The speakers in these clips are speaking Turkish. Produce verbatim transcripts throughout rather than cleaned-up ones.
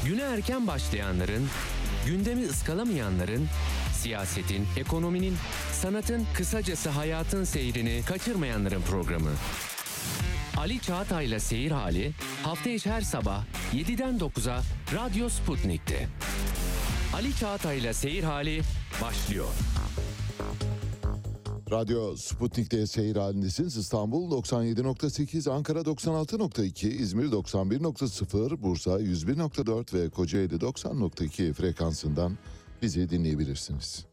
Güne erken başlayanların, gündemi ıskalamayanların, siyasetin, ekonominin, sanatın, kısacası hayatın seyrini kaçırmayanların programı. Ali Çağatay'la Seyir Hali hafta içi her sabah yediden dokuza Radyo Sputnik'te. Ali Çağatay'la Seyir Hali başlıyor. Radyo Sputnik'te seyir halindesiniz. İstanbul doksan yedi nokta sekiz, Ankara doksan altı nokta iki, İzmir doksan bir nokta sıfır, Bursa yüz bir nokta dört ve Kocaeli doksan nokta iki frekansından bizi dinleyebilirsiniz.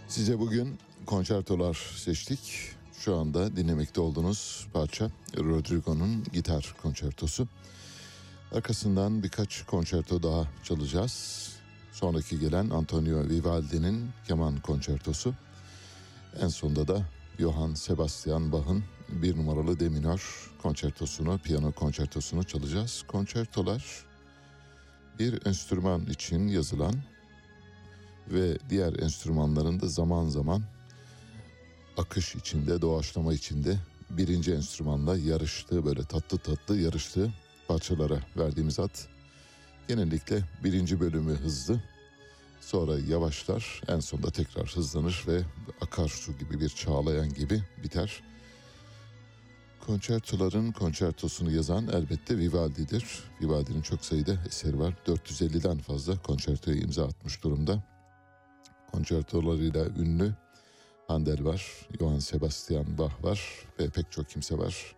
Size bugün konçertolar seçtik. Şu anda dinlemekte olduğunuz parça Rodrigo'nun gitar konçertosu. Arkasından birkaç konçerto daha çalacağız. Sonraki gelen Antonio Vivaldi'nin keman konçertosu. En sonunda da Johann Sebastian Bach'ın bir numaralı D minör konçertosunu, piyano konçertosunu çalacağız. Konçertolar bir enstrüman için yazılan ve diğer enstrümanların da zaman zaman akış içinde, doğaçlama içinde birinci enstrümanla yarıştığı, böyle tatlı tatlı yarıştığı parçalara verdiğimiz ad. Genellikle birinci bölümü hızlı, sonra yavaşlar, en sonunda tekrar hızlanır ve akarsu gibi, bir çağlayan gibi biter. Konçertoların konçertosunu yazan elbette Vivaldi'dir. Vivaldi'nin çok sayıda eseri var. dört yüz elliden fazla konçertoya imza atmış durumda. Konçertolarıyla ünlü Handel var, Johann Sebastian Bach var ve pek çok kimse var.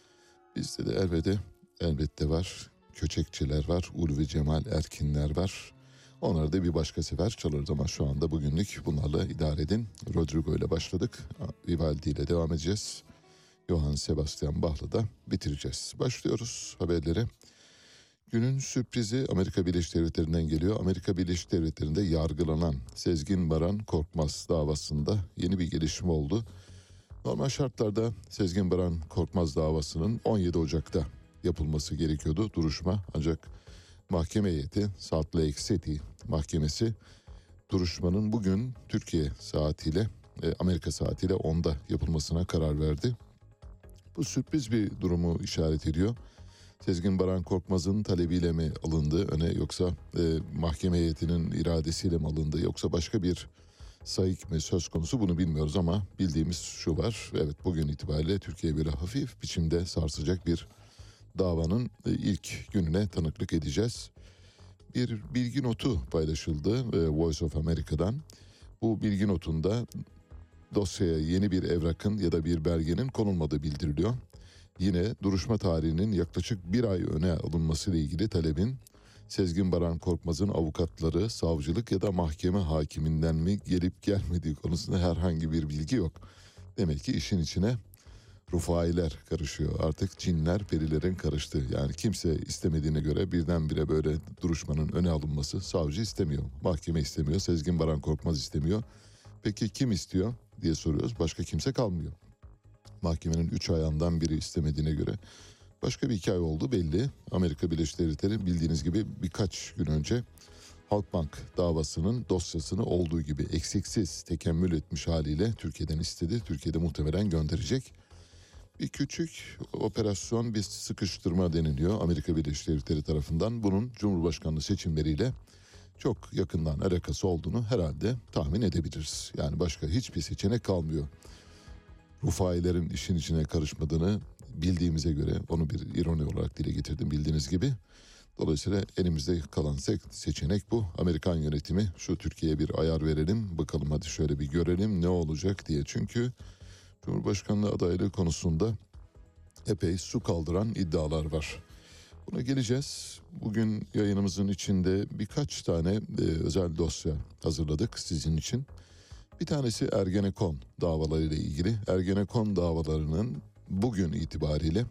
Bizde de elbette, elbette var. Köçekçiler var, Ulvi Cemal Erkinler var. Onları da bir başka sefer çalarız ama şu anda bugünlük bunlarla idare edin. Rodrigo ile başladık, Vivaldi ile devam edeceğiz. Johann Sebastian Bach'la da bitireceğiz. Başlıyoruz haberlere. Günün sürprizi Amerika Birleşik Devletleri'nden geliyor. Amerika Birleşik Devletleri'nde yargılanan Sezgin Baran Korkmaz davasında yeni bir gelişme oldu. Normal şartlarda Sezgin Baran Korkmaz davasının on yedi Ocak'ta yapılması gerekiyordu duruşma. Ancak mahkeme heyeti, Salt Lake City Mahkemesi duruşmanın bugün Türkiye saatiyle, Amerika saatiyle onda yapılmasına karar verdi. Bu sürpriz bir durumu işaret ediyor. Sezgin Baran Korkmaz'ın talebiyle mi alındı öne, yoksa e, mahkeme heyetinin iradesiyle mi alındı, yoksa başka bir sayık mı söz konusu, bunu bilmiyoruz ama bildiğimiz şu var. Evet, bugün itibariyle Türkiye böyle hafif biçimde sarsacak bir davanın e, ilk gününe tanıklık edeceğiz. Bir bilgi notu paylaşıldı e, Voice of America'dan. Bu bilgi notunda dosyaya yeni bir evrakın ya da bir belgenin konulmadığı bildiriliyor. Yine duruşma tarihinin yaklaşık bir ay öne alınması ile ilgili talebin Sezgin Baran Korkmaz'ın avukatları, savcılık ya da mahkeme hakiminden mi gelip gelmediği konusunda herhangi bir bilgi yok. Demek ki işin içine rufailer karışıyor. Artık cinler perilerin karıştı. Yani kimse istemediğine göre birdenbire böyle duruşmanın öne alınması, savcı istemiyor, mahkeme istemiyor, Sezgin Baran Korkmaz istemiyor. Peki kim istiyor diye soruyoruz. Başka kimse kalmıyor. Mahkemenin üç ayağından biri istemediğine göre başka bir hikaye oldu belli. Amerika Birleşik Devletleri bildiğiniz gibi birkaç gün önce Halkbank davasının dosyasını olduğu gibi eksiksiz tekemmül etmiş haliyle Türkiye'den istedi. Türkiye'de muhtemelen gönderecek. Bir küçük operasyon, bir sıkıştırma deniliyor Amerika Birleşik Devletleri tarafından. Bunun Cumhurbaşkanlığı seçimleriyle çok yakından alakası olduğunu herhalde tahmin edebiliriz. Yani başka hiçbir seçenek kalmıyor. Rufailerin işin içine karışmadığını bildiğimize göre, onu bir ironi olarak dile getirdim bildiğiniz gibi. Dolayısıyla elimizde kalan seçenek bu. Amerikan yönetimi şu Türkiye'ye bir ayar verelim, bakalım hadi şöyle bir görelim ne olacak diye. Çünkü Cumhurbaşkanlığı adaylığı konusunda epey su kaldıran iddialar var. Buna geleceğiz. Bugün yayınımızın içinde birkaç tane e, özel dosya hazırladık sizin için. Bir tanesi Ergenekon davalarıyla ilgili. Ergenekon davalarının bugün itibariyle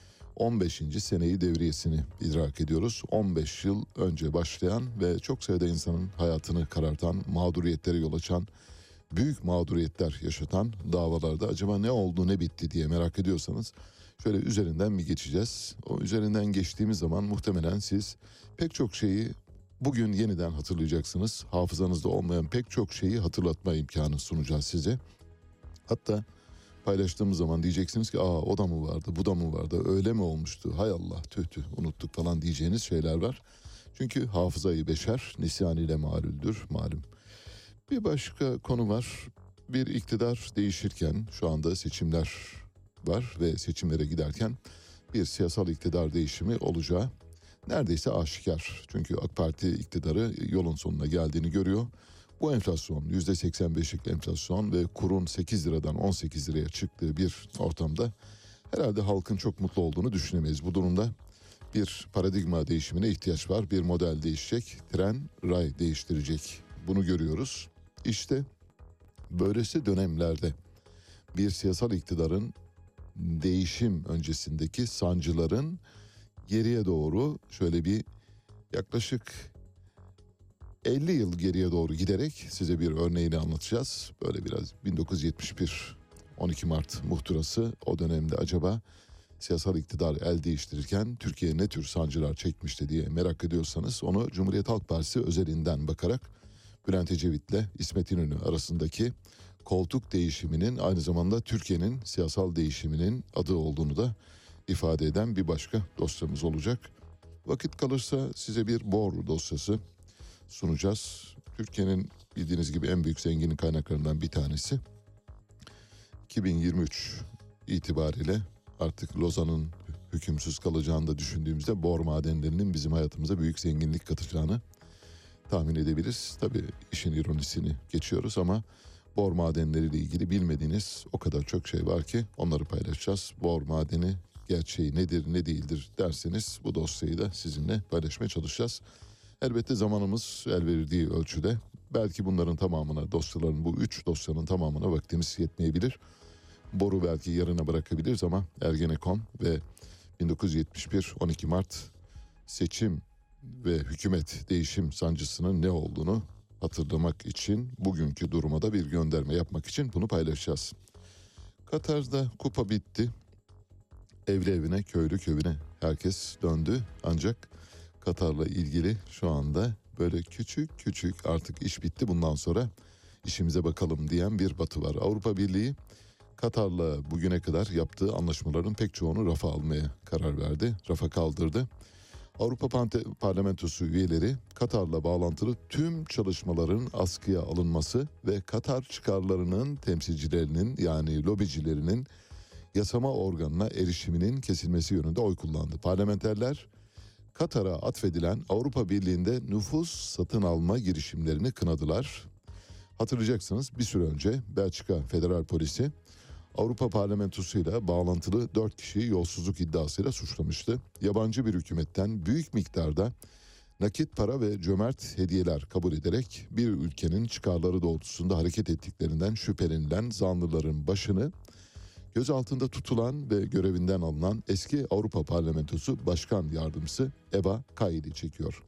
on beşinci seneyi devriyesini idrak ediyoruz. on beş yıl önce başlayan ve çok sayıda insanın hayatını karartan, mağduriyetlere yol açan, büyük mağduriyetler yaşatan davalarda acaba ne oldu, ne bitti diye merak ediyorsanız şöyle üzerinden bir geçeceğiz. O üzerinden geçtiğimiz zaman muhtemelen siz pek çok şeyi bugün yeniden hatırlayacaksınız. Hafızanızda olmayan pek çok şeyi hatırlatma imkanı sunacağız size. Hatta paylaştığımız zaman diyeceksiniz ki aa o da mı vardı, bu da mı vardı, öyle mi olmuştu, hay Allah tüh tüh unuttuk falan diyeceğiniz şeyler var. Çünkü hafızayı beşer nisyan ile malüldür malum. Bir başka konu var. Bir iktidar değişirken, şu anda seçimler var ve seçimlere giderken bir siyasal iktidar değişimi olacağı neredeyse aşikar. Çünkü AK Parti iktidarı yolun sonuna geldiğini görüyor. Bu enflasyon, yüzde seksen beşlik enflasyon ve kurun sekiz liradan on sekiz liraya çıktığı bir ortamda herhalde halkın çok mutlu olduğunu düşünemeyiz. Bu durumda bir paradigma değişimine ihtiyaç var. Bir model değişecek, tren ray değiştirecek. Bunu görüyoruz. İşte böylesi dönemlerde bir siyasal iktidarın değişim öncesindeki sancıların geriye doğru şöyle bir yaklaşık elli yıl geriye doğru giderek size bir örneğini anlatacağız. Böyle biraz bin dokuz yüz yetmiş bir on iki Mart muhtırası, o dönemde acaba siyasal iktidar el değiştirirken Türkiye ne tür sancılar çekmişti diye merak ediyorsanız onu Cumhuriyet Halk Partisi özelinden bakarak Bülent Ecevit'le İsmet İnönü arasındaki koltuk değişiminin aynı zamanda Türkiye'nin siyasal değişiminin adı olduğunu da ifade eden bir başka dosyamız olacak. Vakit kalırsa size bir bor dosyası sunacağız. Türkiye'nin bildiğiniz gibi en büyük zengin kaynaklarından bir tanesi. iki bin yirmi üç itibariyle artık Lozan'ın hükümsüz kalacağını da düşündüğümüzde bor madenlerinin bizim hayatımıza büyük zenginlik katacağını tahmin edebiliriz. Tabii işin ironisini geçiyoruz ama bor madenleriyle ilgili bilmediğiniz o kadar çok şey var ki onları paylaşacağız. Bor madeni gerçeği nedir ne değildir derseniz bu dosyayı da sizinle paylaşmaya çalışacağız. Elbette zamanımız el verdiği ölçüde belki bunların tamamına, dosyaların, bu üç dosyanın tamamına vaktimiz yetmeyebilir. Boru belki yarına bırakabiliriz ama Ergenekon ve bin dokuz yüz yetmiş bir on iki Mart seçim ve hükümet değişim sancısının ne olduğunu hatırlamak için, bugünkü duruma da bir gönderme yapmak için bunu paylaşacağız. Katar'da kupa bitti. Evli evine, köylü köyüne herkes döndü. Ancak Katar'la ilgili şu anda böyle küçük küçük artık iş bitti, bundan sonra işimize bakalım diyen bir batı var. Avrupa Birliği Katar'la bugüne kadar yaptığı anlaşmaların pek çoğunu rafa almaya karar verdi. Rafa kaldırdı. Avrupa Parlamentosu üyeleri Katar'la bağlantılı tüm çalışmaların askıya alınması ve Katar çıkarlarının temsilcilerinin yani lobicilerinin yasama organına erişiminin kesilmesi yönünde oy kullandı. Parlamenterler Katar'a atfedilen Avrupa Birliği'nde nüfus satın alma girişimlerini kınadılar. Hatırlayacaksınız, bir süre önce Belçika Federal Polisi Avrupa Parlamentosu'yla bağlantılı dört kişiyi yolsuzluk iddiasıyla suçlamıştı. Yabancı bir hükümetten büyük miktarda nakit para ve cömert hediyeler kabul ederek bir ülkenin çıkarları doğrultusunda hareket ettiklerinden şüphelenilen zanlıların başını gözaltında tutulan ve görevinden alınan eski Avrupa Parlamentosu Başkan Yardımcısı Eva Kaili çekiyor.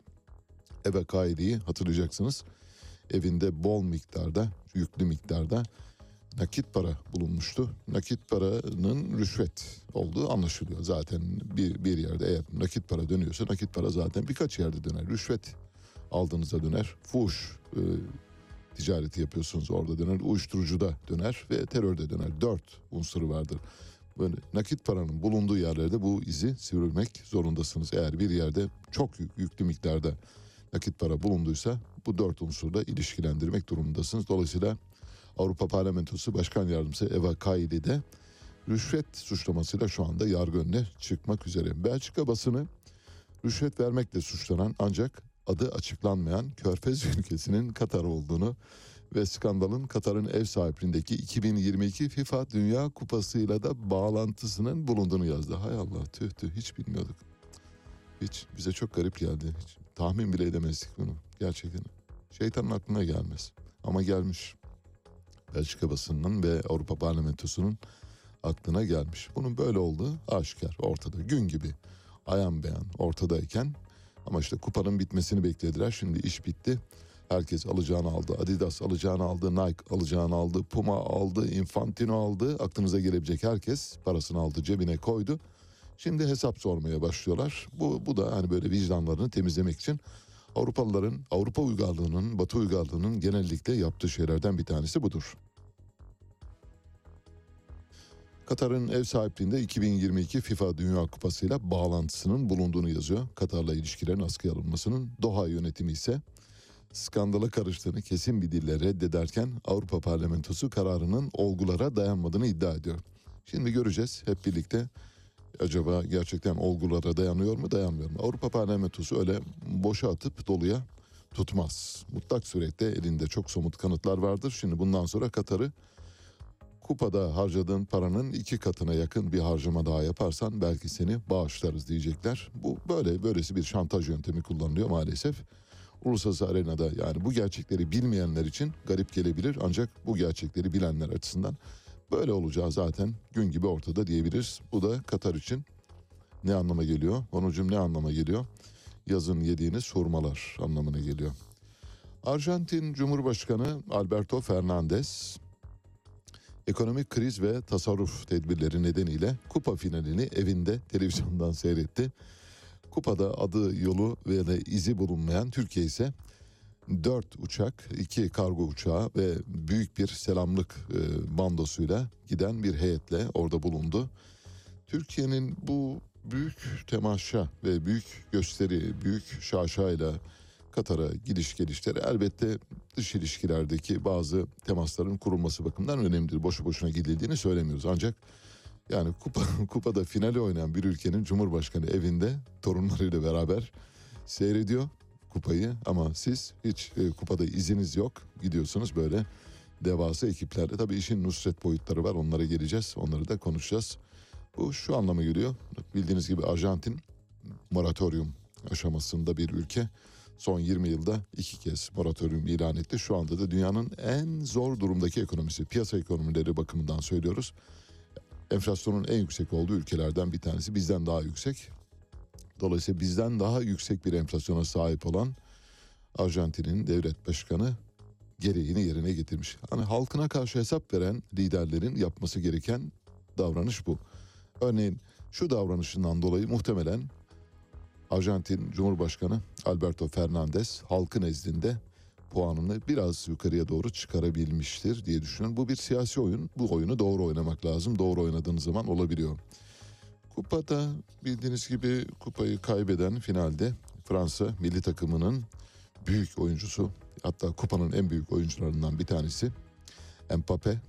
Eva Kaili'yi hatırlayacaksınız, evinde bol miktarda, yüklü miktarda nakit para bulunmuştu. Nakit paranın rüşvet olduğu anlaşılıyor. Zaten bir, bir yerde eğer nakit para dönüyorsa nakit para zaten birkaç yerde döner. Rüşvet aldığınızda döner. Fuhuş e, ticareti yapıyorsunuz, orada döner. Uyuşturucuda döner ve terörde döner. Dört unsuru vardır. Böyle nakit paranın bulunduğu yerlerde bu izi sivrilmek zorundasınız. Eğer bir yerde çok yük, yüklü miktarda nakit para bulunduysa bu dört unsurda ilişkilendirmek durumundasınız. Dolayısıyla Avrupa Parlamentosu Başkan Yardımcısı Eva Kaili de rüşvet suçlamasıyla şu anda yargı önüne çıkmak üzere. Belçika basını rüşvet vermekle suçlanan ancak adı açıklanmayan Körfez ülkesinin Katar olduğunu ve skandalın Katar'ın ev sahipliğindeki iki bin yirmi iki FIFA Dünya Kupası'yla da bağlantısının bulunduğunu yazdı. Hay Allah, tüh tüh, hiç bilmiyorduk. Hiç, bize çok garip geldi. Hiç tahmin bile edemezdik bunu gerçekten. Şeytanın aklına gelmez ama gelmiş. Belçika basınının ve Avrupa Parlamentosu'nun aklına gelmiş. Bunun böyle olduğu aşikar, ortada, gün gibi ayan beyan ortadayken, ama işte kupanın bitmesini beklediler. Şimdi iş bitti. Herkes alacağını aldı. Adidas alacağını aldı. Nike alacağını aldı. Puma aldı. Infantino aldı. Aklınıza gelebilecek herkes parasını aldı, cebine koydu. Şimdi hesap sormaya başlıyorlar. Bu, bu da hani böyle vicdanlarını temizlemek için Avrupalıların, Avrupa uygarlığının, Batı uygarlığının genellikle yaptığı şeylerden bir tanesi budur. Katar'ın ev sahipliğinde iki bin yirmi iki FIFA Dünya Kupası'yla bağlantısının bulunduğunu yazıyor. Katar'la ilişkilerin askıya alınmasının. Doha yönetimi ise skandala karıştığını kesin bir dille reddederken Avrupa Parlamentosu kararının olgulara dayanmadığını iddia ediyor. Şimdi göreceğiz hep birlikte, acaba gerçekten olgulara dayanıyor mu, dayanmıyor mu? Avrupa Parlamentosu öyle boşa atıp doluya tutmaz. Mutlak surette elinde çok somut kanıtlar vardır. Şimdi bundan sonra Katar'ı kupada harcadığın paranın iki katına yakın bir harcama daha yaparsan belki seni bağışlarız diyecekler. Bu böyle böylesi bir şantaj yöntemi kullanılıyor maalesef. uluslararası arenada, yani bu gerçekleri bilmeyenler için garip gelebilir. Ancak bu gerçekleri bilenler açısından böyle olacağı zaten gün gibi ortada diyebiliriz. Bu da Katar için ne anlama geliyor? Onurcuğum, ne anlama geliyor? Yazın yediğiniz hurmalar anlamına geliyor. Arjantin Cumhurbaşkanı Alberto Fernandez ekonomik kriz ve tasarruf tedbirleri nedeniyle kupa finalini evinde televizyondan seyretti. Kupada adı, yolu ve de izi bulunmayan Türkiye ise dört uçak, iki kargo uçağı ve büyük bir selamlık e, bandosuyla giden bir heyetle orada bulundu. Türkiye'nin bu büyük temaşa ve büyük gösteri, büyük şaşayla Katar'a gidiş gelişleri elbette dış ilişkilerdeki bazı temasların kurulması bakımından önemlidir. Boşu boşuna gidildiğini söylemiyoruz. Ancak yani kupa, kupada finali oynayan bir ülkenin Cumhurbaşkanı evinde torunlarıyla beraber seyrediyor kupayı, ama siz hiç e, kupada iziniz yok. Gidiyorsunuz böyle devasa ekiplerle. Tabii işin nusret boyutları var, onlara geleceğiz, onları da konuşacağız. Bu şu anlama geliyor: bildiğiniz gibi Arjantin moratorium aşamasında bir ülke. Son yirmi yılda iki kez moratorium ilan etti. Şu anda da dünyanın en zor durumdaki ekonomisi, piyasa ekonomileri bakımından söylüyoruz. Enflasyonun en yüksek olduğu ülkelerden bir tanesi, bizden daha yüksek. Dolayısıyla bizden daha yüksek bir enflasyona sahip olan Arjantin'in devlet başkanı gereğini yerine getirmiş. Hani halkına karşı hesap veren liderlerin yapması gereken davranış bu. Örneğin şu davranışından dolayı muhtemelen Arjantin Cumhurbaşkanı Alberto Fernandez halkın nezdinde puanını biraz yukarıya doğru çıkarabilmiştir diye düşünüyorum. Bu bir siyasi oyun. Bu oyunu doğru oynamak lazım. Doğru oynadığınız zaman olabiliyor. Kupada bildiğiniz gibi kupayı kaybeden finalde Fransa milli takımının büyük oyuncusu, hatta kupanın en büyük oyuncularından bir tanesi Mbappe.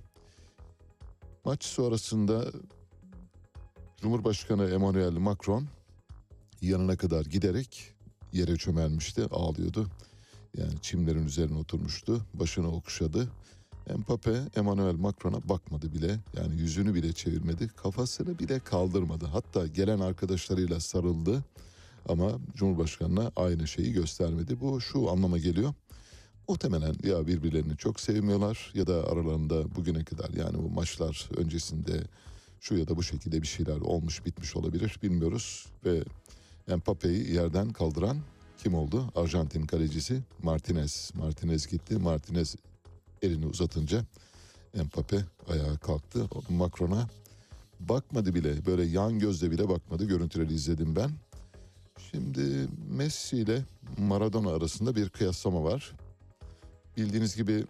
Maç sonrasında Cumhurbaşkanı Emmanuel Macron yanına kadar giderek yere çömelmişti, ağlıyordu. Yani çimlerin üzerine oturmuştu, başını okşadı. Mbappe Emmanuel Macron'a bakmadı bile, yani yüzünü bile çevirmedi, kafasını bile kaldırmadı. Hatta gelen arkadaşlarıyla sarıldı ama Cumhurbaşkanı'na aynı şeyi göstermedi. Bu şu anlama geliyor: muhtemelen ya birbirlerini çok sevmiyorlar ya da aralarında bugüne kadar, yani bu maçlar öncesinde şu ya da bu şekilde bir şeyler olmuş bitmiş olabilir, bilmiyoruz. Ve Mbappe'yi yerden kaldıran kim oldu? Arjantin kalecisi Martinez. Martinez gitti. Martinez elini uzatınca Mbappe ayağa kalktı. Macron'a bakmadı bile, böyle yan gözle bile bakmadı. Görüntüleri izledim ben. Şimdi Messi ile Maradona arasında bir kıyaslama var. Bildiğiniz gibi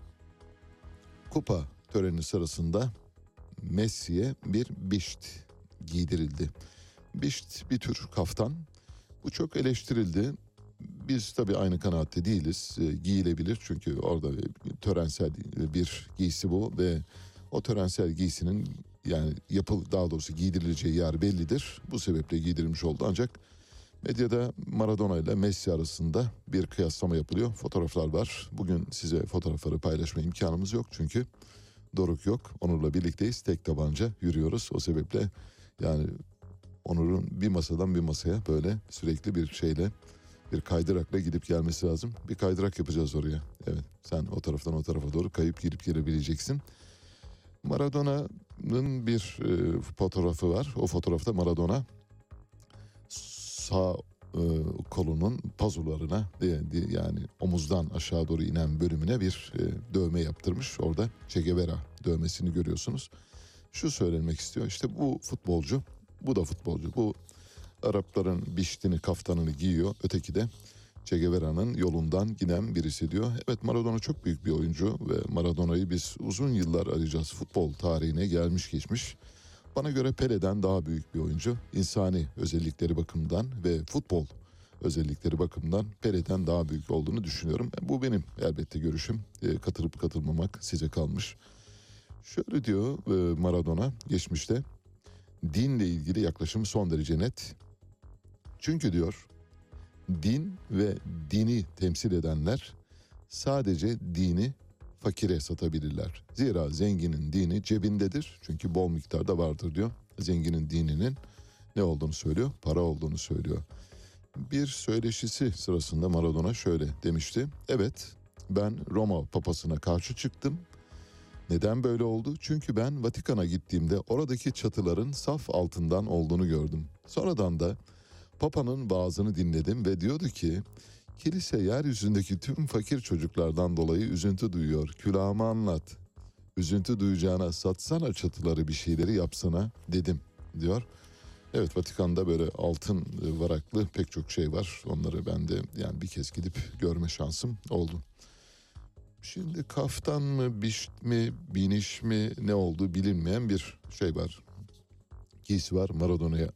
kupa töreni sırasında Messi'ye bir bişt giydirildi. Bişt bir tür kaftan. Bu çok eleştirildi. Biz tabii aynı kanaatte değiliz. E, giyilebilir çünkü orada törensel bir giysi bu ve o törensel giysinin, yani yapıl daha doğrusu giydirileceği yer bellidir. Bu sebeple giydirilmiş oldu. Ancak medyada Maradona ile Messi arasında bir kıyaslama yapılıyor. Fotoğraflar var. Bugün size fotoğrafları paylaşma imkanımız yok çünkü Doruk yok. Onur'la birlikteyiz. Tek tabanca yürüyoruz. O sebeple yani Onur'un bir masadan bir masaya böyle sürekli bir şeyle, bir kaydırakla gidip gelmesi lazım. Bir kaydırak yapacağız oraya. Evet, sen o taraftan o tarafa doğru kayıp girip gelebileceksin. Maradona'nın bir e, fotoğrafı var. O fotoğrafta Maradona sağ e, kolunun pazularına, de, de, yani omuzdan aşağı doğru inen bölümüne bir e, dövme yaptırmış. Orada Che Guevara dövmesini görüyorsunuz. Şu söylemek istiyor: işte bu futbolcu, bu da futbolcu. Bu Arapların biştini, kaftanını giyiyor. Öteki de Che Guevara'nın yolundan giden birisi diyor. Evet, Maradona çok büyük bir oyuncu ve Maradona'yı biz uzun yıllar arayacağız. Futbol tarihine gelmiş geçmiş. Bana göre Pele'den daha büyük bir oyuncu. İnsani özellikleri bakımından ve futbol özellikleri bakımından Pele'den daha büyük olduğunu düşünüyorum. Bu benim elbette görüşüm. E, katılıp katılmamak size kalmış. Şöyle diyor e, Maradona geçmişte: dinle ilgili yaklaşım son derece net. Çünkü diyor, din ve dini temsil edenler sadece dini fakire satabilirler. Zira zenginin dini cebindedir. Çünkü bol miktarda vardır diyor. Zenginin dininin ne olduğunu söylüyor? Para olduğunu söylüyor. Bir söyleşisi sırasında Maradona şöyle demişti. Evet, ben Roma papasına karşı çıktım. Neden böyle oldu? Çünkü ben Vatikan'a gittiğimde oradaki çatıların saf altından olduğunu gördüm. Sonradan da Papa'nın vaazını dinledim ve diyordu ki kilise yeryüzündeki tüm fakir çocuklardan dolayı üzüntü duyuyor. Külahıma anlat. Üzüntü duyacağına satsana çatıları, bir şeyleri yapsana dedim diyor. Evet, Vatikan'da böyle altın varaklı pek çok şey var. Onları ben de yani bir kez gidip görme şansım oldu. Şimdi kaftan mı, bişt mi, biniş mi ne olduğu bilinmeyen bir şey var. Giysi var, Maradona'ya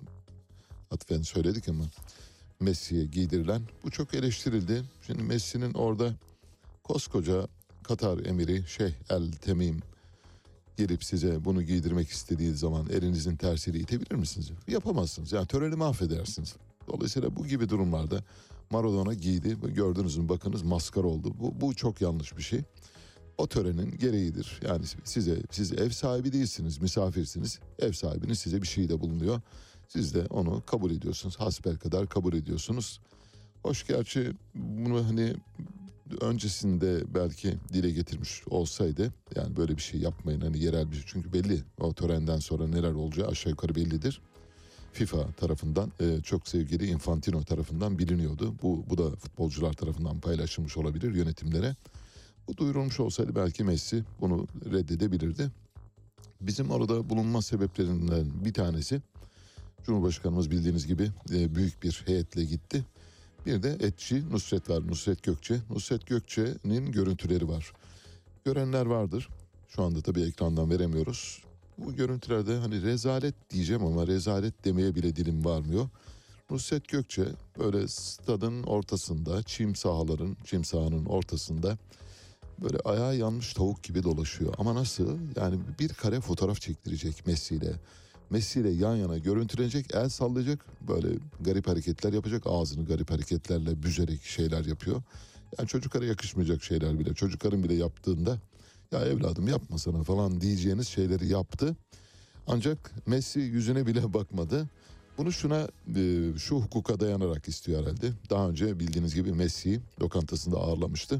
atfen söyledik ama Messi'ye giydirilen. Bu çok eleştirildi. Şimdi Messi'nin orada koskoca Katar emiri Şeyh El Temim gelip size bunu giydirmek istediği zaman elinizin tersiyle itebilir misiniz? Yapamazsınız. Yani töreni mahvedersiniz. Dolayısıyla bu gibi durumlarda Maradona giydi. Gördünüz mü, bakınız maskara oldu. Bu, bu çok yanlış bir şey. O törenin gereğidir. Yani size siz ev sahibi değilsiniz, misafirsiniz. Ev sahibiniz size bir şey de bulunuyor. Siz de onu kabul ediyorsunuz. Hasbelkader kabul ediyorsunuz. Hoş, gerçi bunu hani öncesinde belki dile getirmiş olsaydı, yani böyle bir şey yapmayın hani yerel bir şey, çünkü belli o törenden sonra neler olacağı aşağı yukarı bellidir. FIFA tarafından e, çok sevgili Infantino tarafından biliniyordu. Bu bu da futbolcular tarafından paylaşılmış olabilir yönetimlere. Bu duyurulmuş olsaydı belki Messi bunu reddedebilirdi. Bizim orada bulunma sebeplerinden bir tanesi, Cumhurbaşkanımız bildiğiniz gibi e, büyük bir heyetle gitti. Bir de etçi Nusret var, Nusret Gökçe. Nusret Gökçe'nin görüntüleri var. Görenler vardır. Şu anda tabii ekrandan veremiyoruz. Bu görüntülerde hani rezalet diyeceğim ama rezalet demeye bile dilim varmıyor. Nusret Gökçe böyle stadın ortasında, çim sahaların, çim sahanın ortasında böyle ayağı yanmış tavuk gibi dolaşıyor. Ama nasıl? Yani bir kare fotoğraf çektirecek Messi ile. Messi ile yan yana görüntülenecek, el sallayacak, böyle garip hareketler yapacak, ağzını garip hareketlerle büzerek şeyler yapıyor. Yani çocuklara yakışmayacak şeyler bile, çocukların bile yaptığında ya evladım yapma sana falan diyeceğiniz şeyleri yaptı. Ancak Messi yüzüne bile bakmadı. Bunu şuna e, şu hukuka dayanarak istiyor herhalde. Daha önce bildiğiniz gibi Messi'yi lokantasında ağırlamıştı.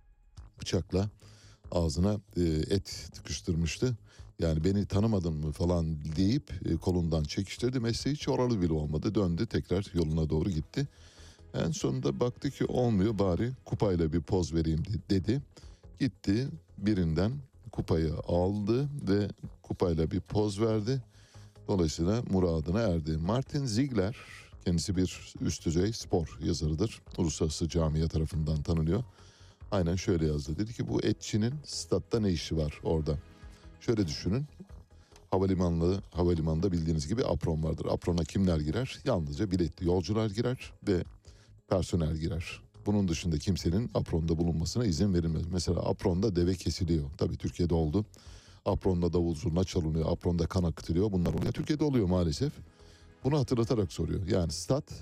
Bıçakla ağzına e, et tıkıştırmıştı. Yani beni tanımadın mı falan deyip e, kolundan çekiştirdi. Messi hiç oralı bile olmadı. Döndü, tekrar yoluna doğru gitti. En sonunda baktı ki olmuyor, bari kupayla bir poz vereyim dedi. Gitti, birinden kupayı aldı ve kupayla bir poz verdi. Dolayısıyla muradına erdi. Martin Ziegler, kendisi bir üst düzey spor yazarıdır. Uluslararası camia tarafından tanınıyor. Aynen şöyle yazdı. Dedi ki bu etçinin statta ne işi var orada? Şöyle düşünün. Havalimanlı, havalimanında bildiğiniz gibi apron vardır. Aprona kimler girer? Yalnızca biletli yolcular girer ve personel girer. Bunun dışında kimsenin apronda bulunmasına izin verilmez. Mesela apronda deve kesiliyor. Tabii Türkiye'de oldu. Apronda davul zurna çalınıyor. Apronda kan akıtılıyor. Bunlar oluyor. Türkiye'de oluyor maalesef. Bunu hatırlatarak soruyor. Yani stat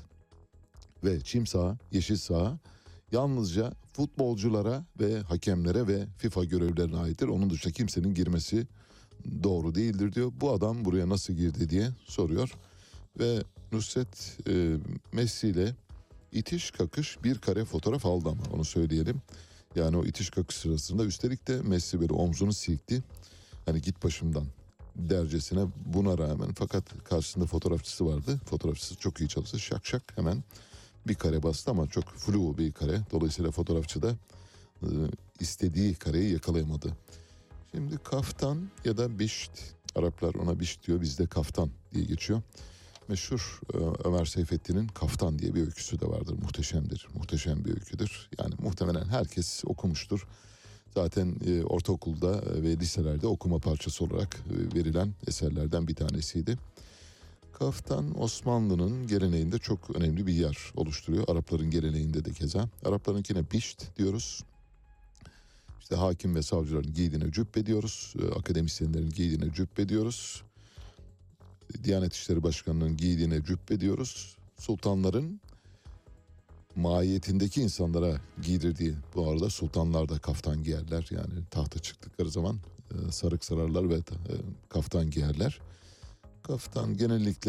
ve çim saha, yeşil saha yalnızca futbolculara ve hakemlere ve FIFA görevlilerine aittir. Onun dışında kimsenin girmesi doğru değildir diyor. Bu adam buraya nasıl girdi diye soruyor. Ve Nusret e, Messi ile itiş kakış bir kare fotoğraf aldı, ama onu söyleyelim. Yani o itiş kakış sırasında üstelik de Messi böyle omzunu silkti. Hani git başımdan dercesine, buna rağmen, fakat karşısında fotoğrafçısı vardı. Fotoğrafçısı çok iyi çalıştı. Şak şak hemen bir kare bastı ama çok flu bir kare. Dolayısıyla fotoğrafçı da e, istediği kareyi yakalayamadı. Şimdi kaftan ya da bişt, Araplar ona bişt diyor, bizde kaftan diye geçiyor. Meşhur e, Ömer Seyfettin'in Kaftan diye bir öyküsü de vardır. Muhteşemdir, muhteşem bir öyküdür. Yani muhtemelen herkes okumuştur. Zaten e, ortaokulda ve liselerde okuma parçası olarak e, verilen eserlerden bir tanesiydi. Kaftan Osmanlı'nın geleneğinde çok önemli bir yer oluşturuyor. Arapların geleneğinde de keza. Araplarınkine bişt diyoruz. İşte hakim ve savcıların giydiğine cübbe diyoruz. Akademisyenlerin giydiğine cübbe diyoruz. Diyanet İşleri Başkanı'nın giydiğine cübbe diyoruz. Sultanların mahiyetindeki insanlara giydirdiği, bu arada sultanlar da kaftan giyerler. Yani tahta çıktıkları zaman sarık sararlar ve kaftan giyerler. Kaftan genellikle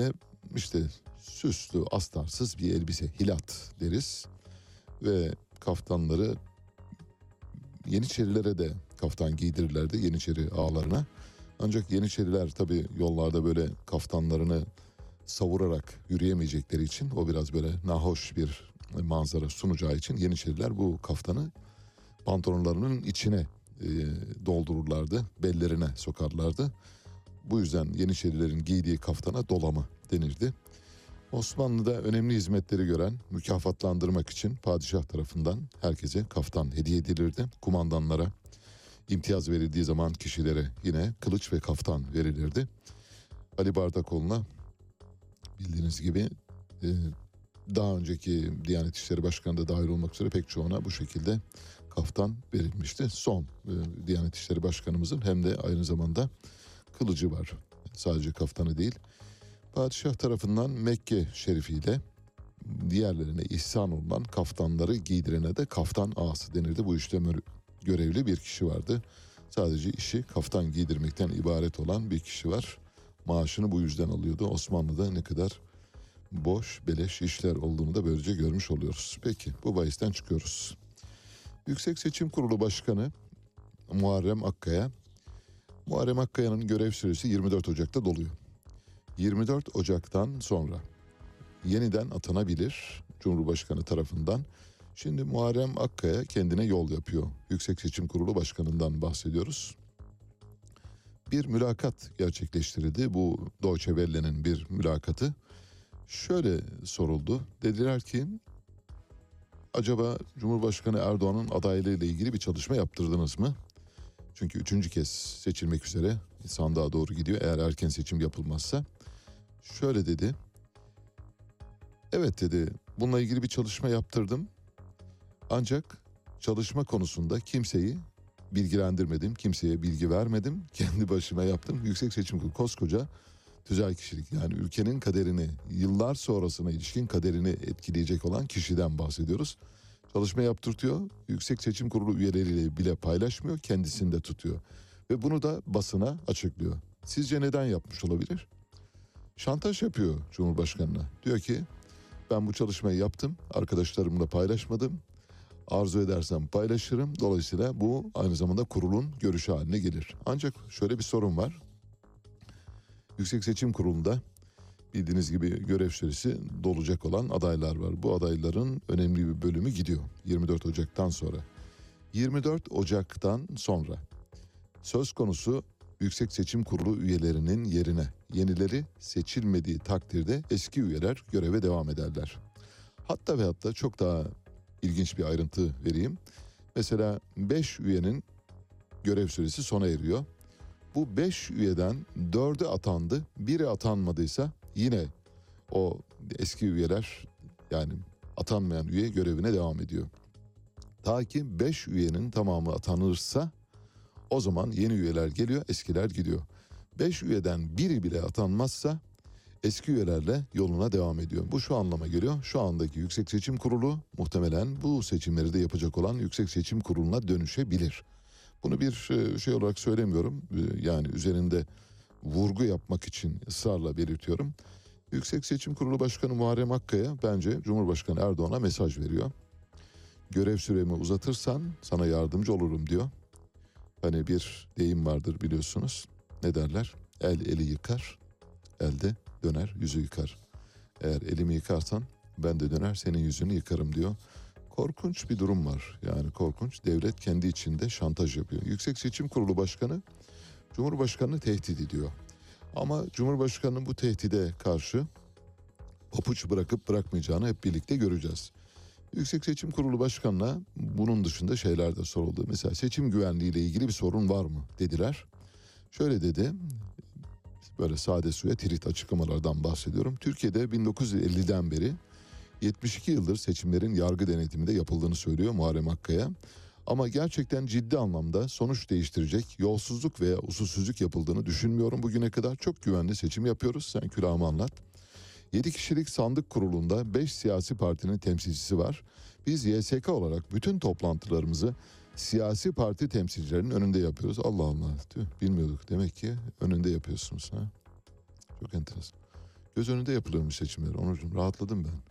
işte süslü, astarsız bir elbise, hilat deriz. Ve kaftanları Yeniçerilere de kaftan giydirirlerdi, Yeniçeri ağalarına. Ancak Yeniçeriler tabii yollarda böyle kaftanlarını savurarak yürüyemeyecekleri için, o biraz böyle nahoş bir manzara sunacağı için Yeniçeriler bu kaftanı pantolonlarının içine e, doldururlardı, bellerine sokarlardı. Bu yüzden Yeniçerilerin giydiği kaftana dolama denirdi. Osmanlı'da önemli hizmetleri gören, mükafatlandırmak için padişah tarafından herkese kaftan hediye edilirdi. Kumandanlara imtiyaz verildiği zaman kişilere yine kılıç ve kaftan verilirdi. Ali Bardakoğlu'na bildiğiniz gibi e, daha önceki Diyanet İşleri Başkanı da dahil olmak üzere pek çoğuna bu şekilde kaftan verilmişti. Son e, Diyanet İşleri Başkanımızın hem de aynı zamanda kılıcı var. Sadece kaftanı değil. Padişah tarafından Mekke şerifiyle diğerlerine ihsan olunan kaftanları giydirene de kaftan ağası denirdi. Bu işte görevli bir kişi vardı. Sadece işi kaftan giydirmekten ibaret olan bir kişi var. Maaşını bu yüzden alıyordu. Osmanlı'da ne kadar boş, beleş işler olduğunu da böylece görmüş oluyoruz. Peki, bu bahisten çıkıyoruz. Yüksek Seçim Kurulu Başkanı Muharrem Akkaya, Muharrem Akkaya'nın görev süresi yirmi dört Ocak'ta doluyor. yirmi dört Ocak'tan sonra yeniden atanabilir Cumhurbaşkanı tarafından. Şimdi Muharrem Akkaya kendine yol yapıyor. Yüksek Seçim Kurulu Başkanı'ndan bahsediyoruz. Bir mülakat gerçekleştirildi. Bu Deutsche Welle'nin bir mülakatı. Şöyle soruldu. Dediler ki, acaba Cumhurbaşkanı Erdoğan'ın adaylığı ile ilgili bir çalışma yaptırdınız mı? Çünkü üçüncü kez seçilmek üzere sandığa doğru gidiyor eğer erken seçim yapılmazsa. Şöyle dedi. Evet dedi, bununla ilgili bir çalışma yaptırdım. Ancak çalışma konusunda kimseyi bilgilendirmedim, kimseye bilgi vermedim. Kendi başıma yaptım. Yüksek Seçim Kurulu koskoca tüzel kişilik, yani ülkenin kaderini, yıllar sonrasına ilişkin kaderini etkileyecek olan kişiden bahsediyoruz. Çalışma yaptırtıyor, Yüksek Seçim Kurulu üyeleriyle bile paylaşmıyor, kendisinde tutuyor. Ve bunu da basına açıklıyor. Sizce neden yapmış olabilir? Şantaj yapıyor Cumhurbaşkanı'na. Diyor ki, ben bu çalışmayı yaptım, arkadaşlarımla paylaşmadım. Arzu edersem paylaşırım. Dolayısıyla bu aynı zamanda kurulun görüşü haline gelir. Ancak şöyle bir sorun var. Yüksek Seçim Kurulu'nda bildiğiniz gibi görev süresi dolacak olan adaylar var. Bu adayların önemli bir bölümü gidiyor yirmi dört Ocak'tan sonra. yirmi dört Ocak'tan sonra söz konusu Yüksek Seçim Kurulu üyelerinin yerine yenileri seçilmediği takdirde eski üyeler göreve devam ederler. Hatta ve hatta çok daha ilginç bir ayrıntı vereyim. Mesela beş üyenin görev süresi sona eriyor. Bu beş üyeden dördü atandı, biri atanmadıysa yine o eski üyeler, yani atanmayan üye görevine devam ediyor. Ta ki beş üyenin tamamı atanırsa o zaman yeni üyeler geliyor, eskiler gidiyor. beş üyeden biri bile atanmazsa eski üyelerle yoluna devam ediyor. Bu şu anlama geliyor. Şu andaki Yüksek Seçim Kurulu muhtemelen bu seçimleri de yapacak olan Yüksek Seçim Kurulu'na dönüşebilir. Bunu bir şey olarak söylemiyorum. Yani üzerinde vurgu yapmak için ısrarla belirtiyorum. Yüksek Seçim Kurulu Başkanı Muharrem Akkaya bence Cumhurbaşkanı Erdoğan'a mesaj veriyor. Görev süremi uzatırsan sana yardımcı olurum diyor. Hani bir deyim vardır biliyorsunuz. Ne derler? El eli yıkar, elde döner yüzü yıkar. Eğer elimi yıkarsan ben de döner senin yüzünü yıkarım diyor. Korkunç bir durum var. Yani korkunç. Devlet kendi içinde şantaj yapıyor. Yüksek Seçim Kurulu Başkanı Cumhurbaşkanı'nı tehdit ediyor. Ama Cumhurbaşkanı'nın bu tehdide karşı papuç bırakıp bırakmayacağını hep birlikte göreceğiz. Yüksek Seçim Kurulu Başkanı'na bunun dışında şeyler de soruldu. Mesela seçim güvenliği ile ilgili bir sorun var mı dediler. Şöyle dedi, böyle sade suya tirit açıklamalardan bahsediyorum. Türkiye'de bin dokuz yüz elliden beri yetmiş iki yıldır seçimlerin yargı denetiminde yapıldığını söylüyor Muharrem Akkaya. Ama gerçekten ciddi anlamda sonuç değiştirecek yolsuzluk veya usulsüzlük yapıldığını düşünmüyorum bugüne kadar. Çok güvenli seçim yapıyoruz. Sen külahımı anlat. yedi kişilik sandık kurulunda beş siyasi partinin temsilcisi var. Biz Y S K olarak bütün toplantılarımızı siyasi parti temsilcilerinin önünde yapıyoruz. Allah Allah, tüh, bilmiyorduk. Demek ki önünde yapıyorsunuz. Ha? Çok enteresan. Göz önünde yapılıyormuş seçimler. Onurcuğum, rahatladım ben.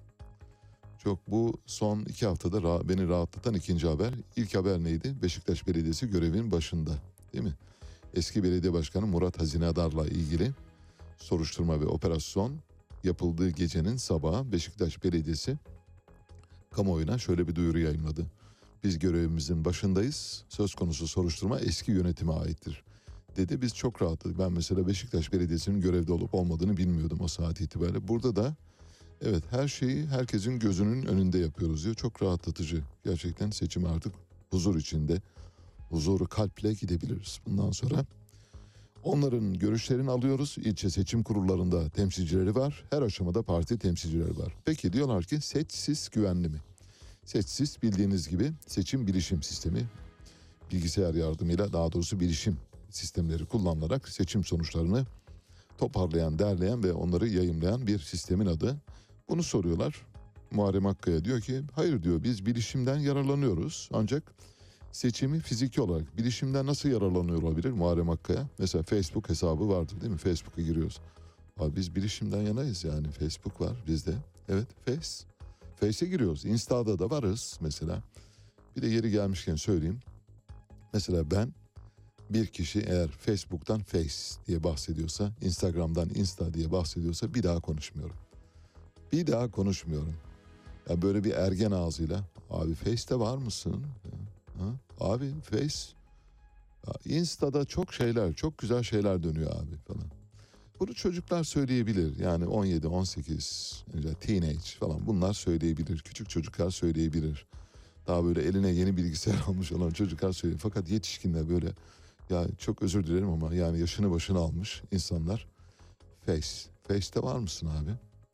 Çok, bu son iki haftada ra- beni rahatlatan ikinci haber. İlk haber neydi? Beşiktaş Belediyesi görevin başında, değil mi? Eski belediye başkanı Murat Hazinedar'la ilgili soruşturma ve operasyon yapıldığı gecenin sabahı Beşiktaş Belediyesi kamuoyuna şöyle bir duyuru yayınladı. Biz görevimizin başındayız. Söz konusu soruşturma eski yönetime aittir dedi. Biz çok rahatladık. Ben mesela Beşiktaş Belediyesi'nin görevde olup olmadığını bilmiyordum o saat itibariyle. Burada da evet, her şeyi herkesin gözünün önünde yapıyoruz diyor. Çok rahatlatıcı. Gerçekten seçim artık huzur içinde. Huzuru kalple gidebiliriz. Bundan sonra onların görüşlerini alıyoruz. İlçe seçim kurullarında temsilcileri var. Her aşamada parti temsilcileri var. Peki diyorlar ki seçsiz güvenli mi? Seçsiz, bildiğiniz gibi seçim bilişim sistemi, bilgisayar yardımıyla, daha doğrusu bilişim sistemleri kullanılarak seçim sonuçlarını toparlayan, derleyen ve onları yayımlayan bir sistemin adı. Bunu soruyorlar. Muharrem Akkaya diyor ki hayır diyor, biz bilişimden yararlanıyoruz. Ancak seçimi fiziki olarak bilişimden nasıl yararlanıyor olabilir Muharrem Akkaya? Mesela Facebook hesabı vardır, değil mi? Facebook'a giriyoruz. Abi biz bilişimden yanayız yani. Facebook var bizde. Evet, Face. Face'e giriyoruz. Insta'da da varız mesela. Bir de yeri gelmişken söyleyeyim. Mesela ben, bir kişi eğer Facebook'tan Face diye bahsediyorsa, Instagram'dan Insta diye bahsediyorsa bir daha konuşmuyorum. Bir daha konuşmuyorum. Ya böyle bir ergen ağzıyla abi Face'te var mısın? Ha? Abi Face, ya Insta'da çok şeyler, çok güzel şeyler dönüyor abi falan. Bunu çocuklar söyleyebilir. Yani on yedi on sekiz, teenage falan, bunlar söyleyebilir. Küçük çocuklar söyleyebilir. Daha böyle eline yeni bilgisayar almış olan çocuklar söylüyor. Fakat yetişkinler böyle, ya çok özür dilerim ama yani yaşını başını almış insanlar. Face. Face'te var mısın abi?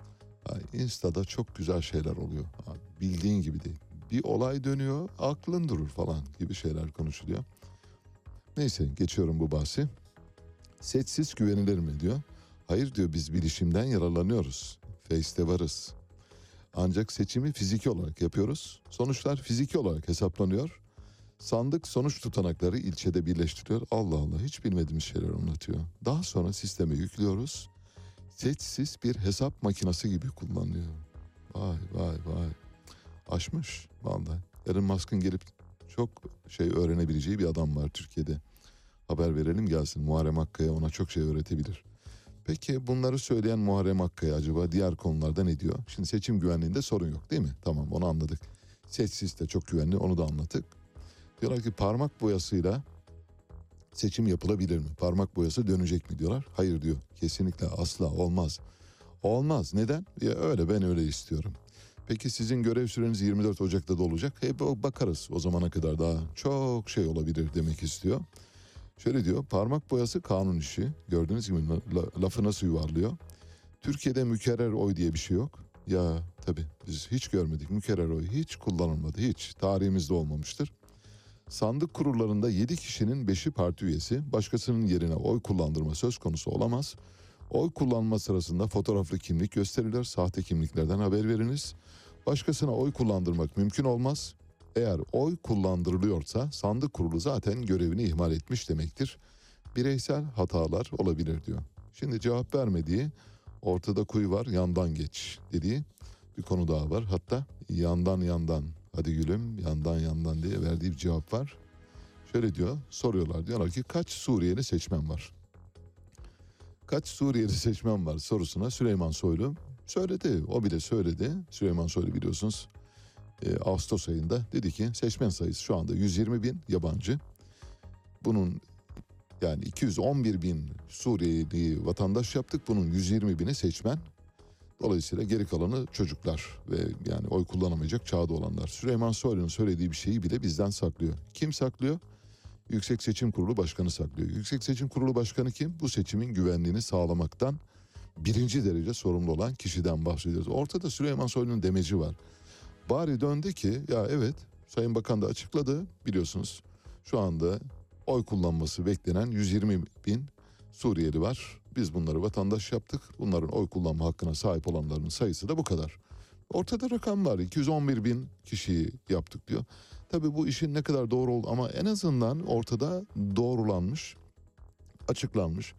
Ya Insta'da çok güzel şeyler oluyor. Abi bildiğin gibi değil. Bir olay dönüyor, aklın durur falan gibi şeyler konuşuluyor. Neyse, geçiyorum bu bahsi. Seçsiz güvenilir mi diyor. Hayır diyor, biz bilişimden yararlanıyoruz. Face'te varız. Ancak seçimi fiziki olarak yapıyoruz. Sonuçlar fiziki olarak hesaplanıyor. Sandık sonuç tutanakları ilçede birleştiriyor. Allah Allah, hiç bilmediğimiz şeyler anlatıyor. Daha sonra sisteme yüklüyoruz. Seçsiz bir hesap makinesi gibi kullanılıyor. Vay vay vay. Aşmış vallahi. Elon Musk'ın gelip çok şey öğrenebileceği bir adam var Türkiye'de. Haber verelim gelsin. Muharrem Akkaya ona çok şey öğretebilir. Peki bunları söyleyen Muharrem Akkaya acaba diğer konularda ne diyor? Şimdi seçim güvenliğinde sorun yok, değil mi? Tamam, onu anladık. Seçsiz de çok güvenli, onu da anladık. Diyorlar ki parmak boyasıyla seçim yapılabilir mi? Parmak boyası dönecek mi diyorlar. Hayır diyor. Kesinlikle, asla olmaz. Olmaz. Neden? Ya öyle, ben öyle istiyorum. Peki sizin görev süreniz yirmi dört Ocak'ta da olacak. Hep bakarız, o zamana kadar daha çok şey olabilir demek istiyor. Şöyle diyor, parmak boyası kanun işi. Gördüğünüz gibi lafı nasıl yuvarlıyor. Türkiye'de mükerrer oy diye bir şey yok. Ya tabii biz hiç görmedik, mükerrer oy hiç kullanılmadı, hiç tarihimizde olmamıştır. Sandık kurullarında yedi kişinin beşi parti üyesi, başkasının yerine oy kullandırma söz konusu olamaz. Oy kullanma sırasında fotoğraflı kimlik gösterilir, sahte kimliklerden haber veriniz. Başkasına oy kullandırmak mümkün olmaz. Eğer oy kullandırılıyorsa sandık kurulu zaten görevini ihmal etmiş demektir. Bireysel hatalar olabilir diyor. Şimdi cevap vermediği, ortada kuyu var yandan geç dediği bir konu daha var. Hatta yandan yandan, hadi gülüm yandan yandan diye verdiği bir cevap var. Şöyle diyor, soruyorlar, diyorlar ki kaç Suriyeli seçmen var? Kaç Suriyeli seçmen var sorusuna Süleyman Soylu söyledi. O bile söyledi. Süleyman Soylu biliyorsunuz e, Ağustos ayında dedi ki seçmen sayısı şu anda yüz yirmi bin yabancı. Bunun yani iki yüz on bir bin Suriyeli vatandaş yaptık. Bunun yüz yirmi bini seçmen. Dolayısıyla geri kalanı çocuklar ve yani oy kullanamayacak çağda olanlar. Süleyman Soylu'nun söylediği bir şeyi bile bizden saklıyor. Kim saklıyor? Yüksek Seçim Kurulu Başkanı saklıyor. Yüksek Seçim Kurulu Başkanı kim? Bu seçimin güvenliğini sağlamaktan birinci derece sorumlu olan kişiden bahsediyoruz. Ortada Süleyman Soylu'nun demeci var. Bari döndü ki ya evet, Sayın Bakan da açıkladı biliyorsunuz. Şu anda oy kullanması beklenen yüz yirmi bin Suriyeli var. Biz bunları vatandaş yaptık. Bunların oy kullanma hakkına sahip olanların sayısı da bu kadar. Ortada rakam var. iki yüz on bir bin kişiyi yaptık diyor. Tabii bu işin ne kadar doğru oldu ama en azından ortada doğrulanmış, açıklanmış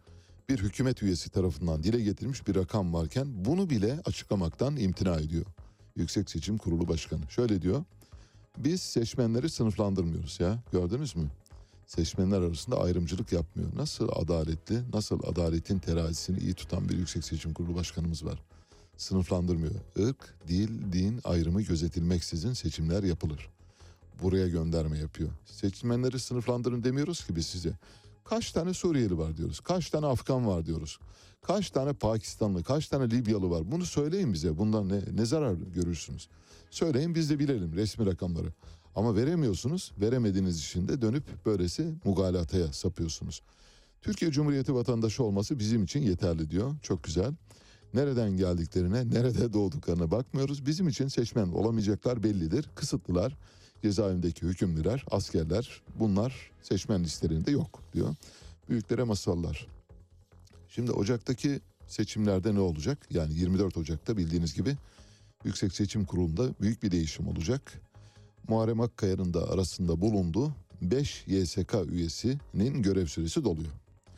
bir hükümet üyesi tarafından dile getirilmiş bir rakam varken bunu bile açıklamaktan imtina ediyor. Yüksek Seçim Kurulu Başkanı şöyle diyor: biz seçmenleri sınıflandırmıyoruz ya, gördünüz mü? Seçmenler arasında ayrımcılık yapmıyor. Nasıl adaletli, nasıl adaletin terazisini iyi tutan bir Yüksek Seçim Kurulu Başkanımız var. Sınıflandırmıyor. Irk, dil, din ayrımı gözetilmeksizin seçimler yapılır. Buraya gönderme yapıyor. Seçmenleri sınıflandırın demiyoruz ki biz size. Kaç tane Suriyeli var diyoruz. Kaç tane Afgan var diyoruz. Kaç tane Pakistanlı, kaç tane Libyalı var. Bunu söyleyin bize. Bundan ne, ne zarar görürsünüz? Söyleyin biz de bilelim resmi rakamları. Ama veremiyorsunuz. Veremediğiniz için de dönüp böylesi mugalataya sapıyorsunuz. Türkiye Cumhuriyeti vatandaşı olması bizim için yeterli diyor. Çok güzel. Nereden geldiklerine, nerede doğduklarına bakmıyoruz. Bizim için seçmen olamayacaklar bellidir. Kısıtlılar, cezaevindeki hükümlüler, askerler, bunlar seçmen listelerinde yok diyor. Büyüklere masallar. Şimdi Ocak'taki seçimlerde ne olacak? Yani yirmi dört Ocak'ta bildiğiniz gibi Yüksek Seçim Kurulu'nda büyük bir değişim olacak. Muharrem Akkaya'nın da arasında bulunduğu beş Y S K üyesinin görev süresi doluyor.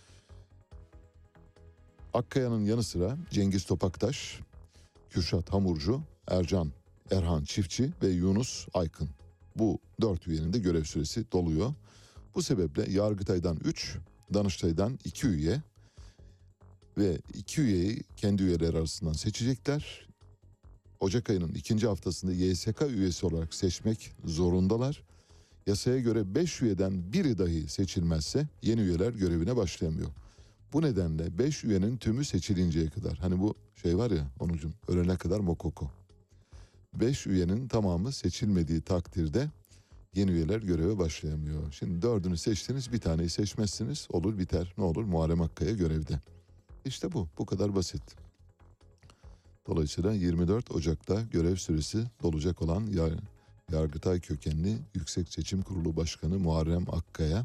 Akkaya'nın yanı sıra Cengiz Topaktaş, Kürşat Hamurcu, Ercan Erhan Çiftçi ve Yunus Aykın. Bu dört üyenin de görev süresi doluyor. Bu sebeple Yargıtay'dan üç, Danıştay'dan iki üye ve iki üyeyi kendi üyeler arasından seçecekler. Ocak ayının ikinci haftasında Y S K üyesi olarak seçmek zorundalar. Yasaya göre beş üyeden biri dahi seçilmezse yeni üyeler görevine başlayamıyor. Bu nedenle beş üyenin tümü seçilinceye kadar, hani bu şey var ya Onucum, ölene kadar mokoko. beş üyenin tamamı seçilmediği takdirde yeni üyeler göreve başlayamıyor. Şimdi dördünü seçtiniz, bir taneyi seçmezsiniz, olur biter. Ne olur? Muharrem Akkaya görevde. İşte bu, bu kadar basit. Dolayısıyla yirmi dört Ocak'ta görev süresi dolacak olan Yar- Yargıtay kökenli Yüksek Seçim Kurulu Başkanı Muharrem Akkaya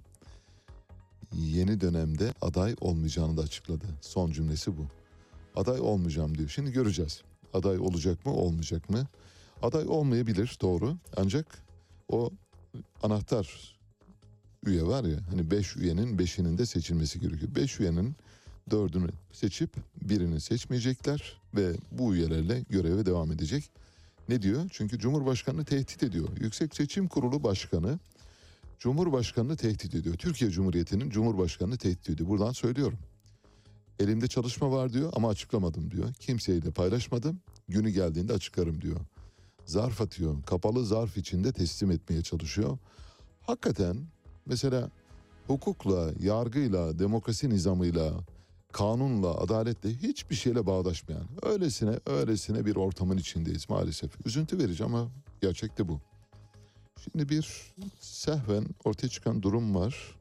yeni dönemde aday olmayacağını da açıkladı. Son cümlesi bu. Aday olmayacağım diyor. Şimdi göreceğiz. Aday olacak mı, olmayacak mı? Aday olmayabilir, doğru. Ancak o anahtar üye var ya, hani beş üyenin beşinin de seçilmesi gerekiyor. Beş üyenin dördünü seçip birini seçmeyecekler ve bu üyelerle göreve devam edecek. Ne diyor? Çünkü Cumhurbaşkanı'nı tehdit ediyor. Yüksek Seçim Kurulu Başkanı Cumhurbaşkanı'nı tehdit ediyor. Türkiye Cumhuriyeti'nin Cumhurbaşkanı'nı tehdit ediyor. Buradan söylüyorum. Elimde çalışma var diyor ama açıklamadım diyor. Kimseyle paylaşmadım. Günü geldiğinde açıklarım diyor. Zarf atıyor. Kapalı zarf içinde teslim etmeye çalışıyor. Hakikaten mesela hukukla, yargıyla, demokrasi nizamıyla, kanunla, adaletle hiçbir şeyle bağdaşmayan, öylesine öylesine bir ortamın içindeyiz maalesef. Üzüntü verici ama gerçek de bu. Şimdi bir sehven ortaya çıkan durum var.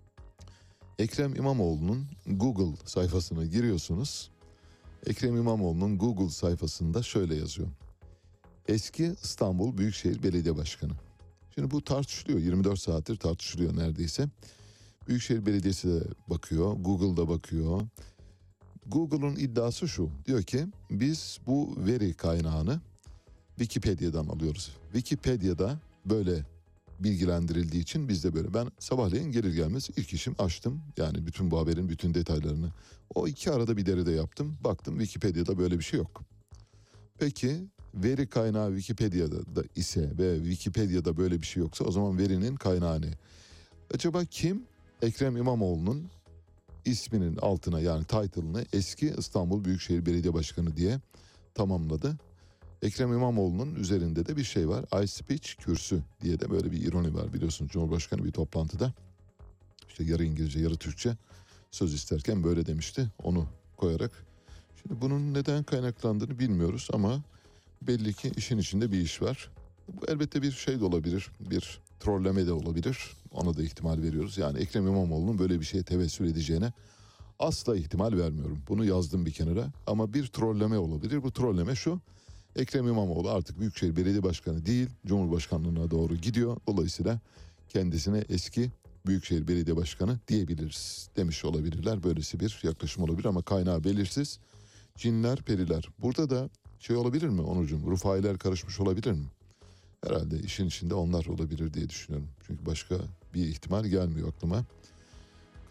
Ekrem İmamoğlu'nun Google sayfasına giriyorsunuz. Ekrem İmamoğlu'nun Google sayfasında şöyle yazıyor: eski İstanbul Büyükşehir Belediye Başkanı. Şimdi bu tartışılıyor, yirmi dört saattir tartışılıyor neredeyse. Büyükşehir Belediyesi de bakıyor, Google'da bakıyor. Google'un iddiası şu, diyor ki biz bu veri kaynağını Wikipedia'dan alıyoruz. Wikipedia'da böyle bilgilendirildiği için biz de böyle. Ben sabahleyin gelir gelmez ilk işim açtım. Yani bütün bu haberin bütün detaylarını. O iki arada bir deride yaptım. Baktım Wikipedia'da böyle bir şey yok. Peki veri kaynağı Wikipedia'da da ise ve Wikipedia'da böyle bir şey yoksa o zaman verinin kaynağı ne? Acaba kim Ekrem İmamoğlu'nun isminin altına, yani title'ını eski İstanbul Büyükşehir Belediye Başkanı diye tamamladı? Ekrem İmamoğlu'nun üzerinde de bir şey var. I speech kürsü diye de böyle bir ironi var. Biliyorsunuz Cumhurbaşkanı bir toplantıda işte yarı İngilizce yarı Türkçe söz isterken böyle demişti. Onu koyarak. Şimdi bunun neden kaynaklandığını bilmiyoruz ama belli ki işin içinde bir iş var. Bu elbette bir şey de olabilir. Bir trolleme de olabilir. Ona da ihtimal veriyoruz. Yani Ekrem İmamoğlu'nun böyle bir şeye tevessül edeceğine asla ihtimal vermiyorum. Bunu yazdım bir kenara. Ama bir trolleme olabilir. Bu trolleme şu: Ekrem İmamoğlu artık Büyükşehir Belediye Başkanı değil, Cumhurbaşkanlığına doğru gidiyor. Dolayısıyla kendisine eski Büyükşehir Belediye Başkanı diyebiliriz demiş olabilirler. Böylesi bir yaklaşım olabilir ama kaynağı belirsiz. Cinler, periler. Burada da şey olabilir mi Onurcuğum? Rufailer karışmış olabilir mi? Herhalde işin içinde onlar olabilir diye düşünüyorum. Çünkü başka bir ihtimal gelmiyor aklıma.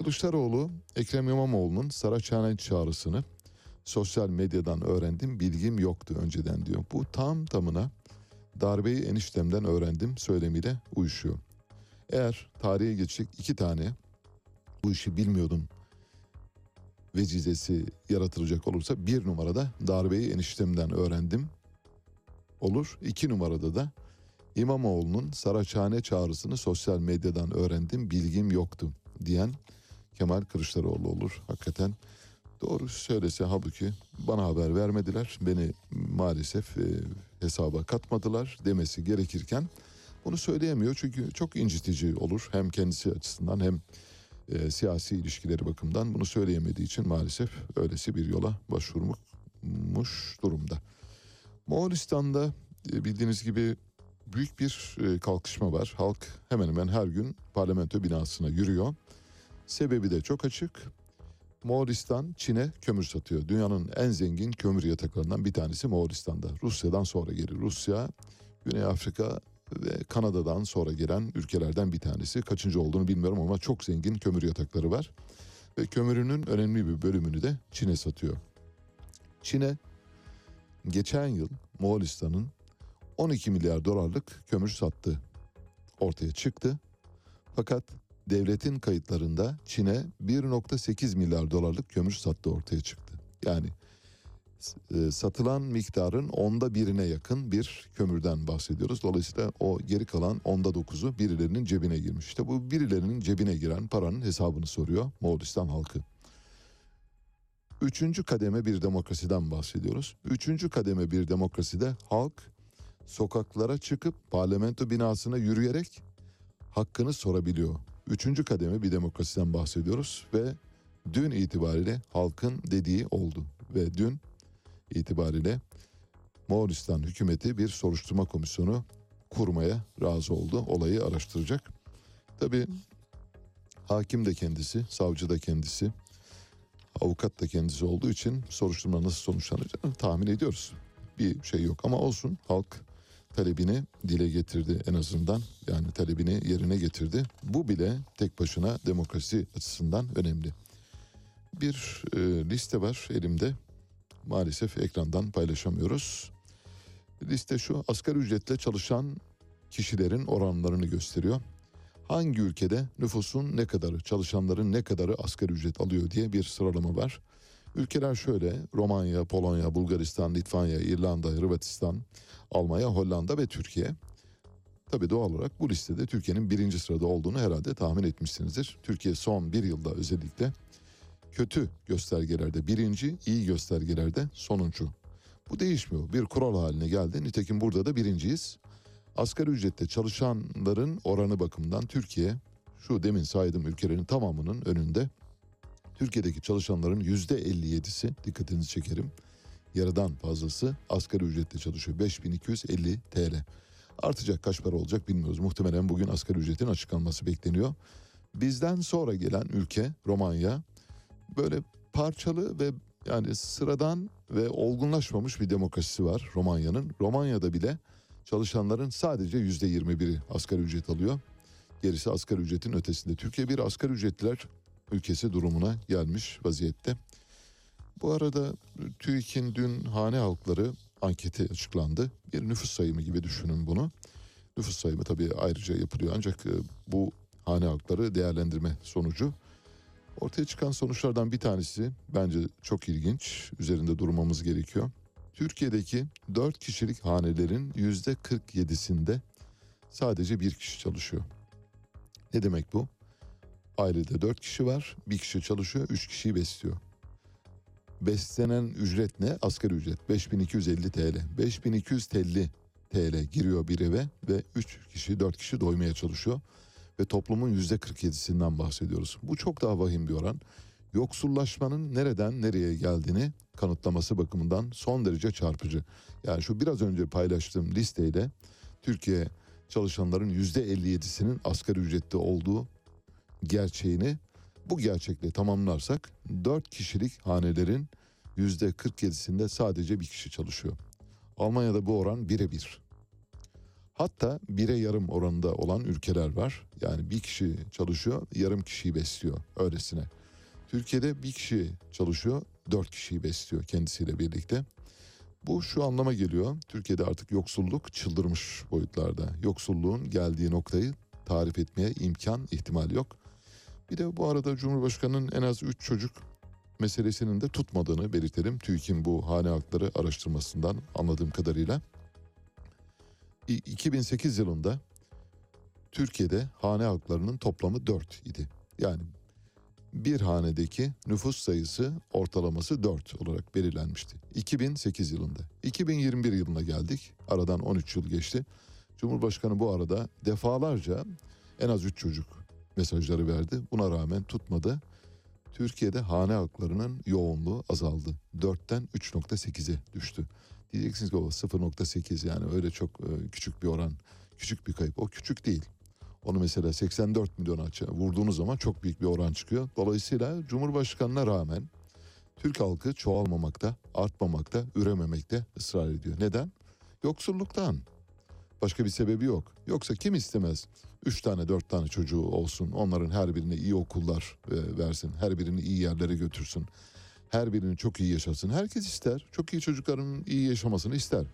Kılıçdaroğlu, Ekrem İmamoğlu'nun Saraçhane çağrısını sosyal medyadan öğrendim, bilgim yoktu önceden diyor. Bu tam tamına darbeyi eniştemden öğrendim söylemiyle uyuşuyor. Eğer tarihe geçecek iki tane bu işi bilmiyordum vecizesi yaratılacak olursa bir numarada darbeyi eniştemden öğrendim olur. İki numarada da İmamoğlu'nun Saraçhane çağrısını sosyal medyadan öğrendim, bilgim yoktu diyen Kemal Kılıçdaroğlu olur. Hakikaten doğru söylese halbuki bana haber vermediler, beni maalesef e, hesaba katmadılar demesi gerekirken bunu söyleyemiyor. Çünkü çok incitici olur hem kendisi açısından hem e, siyasi ilişkileri bakımından bunu söyleyemediği için maalesef öylesi bir yola başvurmuş durumda. Moğolistan'da e, bildiğiniz gibi büyük bir e, kalkışma var. Halk hemen hemen her gün parlamento binasına yürüyor. Sebebi de çok açık. Moğolistan Çin'e kömür satıyor. Dünyanın en zengin kömür yataklarından bir tanesi Moğolistan'da. Rusya'dan sonra gelir. Rusya, Güney Afrika ve Kanada'dan sonra gelen ülkelerden bir tanesi. Kaçıncı olduğunu bilmiyorum ama çok zengin kömür yatakları var. Ve kömürünün önemli bir bölümünü de Çin'e satıyor. Çin'e geçen yıl Moğolistan'ın on iki milyar dolarlık kömür sattığı ortaya çıktı. Fakat devletin kayıtlarında Çin'e bir virgül sekiz milyar dolarlık kömür sattığı ortaya çıktı. Yani e, satılan miktarın onda birine yakın bir kömürden bahsediyoruz. Dolayısıyla o geri kalan onda dokuzu birilerinin cebine girmiş. İşte bu birilerinin cebine giren paranın hesabını soruyor Moğolistan halkı. Üçüncü kademe bir demokrasiden bahsediyoruz. Üçüncü kademe bir demokraside halk sokaklara çıkıp parlamento binasına yürüyerek hakkını sorabiliyor. Üçüncü kademe bir demokrasiden bahsediyoruz ve dün itibariyle halkın dediği oldu. Ve dün itibariyle Moğolistan hükümeti bir soruşturma komisyonu kurmaya razı oldu. Olayı araştıracak. Tabii hakim de kendisi, savcı da kendisi, avukat da kendisi olduğu için soruşturma nasıl sonuçlanacağını tahmin ediyoruz. Bir şey yok ama olsun, halk talebini dile getirdi en azından, yani talebini yerine getirdi. Bu bile tek başına demokrasi açısından önemli. Bir e, liste var elimde, maalesef ekrandan paylaşamıyoruz. Liste şu: asgari ücretle çalışan kişilerin oranlarını gösteriyor. Hangi ülkede nüfusun ne kadarı, çalışanların ne kadarı asgari ücret alıyor diye bir sıralama var. Ülkeler şöyle: Romanya, Polonya, Bulgaristan, Litvanya, İrlanda, Hırvatistan, Almanya, Hollanda ve Türkiye. Tabii doğal olarak bu listede Türkiye'nin birinci sırada olduğunu herhalde tahmin etmişsinizdir. Türkiye son bir yılda özellikle kötü göstergelerde birinci, iyi göstergelerde sonuncu. Bu değişmiyor. Bir kural haline geldi. Nitekim burada da birinciyiz. Asgari ücrette çalışanların oranı bakımından Türkiye şu demin saydığım ülkelerin tamamının önünde. Türkiye'deki çalışanların yüzde elli yedisi, dikkatinizi çekerim, yarıdan fazlası asgari ücretle çalışıyor. beş bin iki yüz elli T L. Artacak, kaç para olacak bilmiyoruz. Muhtemelen bugün asgari ücretin açıklanması bekleniyor. Bizden sonra gelen ülke Romanya, böyle parçalı ve yani sıradan ve olgunlaşmamış bir demokrasisi var Romanya'nın. Romanya'da bile çalışanların sadece yüzde yirmi biri asgari ücret alıyor. Gerisi asgari ücretin ötesinde. Türkiye bir asgari ücretliler ülkesi durumuna gelmiş vaziyette. Bu arada TÜİK'in dün hane halkları anketi açıklandı. Bir nüfus sayımı gibi düşünün bunu. Nüfus sayımı tabii ayrıca yapılıyor ancak bu hane halkları değerlendirme sonucu. Ortaya çıkan sonuçlardan bir tanesi bence çok ilginç, üzerinde durmamız gerekiyor. Türkiye'deki dört kişilik hanelerin yüzde kırk yedisinde sadece bir kişi çalışıyor. Ne demek bu? Ailede dört kişi var, bir kişi çalışıyor, üç kişiyi besliyor. Beslenen ücret ne? Asgari ücret beş bin iki yüz elli T L. beş bin iki yüz elli T L giriyor bir eve ve üç kişi, dört kişi doymaya çalışıyor. Ve toplumun yüzde kırk yedisinden bahsediyoruz. Bu çok daha vahim bir oran. Yoksullaşmanın nereden nereye geldiğini kanıtlaması bakımından son derece çarpıcı. Yani şu biraz önce paylaştığım listeyle Türkiye çalışanların yüzde elli yedisinin asgari ücretli olduğu gerçeğini, bu gerçekle tamamlarsak dört kişilik hanelerin yüzde kırk yedisinde sadece bir kişi çalışıyor. Almanya'da bu oran birebir. Hatta bire yarım oranında olan ülkeler var. Yani bir kişi çalışıyor, yarım kişiyi besliyor öylesine. Türkiye'de bir kişi çalışıyor, dört kişiyi besliyor kendisiyle birlikte. Bu şu anlama geliyor. Türkiye'de artık yoksulluk çıldırmış boyutlarda. Yoksulluğun geldiği noktayı tarif etmeye imkan, ihtimal yok. Bir de bu arada Cumhurbaşkanı'nın en az üç çocuk meselesinin de tutmadığını belirtelim. TÜİK'in bu hane halkları araştırmasından anladığım kadarıyla. iki bin sekiz yılında Türkiye'de hane halklarının toplamı dört idi. Yani bir hanedeki nüfus sayısı ortalaması dört olarak belirlenmişti. iki bin sekiz yılında. iki bin yirmi bir yılına geldik. Aradan on üç yıl geçti. Cumhurbaşkanı bu arada defalarca en az üç çocuk mesajları verdi. Buna rağmen tutmadı. Türkiye'de hane halklarının yoğunluğu azaldı. dörtten üç nokta sekize düştü. Diyeceksiniz ki o sıfır nokta sekiz, yani öyle çok e, küçük bir oran, küçük bir kayıp. O küçük değil. Onu mesela seksen dört milyona vurduğunuz zaman çok büyük bir oran çıkıyor. Dolayısıyla Cumhurbaşkanı'na rağmen Türk halkı çoğalmamakta, artmamakta, ürememekte ısrar ediyor. Neden? Yoksulluktan. Başka bir sebebi yok. Yoksa kim istemez üç tane dört tane çocuğu olsun, onların her birine iyi okullar e, versin, her birini iyi yerlere götürsün, her birini çok iyi yaşasın. Herkes ister, çok iyi çocukların iyi yaşamasını ister.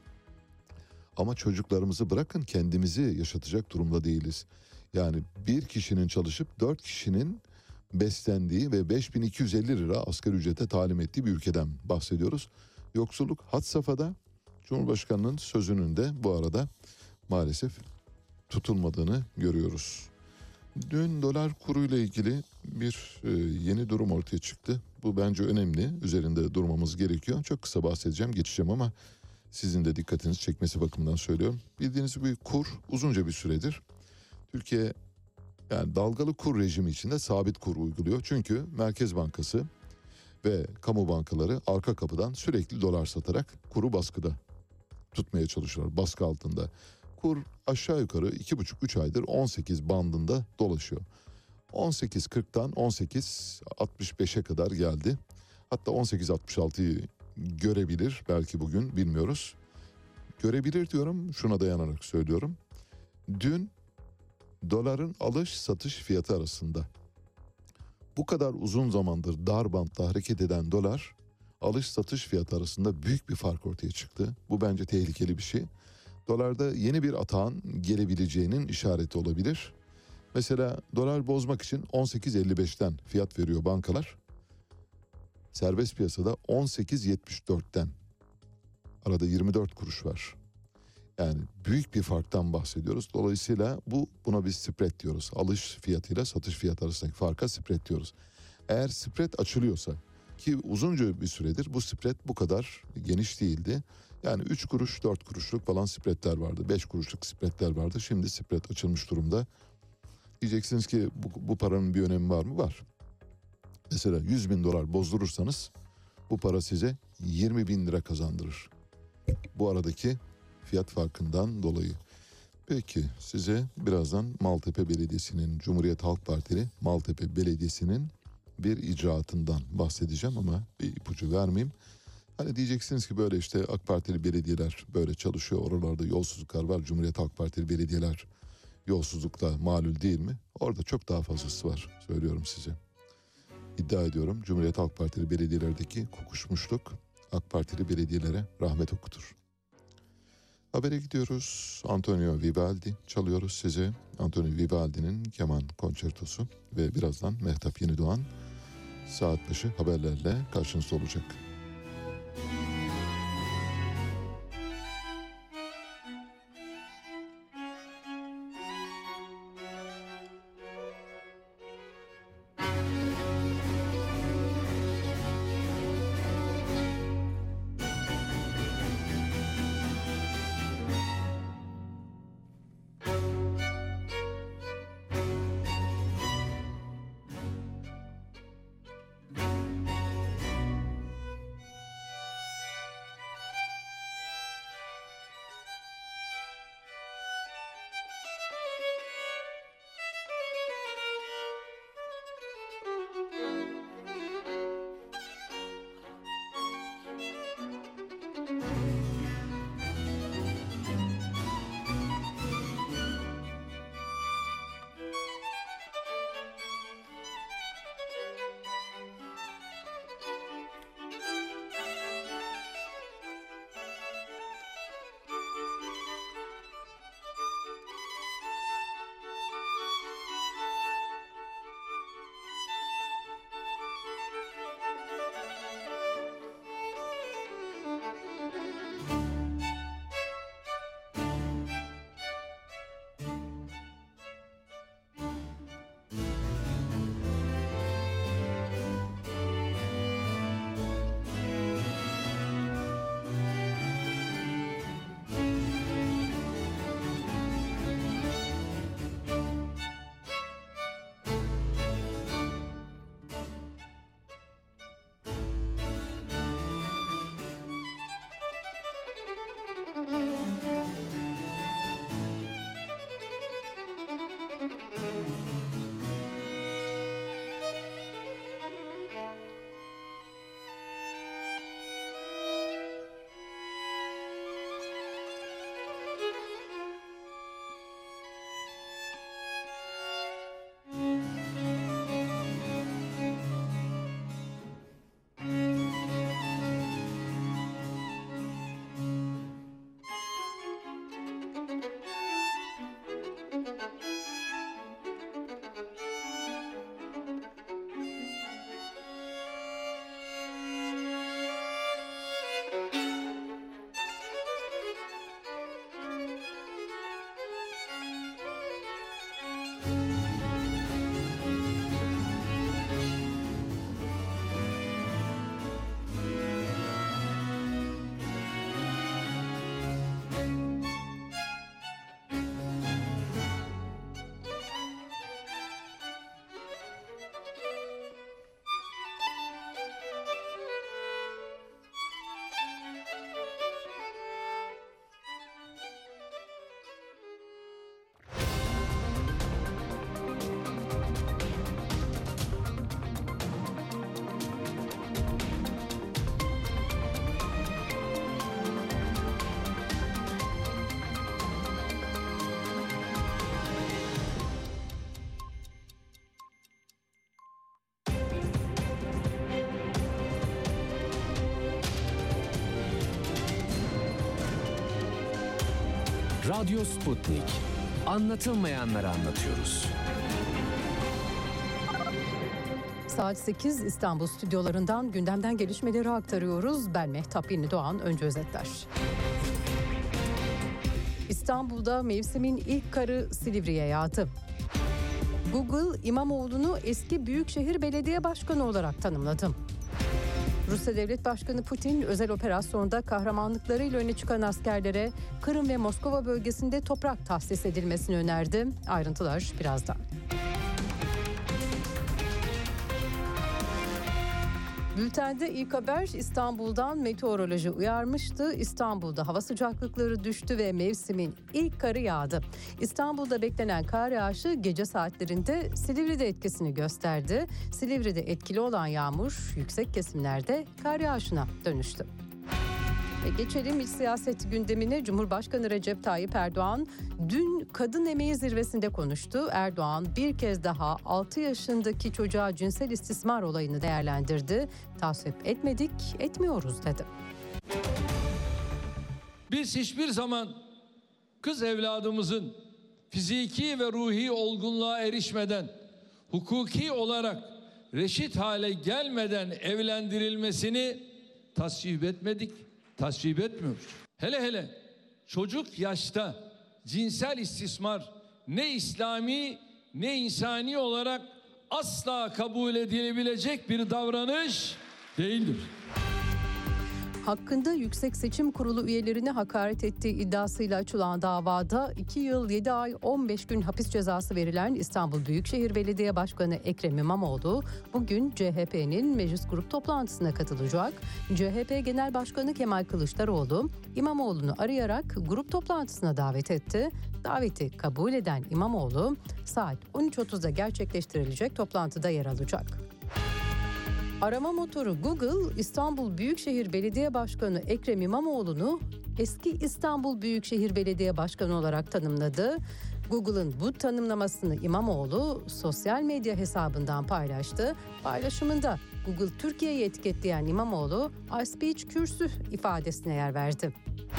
Ama çocuklarımızı bırakın, kendimizi yaşatacak durumda değiliz. Yani bir kişinin çalışıp dört kişinin beslendiği ve beş bin iki yüz elli lira asgari ücrete talim ettiği bir ülkeden bahsediyoruz. Yoksulluk had safhada. Cumhurbaşkanının sözünün de bu arada maalesef tutulmadığını görüyoruz. Dün dolar kuruyla ilgili bir e, yeni durum ortaya çıktı. Bu bence önemli. Üzerinde durmamız gerekiyor. Çok kısa bahsedeceğim, geçeceğim ama sizin de dikkatinizi çekmesi bakımından söylüyorum. Bildiğiniz gibi kur uzunca bir süredir Türkiye yani dalgalı kur rejimi içinde sabit kur uyguluyor. Çünkü Merkez Bankası ve kamu bankaları arka kapıdan sürekli dolar satarak kuru baskıda tutmaya çalışıyorlar, baskı altında. Kur aşağı yukarı iki buçuk üç aydır on sekiz bandında dolaşıyor. on sekiz kırktan on sekiz altmış beşe kadar geldi. Hatta on sekiz altmış altıyı görebilir belki bugün, bilmiyoruz. Görebilir diyorum, şuna dayanarak söylüyorum. Dün doların alış satış fiyatı arasında bu kadar uzun zamandır dar bantta hareket eden dolar alış satış fiyatı arasında büyük bir fark ortaya çıktı. Bu bence tehlikeli bir şey. Dolarda yeni bir atağın gelebileceğinin işareti olabilir. Mesela dolar bozmak için on sekiz elli beşten fiyat veriyor bankalar. Serbest piyasada on sekiz yetmiş dörtten. Arada yirmi dört kuruş var. Yani büyük bir farktan bahsediyoruz. Dolayısıyla bu buna biz spread diyoruz. Alış fiyatıyla satış fiyatı arasındaki farka spread diyoruz. Eğer spread açılıyorsa, ki uzunca bir süredir bu spread bu kadar geniş değildi. Yani üç kuruş dört kuruşluk falan spreadler vardı. beş kuruşluk spreadler vardı. Şimdi spread açılmış durumda. Diyeceksiniz ki bu, bu paranın bir önemi var mı? Var. Mesela yüz bin dolar bozdurursanız bu para size yirmi bin lira kazandırır. Bu aradaki fiyat farkından dolayı. Peki size birazdan Maltepe Belediyesi'nin, Cumhuriyet Halk Partili Maltepe Belediyesi'nin bir icraatından bahsedeceğim ama bir ipucu vermeyeyim. Hani diyeceksiniz ki böyle işte AK Partili belediyeler böyle çalışıyor, oralarda yolsuzluklar var. Cumhuriyet Halk Partili belediyeler yolsuzlukla malul değil mi? Orada çok daha fazlası var, söylüyorum size. İddia ediyorum Cumhuriyet Halk Partili belediyelerdeki kokuşmuşluk AK Partili belediyelere rahmet okutur. Habere gidiyoruz. Antonio Vivaldi çalıyoruz size. Antonio Vivaldi'nin keman konçertosu ve birazdan Mehtap Yenidoğan saat başı haberlerle karşınızda olacak. Radyo Sputnik. Anlatılmayanları anlatıyoruz. Saat sekiz İstanbul stüdyolarından gündemden gelişmeleri aktarıyoruz. Ben Mehtap Yeni Doğan, önce özetler. İstanbul'da mevsimin ilk karı Silivri'ye yağdı. Google, İmamoğlu'nu eski Büyükşehir Belediye Başkanı olarak tanımladı. Rusya Devlet Başkanı Putin, özel operasyonda kahramanlıklarıyla öne çıkan askerlere Kırım ve Moskova bölgesinde toprak tahsis edilmesini önerdi. Ayrıntılar birazdan. Bültende ilk haber İstanbul'dan meteoroloji uyarmıştı. İstanbul'da hava sıcaklıkları düştü ve mevsimin ilk karı yağdı. İstanbul'da beklenen kar yağışı gece saatlerinde Silivri'de etkisini gösterdi. Silivri'de etkili olan yağmur yüksek kesimlerde kar yağışına dönüştü. Ve geçelim iç siyaset gündemine. Cumhurbaşkanı Recep Tayyip Erdoğan dün kadın emeği zirvesinde konuştu. Erdoğan bir kez daha altı yaşındaki çocuğa cinsel istismar olayını değerlendirdi. Tasvip etmedik, etmiyoruz dedi. Biz hiçbir zaman kız evladımızın fiziki ve ruhi olgunluğa erişmeden, hukuki olarak reşit hale gelmeden evlendirilmesini tasvip etmedik. Tasvip etmiyoruz. Hele hele çocuk yaşta cinsel istismar ne İslami ne insani olarak asla kabul edilebilecek bir davranış değildir. Hakkında Yüksek Seçim Kurulu üyelerine hakaret ettiği iddiasıyla açılan davada iki yıl yedi ay on beş gün hapis cezası verilen İstanbul Büyükşehir Belediye Başkanı Ekrem İmamoğlu bugün C H P'nin meclis grup toplantısına katılacak. C H P Genel Başkanı Kemal Kılıçdaroğlu İmamoğlu'nu arayarak grup toplantısına davet etti. Daveti kabul eden İmamoğlu saat on üç otuzda gerçekleştirilecek toplantıda yer alacak. Arama motoru Google, İstanbul Büyükşehir Belediye Başkanı Ekrem İmamoğlu'nu eski İstanbul Büyükşehir Belediye Başkanı olarak tanımladı. Google'ın bu tanımlamasını İmamoğlu sosyal medya hesabından paylaştı. Paylaşımında Google Türkiye'yi etiketleyen İmamoğlu, I speech kürsü ifadesine yer verdi.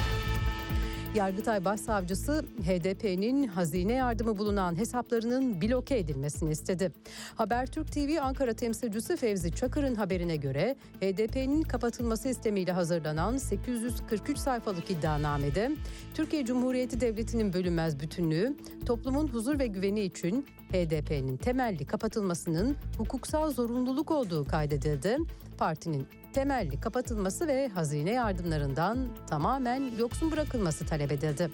Yargıtay Başsavcısı H D P'nin hazine yardımı bulunan hesaplarının bloke edilmesini istedi. Habertürk T V Ankara temsilcisi Fevzi Çakır'ın haberine göre H D P'nin kapatılması istemiyle hazırlanan sekiz yüz kırk üç sayfalık iddianamede Türkiye Cumhuriyeti Devleti'nin bölünmez bütünlüğü, toplumun huzur ve güveni için H D P'nin temelli kapatılmasının hukuksal zorunluluk olduğu kaydedildi. Partinin temelli kapatılması ve hazine yardımlarından tamamen yoksun bırakılması talep edildi.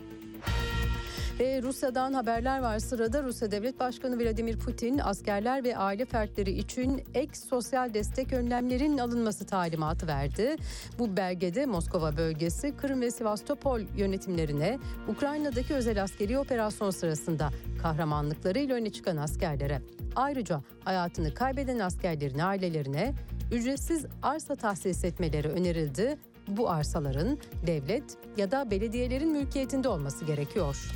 Ve Rusya'dan haberler var sırada. Rusya Devlet Başkanı Vladimir Putin, askerler ve aile fertleri için ek sosyal destek önlemlerin alınması talimatı verdi. Bu belgede Moskova bölgesi, Kırım ve Sivastopol yönetimlerine Ukrayna'daki özel askeri operasyon sırasında kahramanlıklarıyla öne çıkan askerlere, ayrıca hayatını kaybeden askerlerin ailelerine ücretsiz arsa tahsis etmeleri önerildi. Bu arsaların devlet ya da belediyelerin mülkiyetinde olması gerekiyor.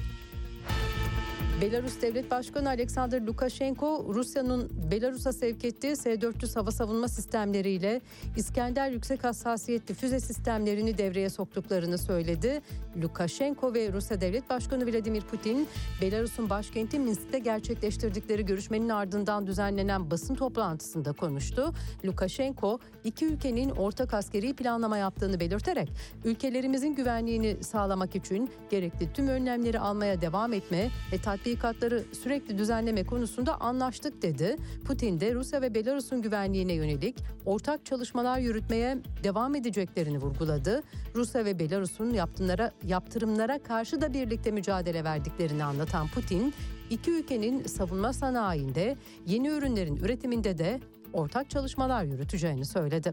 Belarus Devlet Başkanı Alexander Lukashenko, Rusya'nın Belarus'a sevk ettiği S dört yüz hava savunma sistemleriyle İskender yüksek hassasiyetli füze sistemlerini devreye soktuklarını söyledi. Lukashenko ve Rusya Devlet Başkanı Vladimir Putin, Belarus'un başkenti Minsk'te gerçekleştirdikleri görüşmenin ardından düzenlenen basın toplantısında konuştu. Lukashenko, iki ülkenin ortak askeri planlama yaptığını belirterek, ülkelerimizin güvenliğini sağlamak için gerekli tüm önlemleri almaya devam etme ve tatbikatları sürekli düzenleme konusunda anlaştık dedi. Putin de Rusya ve Belarus'un güvenliğine yönelik ortak çalışmalar yürütmeye devam edeceklerini vurguladı. Rusya ve Belarus'un yaptırımlara, yaptırımlara karşı da birlikte mücadele verdiklerini anlatan Putin, iki ülkenin savunma sanayinde, yeni ürünlerin üretiminde de ortak çalışmalar yürüteceğini söyledi.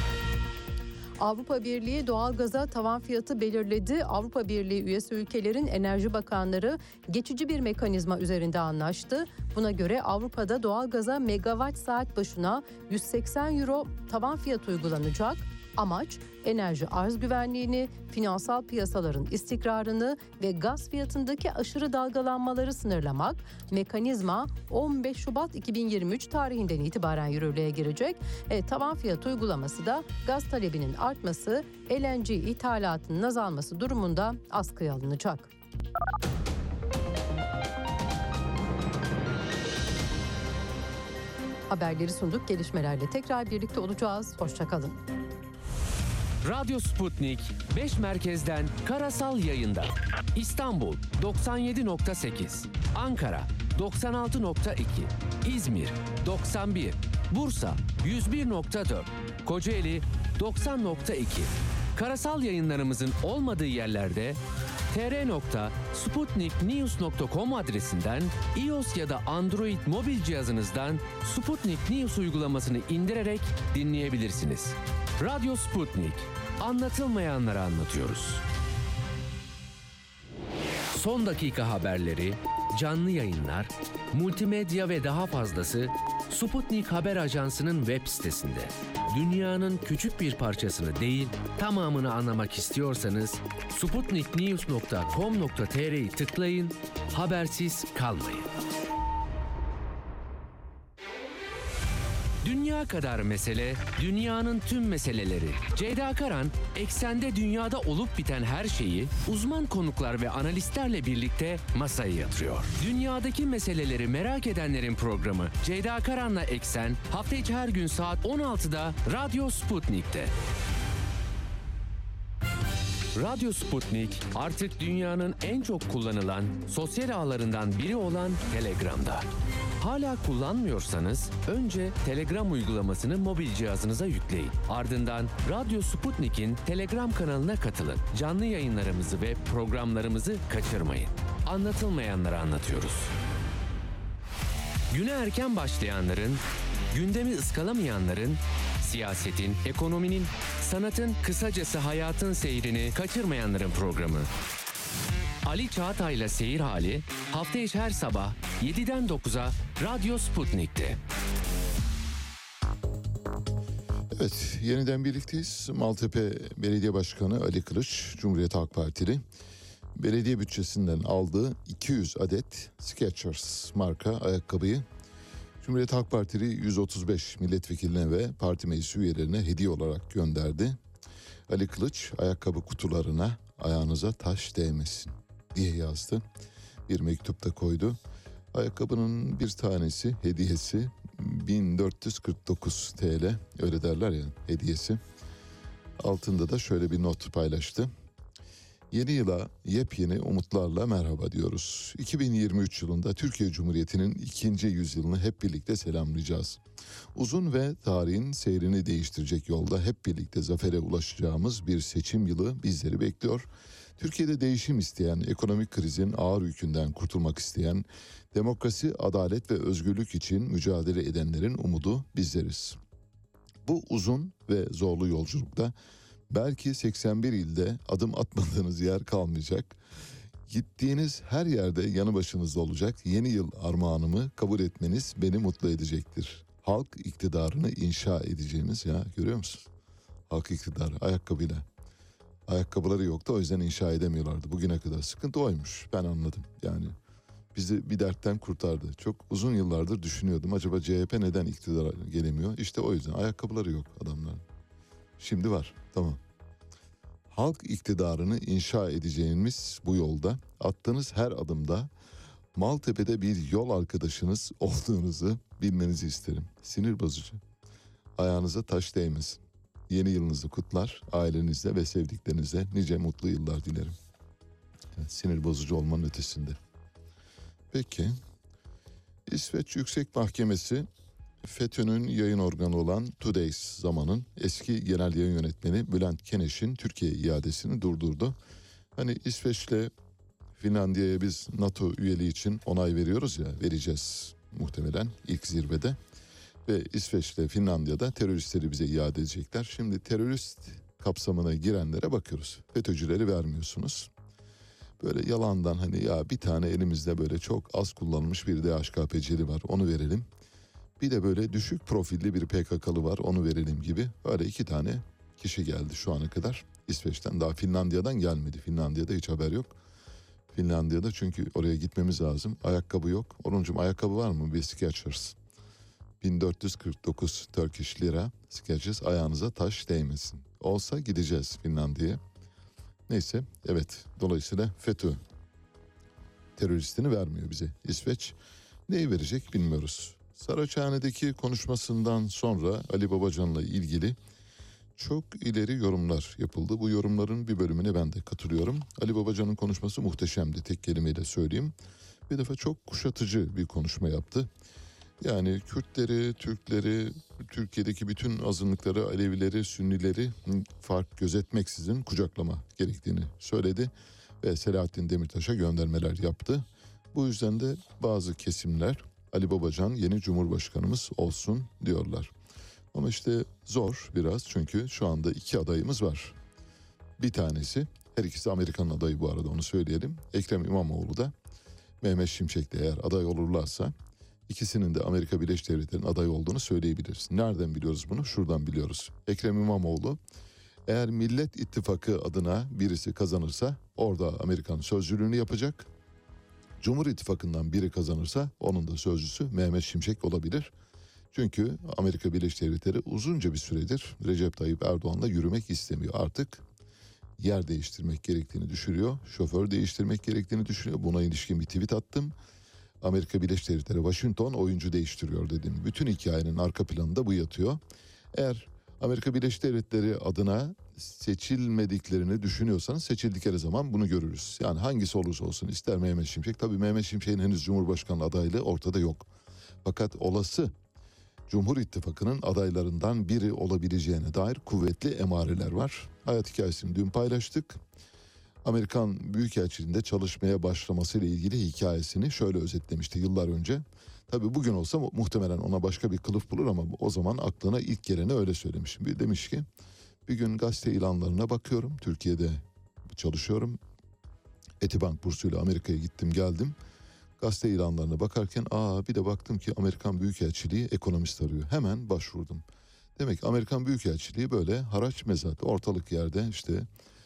Avrupa Birliği doğalgaza tavan fiyatı belirledi. Avrupa Birliği üyesi ülkelerin enerji bakanları geçici bir mekanizma üzerinde anlaştı. Buna göre Avrupa'da doğalgaza megawatt saat başına yüz seksen euro tavan fiyat uygulanacak. Amaç enerji arz güvenliğini, finansal piyasaların istikrarını ve gaz fiyatındaki aşırı dalgalanmaları sınırlamak. Mekanizma on beş Şubat iki bin yirmi üç tarihinden itibaren yürürlüğe girecek. E, tavan fiyat uygulaması da gaz talebinin artması, L N G ithalatının azalması durumunda askıya alınacak. Haberleri sunduk. Gelişmelerle tekrar birlikte olacağız. Hoşçakalın. Radyo Sputnik beş merkezden karasal yayında. İstanbul doksan yedi nokta sekiz, Ankara doksan altı nokta iki, İzmir doksan bir, Bursa yüz bir nokta dört, Kocaeli doksan nokta iki. Karasal yayınlarımızın olmadığı yerlerde t r nokta sputnik news nokta com adresinden iOS ya da Android mobil cihazınızdan Sputnik News uygulamasını indirerek dinleyebilirsiniz. Radyo Sputnik. Anlatılmayanları anlatıyoruz. Son dakika haberleri, canlı yayınlar, multimedya ve daha fazlası Sputnik Haber Ajansı'nın web sitesinde. Dünyanın küçük bir parçasını değil, tamamını anlamak istiyorsanız sputnik news nokta com nokta t r'yi tıklayın, habersiz kalmayın. Dünya kadar mesele, dünyanın tüm meseleleri. Ceyda Karan, eksende dünyada olup biten her şeyi uzman konuklar ve analistlerle birlikte masaya yatırıyor. Dünyadaki meseleleri merak edenlerin programı Ceyda Karan'la Eksen, hafta içi her gün saat on altıda Radyo Sputnik'te. Radyo Sputnik artık dünyanın en çok kullanılan sosyal ağlarından biri olan Telegram'da. Hala kullanmıyorsanız önce Telegram uygulamasını mobil cihazınıza yükleyin. Ardından Radyo Sputnik'in Telegram kanalına katılın. Canlı yayınlarımızı ve programlarımızı kaçırmayın. Anlatılmayanları anlatıyoruz. Güne erken başlayanların, gündemi ıskalamayanların, siyasetin, ekonominin, sanatın, kısacası hayatın seyrini kaçırmayanların programı. Ali Çağatay'la Seyir Hali hafta içi her sabah yediden dokuza Radyo Sputnik'te. Evet, yeniden birlikteyiz. Maltepe Belediye Başkanı Ali Kılıç, Cumhuriyet Halk Partili, belediye bütçesinden aldığı iki yüz adet Skechers marka ayakkabıyı Cumhuriyet Halk Partili yüz otuz beş milletvekiline ve parti meclis üyelerine hediye olarak gönderdi. Ali Kılıç, ayakkabı kutularına ayağınıza taş değmesin diye yazdı. Bir mektup da koydu. Ayakkabının bir tanesi, hediyesi bin dört yüz kırk dokuz T L, öyle derler ya, hediyesi. Altında da şöyle bir not paylaştı. Yeni yıla yepyeni umutlarla merhaba diyoruz. iki bin yirmi üç yılında Türkiye Cumhuriyeti'nin ikinci yüzyılını hep birlikte selamlayacağız. Uzun ve tarihin seyrini değiştirecek yolda hep birlikte zafere ulaşacağımız bir seçim yılı bizleri bekliyor. Türkiye'de değişim isteyen, ekonomik krizin ağır yükünden kurtulmak isteyen, demokrasi, adalet ve özgürlük için mücadele edenlerin umudu bizleriz. Bu uzun ve zorlu yolculukta belki seksen bir ilde adım atmadığınız yer kalmayacak. Gittiğiniz her yerde yanı başınızda olacak yeni yıl armağanımı kabul etmeniz beni mutlu edecektir. Halk iktidarını inşa edeceğimiz, ya görüyor musun? Halk iktidarı ayakkabıyla. Ayakkabıları yoktu, o yüzden inşa edemiyorlardı bugüne kadar. Sıkıntı oymuş, ben anladım yani. Bizi bir dertten kurtardı. Çok uzun yıllardır düşünüyordum. Acaba C H P neden iktidara gelemiyor? İşte o yüzden ayakkabıları yok adamların. Şimdi var, tamam. Halk iktidarını inşa edeceğimiz bu yolda attığınız her adımda Maltepe'de bir yol arkadaşınız olduğunuzu bilmenizi isterim. Sinir bozucu. Ayağınıza taş değmesin. Yeni yılınızı kutlar, ailenizle ve sevdiklerinize nice mutlu yıllar dilerim. Evet, sinir bozucu olmanın ötesinde. Peki, İsveç Yüksek Mahkemesi FETÖ'nün yayın organı olan Today's Zaman'ın eski genel yayın yönetmeni Bülent Keneş'in Türkiye iadesini durdurdu. Hani İsveç'le Finlandiya'ya biz NATO üyeliği için onay veriyoruz ya, vereceğiz muhtemelen ilk zirvede. Ve İsveç'le Finlandiya'da teröristleri bize iade edecekler. Şimdi terörist kapsamına girenlere bakıyoruz. FETÖ'cüleri vermiyorsunuz. Böyle yalandan hani ya bir tane elimizde böyle çok az kullanılmış bir D H K P C'li var, onu verelim. Bir de böyle düşük profilli bir P K K'lı var, onu verelim gibi. Öyle iki tane kişi geldi şu ana kadar İsveç'ten. Daha Finlandiya'dan gelmedi. Finlandiya'da hiç haber yok. Finlandiya'da çünkü oraya gitmemiz lazım. Ayakkabı yok. Onuncum ayakkabı var mı? Bir Skechers. bin dört yüz kırk dokuz Turkish lira Skechers, ayağınıza taş değmesin. Olsa gideceğiz Finlandiya'ya. Neyse, evet, dolayısıyla FETÖ teröristini vermiyor bize İsveç. Neyi verecek bilmiyoruz. Saraçhane'deki konuşmasından sonra Ali Babacan'la ilgili çok ileri yorumlar yapıldı. Bu yorumların bir bölümüne ben de katılıyorum. Ali Babacan'ın konuşması muhteşemdi, tek kelimeyle söyleyeyim. Bir defa çok kuşatıcı bir konuşma yaptı. Yani Kürtleri, Türkleri, Türkiye'deki bütün azınlıkları, Alevileri, Sünnileri fark gözetmeksizin kucaklama gerektiğini söyledi. Ve Selahattin Demirtaş'a göndermeler yaptı. Bu yüzden de bazı kesimler Ali Babacan yeni Cumhurbaşkanımız olsun diyorlar. Ama işte zor biraz, çünkü şu anda iki adayımız var. Bir tanesi, her ikisi Amerikan adayı bu arada, onu söyleyelim. Ekrem İmamoğlu da Mehmet Şimşek de eğer aday olurlarsa ikisinin de Amerika Birleşik Devletleri'nin aday olduğunu söyleyebiliriz. Nereden biliyoruz bunu? Şuradan biliyoruz. Ekrem İmamoğlu eğer Millet İttifakı adına birisi kazanırsa orada Amerikan sözcülüğünü yapacak. Cumhur İttifakı'ndan biri kazanırsa onun da sözcüsü Mehmet Şimşek olabilir. Çünkü Amerika Birleşik Devletleri uzunca bir süredir Recep Tayyip Erdoğan'la yürümek istemiyor. Artık yer değiştirmek gerektiğini düşünüyor. Şoför değiştirmek gerektiğini düşünüyor. Buna ilişkin bir tweet attım. Amerika Birleşik Devletleri, Washington oyuncu değiştiriyor dedim. Bütün hikayenin arka planında bu yatıyor. Eğer Amerika Birleşik Devletleri adına seçilmediklerini düşünüyorsanız seçildikleri zaman bunu görürüz. Yani hangisi olursa olsun, ister Mehmet Şimşek. Tabii Mehmet Şimşek'in henüz Cumhurbaşkanı adaylığı ortada yok. Fakat olası Cumhur İttifakı'nın adaylarından biri olabileceğine dair kuvvetli emareler var. Hayat hikayesini dün paylaştık. Amerikan Büyükelçiliğinde çalışmaya başlamasıyla ilgili hikayesini şöyle özetlemişti yıllar önce. Tabii bugün olsa muhtemelen ona başka bir kılıf bulur ama o zaman aklına ilk geleni öyle söylemiş. Bir demiş ki, bir gün gazete ilanlarına bakıyorum. Türkiye'de çalışıyorum. Etibank bursuyla Amerika'ya gittim geldim. Gazete ilanlarına bakarken aa bir de baktım ki Amerikan Büyükelçiliği ekonomist arıyor. Hemen başvurdum. Demek ki Amerikan Büyükelçiliği böyle haraç mezat ortalık yerde işte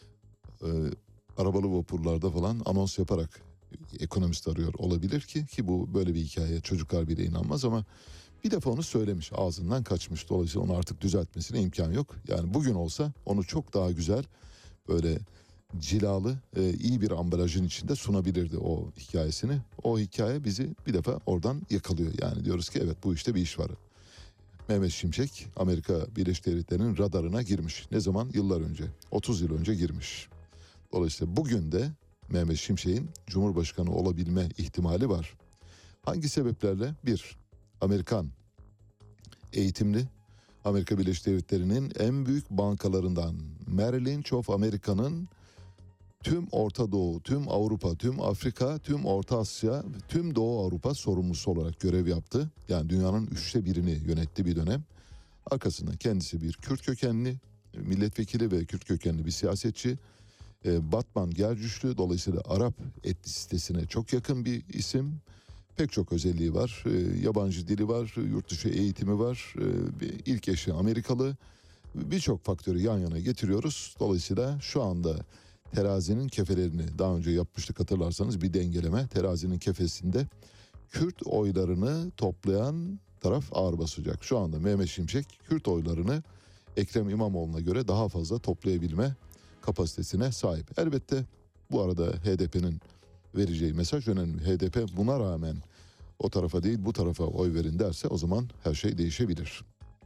e, arabalı vapurlarda falan anons yaparak ekonomist arıyor olabilir ki ki bu böyle bir hikaye çocuklar bile inanmaz ama bir defa onu söylemiş, ağzından kaçmış. Dolayısıyla onu artık düzeltmesine imkan yok. Yani bugün olsa onu çok daha güzel, böyle cilalı, e, iyi bir ambalajın içinde sunabilirdi o hikayesini. O hikaye bizi bir defa oradan yakalıyor. Yani diyoruz ki evet, bu işte bir iş var. Mehmet Şimşek Amerika Birleşik Devletleri'nin radarına girmiş. Ne zaman? Yıllar önce. otuz yıl önce girmiş. Dolayısıyla bugün de Mehmet Şimşek'in Cumhurbaşkanı olabilme ihtimali var. Hangi sebeplerle? Bir, Amerikan eğitimli, Amerika Birleşik Devletleri'nin en büyük bankalarından Merrill Lynch of America'nın tüm Orta Doğu, tüm Avrupa, tüm Afrika, tüm Orta Asya, tüm Doğu Avrupa sorumlusu olarak görev yaptı. Yani dünyanın üçte birini yönetti bir dönem. Arkasında kendisi bir Kürt kökenli milletvekili ve Kürt kökenli bir siyasetçi. E, Batman Gercüşlü, dolayısıyla Arap etnisitesine çok yakın bir isim. Pek çok özelliği var. E, yabancı dili var, yurt dışı eğitimi var. E, ilk eşi Amerikalı. Birçok faktörü yan yana getiriyoruz. Dolayısıyla şu anda terazinin kefelerini daha önce yapmıştık, hatırlarsanız bir dengeleme. Terazinin kefesinde Kürt oylarını toplayan taraf ağır basacak. Şu anda Mehmet Şimşek Kürt oylarını Ekrem İmamoğlu'na göre daha fazla toplayabilme kapasitesine sahip. Elbette bu arada H D P'nin vereceği mesaj önemli. H D P buna rağmen o tarafa değil bu tarafa oy verin derse o zaman her şey değişebilir.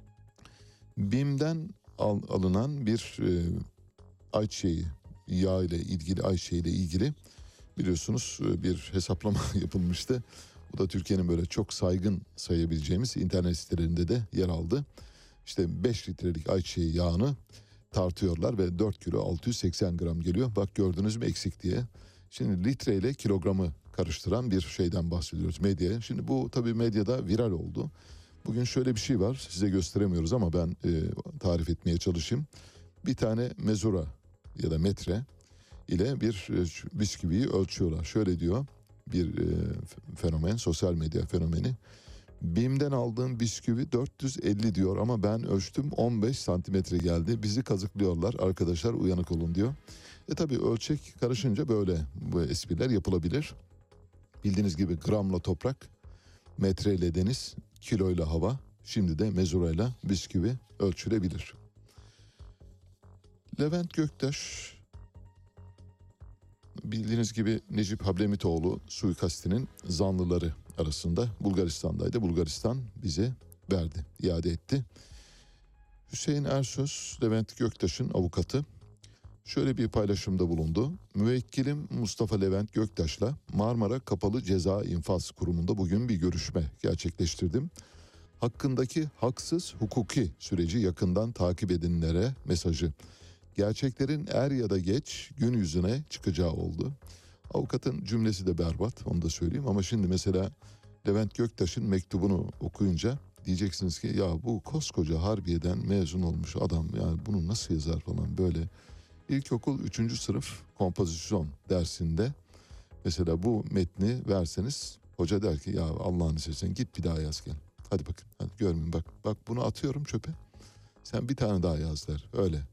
BİM'den al, alınan bir e, ayçiçeği yağ ile ilgili, ayçiçeği ile ilgili biliyorsunuz bir hesaplama yapılmıştı. Bu da Türkiye'nin böyle çok saygın sayabileceğimiz internet sitelerinde de yer aldı. İşte beş litrelik ayçiçeği yağını tartıyorlar ve dört kilo altı yüz seksen gram geliyor. Bak gördünüz mü eksik diye. Şimdi litre ile kilogramı karıştıran bir şeyden bahsediyoruz medyaya. Şimdi bu tabii medyada viral oldu. Bugün şöyle bir şey var, size gösteremiyoruz ama ben e, tarif etmeye çalışayım. Bir tane mezura ya da metre ile bir e, bisküviyi ölçüyorlar. Şöyle diyor bir e, fenomen, sosyal medya fenomeni. BİM'den aldığım bisküvi dört yüz elli diyor ama ben ölçtüm on beş santimetre geldi. Bizi kazıklıyorlar arkadaşlar, uyanık olun diyor. E tabii ölçek karışınca böyle bu espriler yapılabilir. Bildiğiniz gibi gramla toprak, metreyle deniz, kiloyla hava, şimdi de mezurayla bisküvi ölçülebilir. Levent Göktaş bildiğiniz gibi Necip Hablemitoğlu suikastinin zanlıları arasında Bulgaristan'daydı. Bulgaristan bize verdi, iade etti. Hüseyin Ersöz, Levent Göktaş'ın avukatı şöyle bir paylaşımda bulundu. Müvekkilim Mustafa Levent Göktaş'la Marmara Kapalı Ceza İnfaz Kurumu'nda bugün bir görüşme gerçekleştirdim. Hakkındaki haksız hukuki süreci yakından takip edinlere mesajı. Gerçeklerin er ya da geç gün yüzüne çıkacağı oldu. Avukatın cümlesi de berbat, onu da söyleyeyim, ama şimdi mesela Levent Göktaş'ın mektubunu okuyunca diyeceksiniz ki ya bu koskoca Harbiye'den mezun olmuş adam, yani bunu nasıl yazar falan böyle. İlkokul üçüncü sınıf kompozisyon dersinde mesela bu metni verseniz hoca der ki ya Allah'ını seversen git bir daha yaz gel. Hadi bakın, hadi görmeyin, bak bak bunu atıyorum çöpe. Sen bir tane daha yaz der, öyle.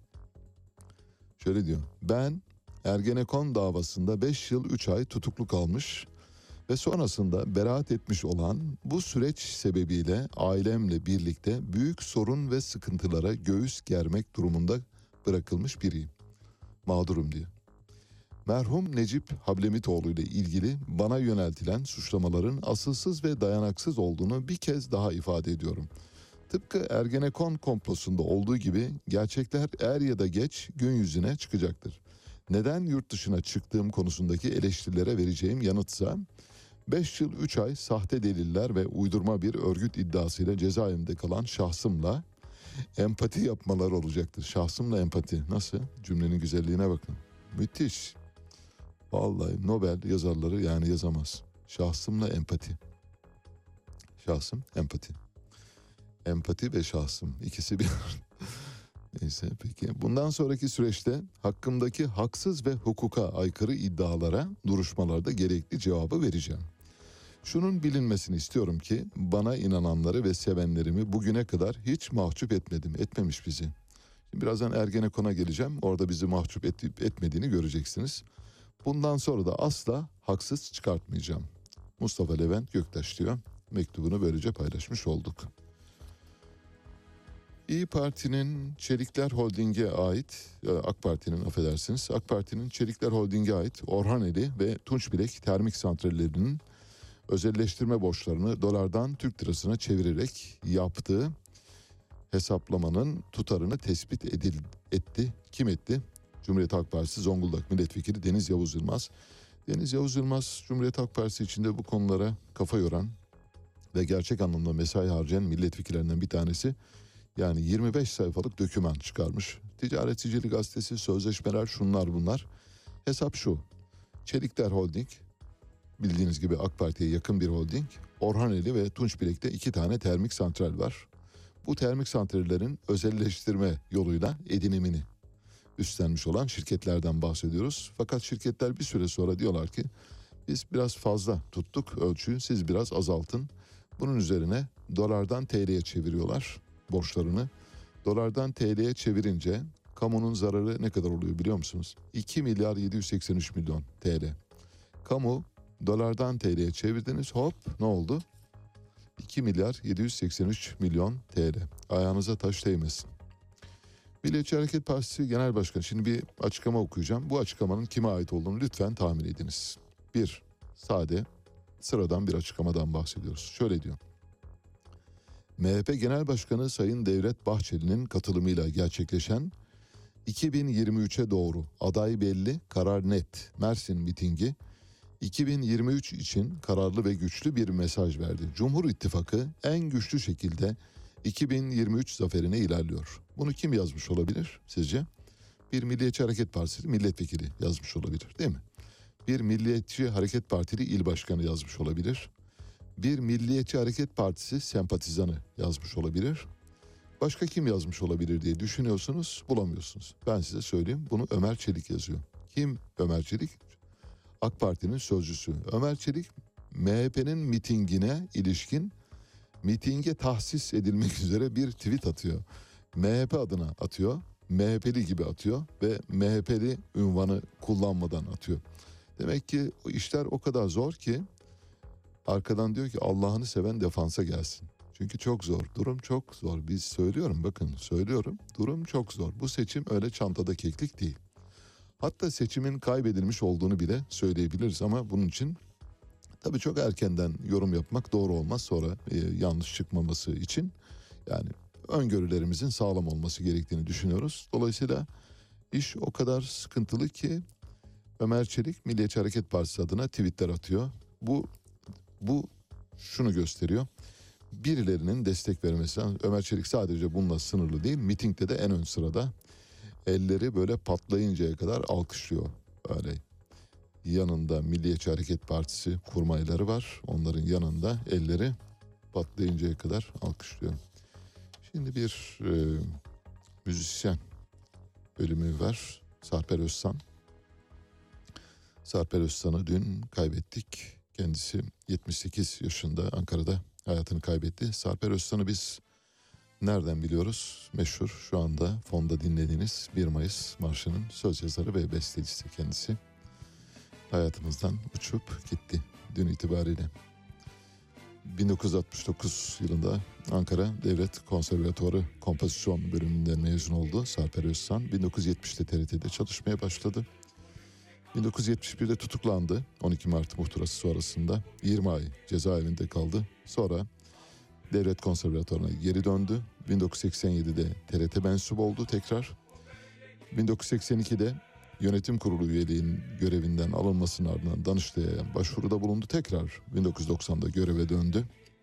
Şöyle diyor. Ben Ergenekon davasında beş yıl üç ay tutuklu kalmış ve sonrasında beraat etmiş olan, bu süreç sebebiyle ailemle birlikte büyük sorun ve sıkıntılara göğüs germek durumunda bırakılmış biriyim. Mağdurum diyor. Merhum Necip Hablemitoğlu ile ilgili bana yöneltilen suçlamaların asılsız ve dayanaksız olduğunu bir kez daha ifade ediyorum. Tıpkı Ergenekon komplosunda olduğu gibi gerçekler er ya da geç gün yüzüne çıkacaktır. Neden yurt dışına çıktığım konusundaki eleştirilere vereceğim yanıtsa, beş yıl üç ay sahte deliller ve uydurma bir örgüt iddiasıyla cezaevinde kalan şahsımla empati yapmaları olacaktır. Şahsımla empati. Nasıl? Cümlenin güzelliğine bakın. Müthiş. Vallahi Nobel yazarları yani yazamaz. Şahsımla empati. Şahsım, empati. Empati ve şahsım, ikisi bir. Neyse peki. Bundan sonraki süreçte hakkımdaki haksız ve hukuka aykırı iddialara duruşmalarda gerekli cevabı vereceğim. Şunun bilinmesini istiyorum ki bana inananları ve sevenlerimi bugüne kadar hiç mahcup etmedim. Etmemiş bizi. Şimdi birazdan Ergenekon'a geleceğim. Orada bizi mahcup et, etmediğini göreceksiniz. Bundan sonra da asla haksız çıkartmayacağım. Mustafa Levent Göktaş diyor. Mektubunu böylece paylaşmış olduk. İyi Parti'nin Çelikler Holding'e ait, AK Parti'nin affedersiniz, AK Parti'nin Çelikler Holding'e ait Orhaneli ve Tunçbilek termik santrallerinin özelleştirme borçlarını dolardan Türk lirasına çevirerek yaptığı hesaplamanın tutarını tespit edil, etti. Kim etti? Cumhuriyet Halk Partisi Zonguldak Milletvekili Deniz Yavuz Yılmaz. Deniz Yavuz Yılmaz, Cumhuriyet Halk Partisi içinde bu konulara kafa yoran ve gerçek anlamda mesai harcayan milletvekillerinden bir tanesi. Yani yirmi beş sayfalık doküman çıkarmış. Ticaret Sicili Gazetesi, sözleşmeler, şunlar bunlar. Hesap şu. Çelikler Holding, bildiğiniz gibi AK Parti'ye yakın bir holding. Orhaneli ve Tunçbilek'te iki tane termik santral var. Bu termik santrallerin özelleştirme yoluyla edinimini üstlenmiş olan şirketlerden bahsediyoruz. Fakat şirketler bir süre sonra diyorlar ki biz biraz fazla tuttuk ölçüyü, siz biraz azaltın. Bunun üzerine dolardan T L'ye çeviriyorlar borçlarını. Dolardan T L'ye çevirince kamunun zararı ne kadar oluyor biliyor musunuz? iki milyar yedi yüz seksen üç milyon T L. Kamu dolardan T L'ye çevirdiniz, hop ne oldu? iki milyar yedi yüz seksen üç milyon T L. Ayağınıza taş değmesin. Milliyetçi Hareket Partisi Genel Başkanı, şimdi bir açıklama okuyacağım. Bu açıklamanın kime ait olduğunu lütfen tahmin ediniz. Bir, sade, sıradan bir açıklamadan bahsediyoruz. Şöyle diyor. M H P Genel Başkanı Sayın Devlet Bahçeli'nin katılımıyla gerçekleşen iki bin yirmi üçe doğru aday belli, karar net Mersin mitingi iki bin yirmi üç için kararlı ve güçlü bir mesaj verdi. Cumhur İttifakı en güçlü şekilde iki bin yirmi üç zaferine ilerliyor. Bunu kim yazmış olabilir sizce? Bir Milliyetçi Hareket Partisi milletvekili yazmış olabilir, değil mi? Bir Milliyetçi Hareket Partili il başkanı yazmış olabilir. Bir Milliyetçi Hareket Partisi sempatizanı yazmış olabilir. Başka kim yazmış olabilir diye düşünüyorsunuz, bulamıyorsunuz. Ben size söyleyeyim, bunu Ömer Çelik yazıyor. Kim Ömer Çelik? AK Parti'nin sözcüsü. Ömer Çelik, M H P'nin mitingine ilişkin, mitinge tahsis edilmek üzere bir tweet atıyor. M H P adına atıyor, M H P'li gibi atıyor ve M H P'li unvanı kullanmadan atıyor. Demek ki işler o kadar zor ki arkadan diyor ki Allah'ını seven defansa gelsin. Çünkü çok zor, durum çok zor. Biz söylüyorum, bakın söylüyorum, durum çok zor. Bu seçim öyle çantada keklik değil. Hatta seçimin kaybedilmiş olduğunu bile söyleyebiliriz ama bunun için tabii çok erkenden yorum yapmak doğru olmaz. Sonra e, yanlış çıkmaması için yani öngörülerimizin sağlam olması gerektiğini düşünüyoruz. Dolayısıyla iş o kadar sıkıntılı ki Ömer Çelik Milliyetçi Hareket Partisi adına tweetler atıyor. Bu bu şunu gösteriyor. Birilerinin destek vermesi. Ömer Çelik sadece bununla sınırlı değil. Mitingde de en ön sırada. Elleri böyle patlayıncaya kadar alkışlıyor. Öyle. Yanında Milliyetçi Hareket Partisi kurmayları var. Onların yanında elleri patlayıncaya kadar alkışlıyor. Şimdi bir e, müzisyen bölümü var. Sarper Özsan. Sarper Özsan'ı dün kaybettik. Kendisi yetmiş sekiz yaşında Ankara'da hayatını kaybetti. Sarper Özsan'ı biz nereden biliyoruz? Meşhur şu anda fonda dinlediğiniz bir Mayıs Marşı'nın söz yazarı ve bestecisi kendisi. Hayatımızdan uçup gitti dün itibariyle. bin dokuz yüz altmış dokuz yılında Ankara Devlet Konservatuarı Kompozisyon bölümünden mezun oldu Sarper Özsan. bin dokuz yüz yetmişte T R T'de çalışmaya başladı. bin dokuz yüz yetmiş birde tutuklandı. on iki Mart muhtırası sonrasında yirmi ay cezaevinde kaldı. Sonra Devlet Konservatuarı'na geri döndü. bin dokuz yüz seksen yedide T R T mensubu oldu tekrar. bin dokuz yüz seksen ikide yönetim kurulu üyeliğinin görevinden alınmasının ardından Danıştay'a başvuruda bulundu. Tekrar bin dokuz yüz doksan'da göreve döndü.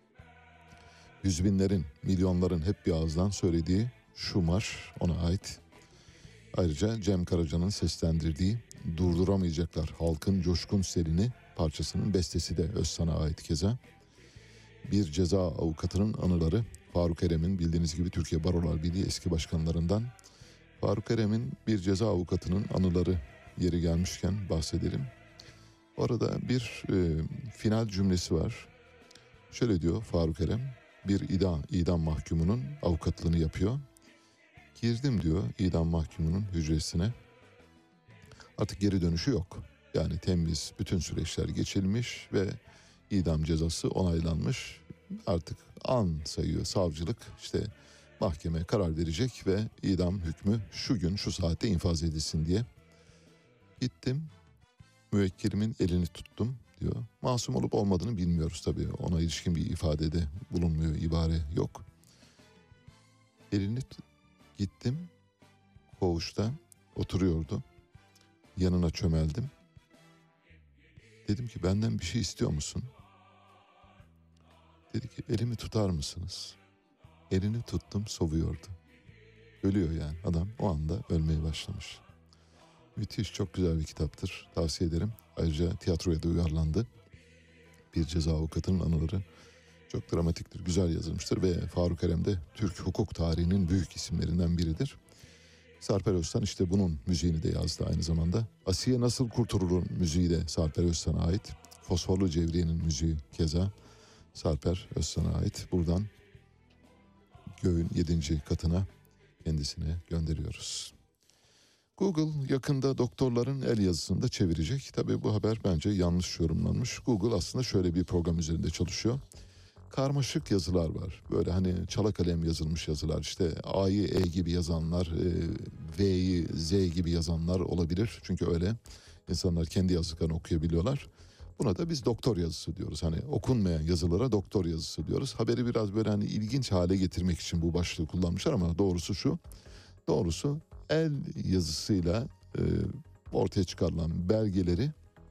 Yüz binlerin, milyonların hep bir ağızdan söylediği şu marş ona ait. Ayrıca Cem Karaca'nın seslendirdiği Durduramayacaklar Halkın Coşkun Selini parçasının bestesi de Özsan'a ait keza. Bir ceza avukatının anıları Faruk Erem'in bildiğiniz gibi Türkiye Barolar Birliği eski başkanlarından. Faruk Erem'in bir ceza avukatının anıları yeri gelmişken bahsedelim. Orada bir e, final cümlesi var. Şöyle diyor Faruk Erem, bir idam, idam mahkumunun avukatlığını yapıyor. Girdim diyor idam mahkumunun hücresine. Artık geri dönüşü yok. Yani temiz bütün süreçler geçilmiş ve idam cezası onaylanmış. Artık an sayıyor savcılık, işte mahkeme karar verecek ve idam hükmü şu gün şu saatte infaz edilsin diye. Gittim, müvekkilimin elini tuttum diyor. Masum olup olmadığını bilmiyoruz tabii. Ona ilişkin bir ifadede bulunmuyor, ibare yok. Elini t- gittim, koğuşta oturuyordu. Yanına çömeldim. Dedim ki benden bir şey istiyor musun? Dedi ki elimi tutar mısınız? Elini tuttum, sovuyordu. Ölüyor yani adam o anda ölmeye başlamış. Müthiş, çok güzel bir kitaptır, tavsiye ederim. Ayrıca tiyatroya da uyarlandı. Bir ceza avukatının anıları çok dramatiktir, güzel yazılmıştır ve Faruk Erem de Türk hukuk tarihinin büyük isimlerinden biridir. Sarper Özsan işte bunun müziğini de yazdı aynı zamanda. Asiye Nasıl Kurtulur'un müziği de Sarper Özsan'a ait. Fosforlu Cevriye'nin müziği keza Sarper Özsan'a ait. Buradan göğün yedinci katına kendisine gönderiyoruz. Google yakında doktorların el yazısını da çevirecek. Tabii bu haber bence yanlış yorumlanmış. Google aslında şöyle bir program üzerinde çalışıyor. Karmaşık yazılar var. Böyle hani çala kalem yazılmış yazılar. İşte A'yı E gibi yazanlar, V'yi Z gibi yazanlar olabilir. Çünkü öyle insanlar kendi yazdıklarını okuyabiliyorlar. Buna da biz doktor yazısı diyoruz. Hani okunmayan yazılara doktor yazısı diyoruz. Haberi biraz böyle hani ilginç hale getirmek için bu başlığı kullanmışlar ama doğrusu şu. Doğrusu el yazısıyla e, ortaya çıkarılan belgeleri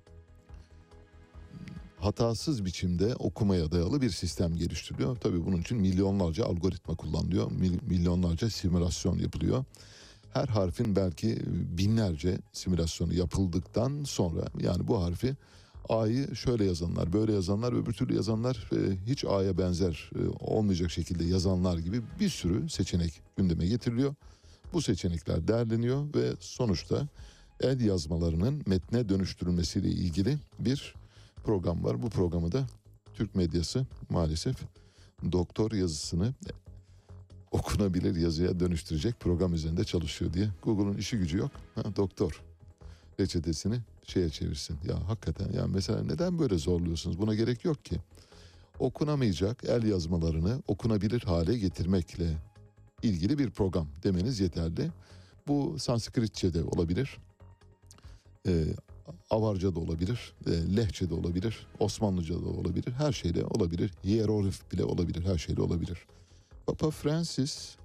hatasız biçimde okumaya dayalı bir sistem geliştiriliyor. Tabii bunun için milyonlarca algoritma kullanılıyor. Milyonlarca simülasyon yapılıyor. Her harfin belki binlerce simülasyonu yapıldıktan sonra yani bu harfi A'yı şöyle yazanlar, böyle yazanlar, öbür türlü yazanlar, hiç A'ya benzer olmayacak şekilde yazanlar gibi bir sürü seçenek gündeme getiriliyor. Bu seçenekler değerleniyor ve sonuçta el yazmalarının metne dönüştürülmesiyle ilgili bir program var. Bu programı da Türk medyası maalesef doktor yazısını okunabilir yazıya dönüştürecek program üzerinde çalışıyor diye. Google'un işi gücü yok. Ha, doktor reçetesini şeye çevirsin. Ya hakikaten ya mesela neden böyle zorluyorsunuz? Buna gerek yok ki. Okunamayacak el yazmalarını okunabilir hale getirmekle ilgili bir program demeniz yeterli. Bu Sanskritçe de olabilir. e, Avarca da olabilir, e, Lehçe de olabilir, Osmanlıca da olabilir, her şeyde olabilir. Hieroglif bile olabilir, her şeyde olabilir. Papa Francis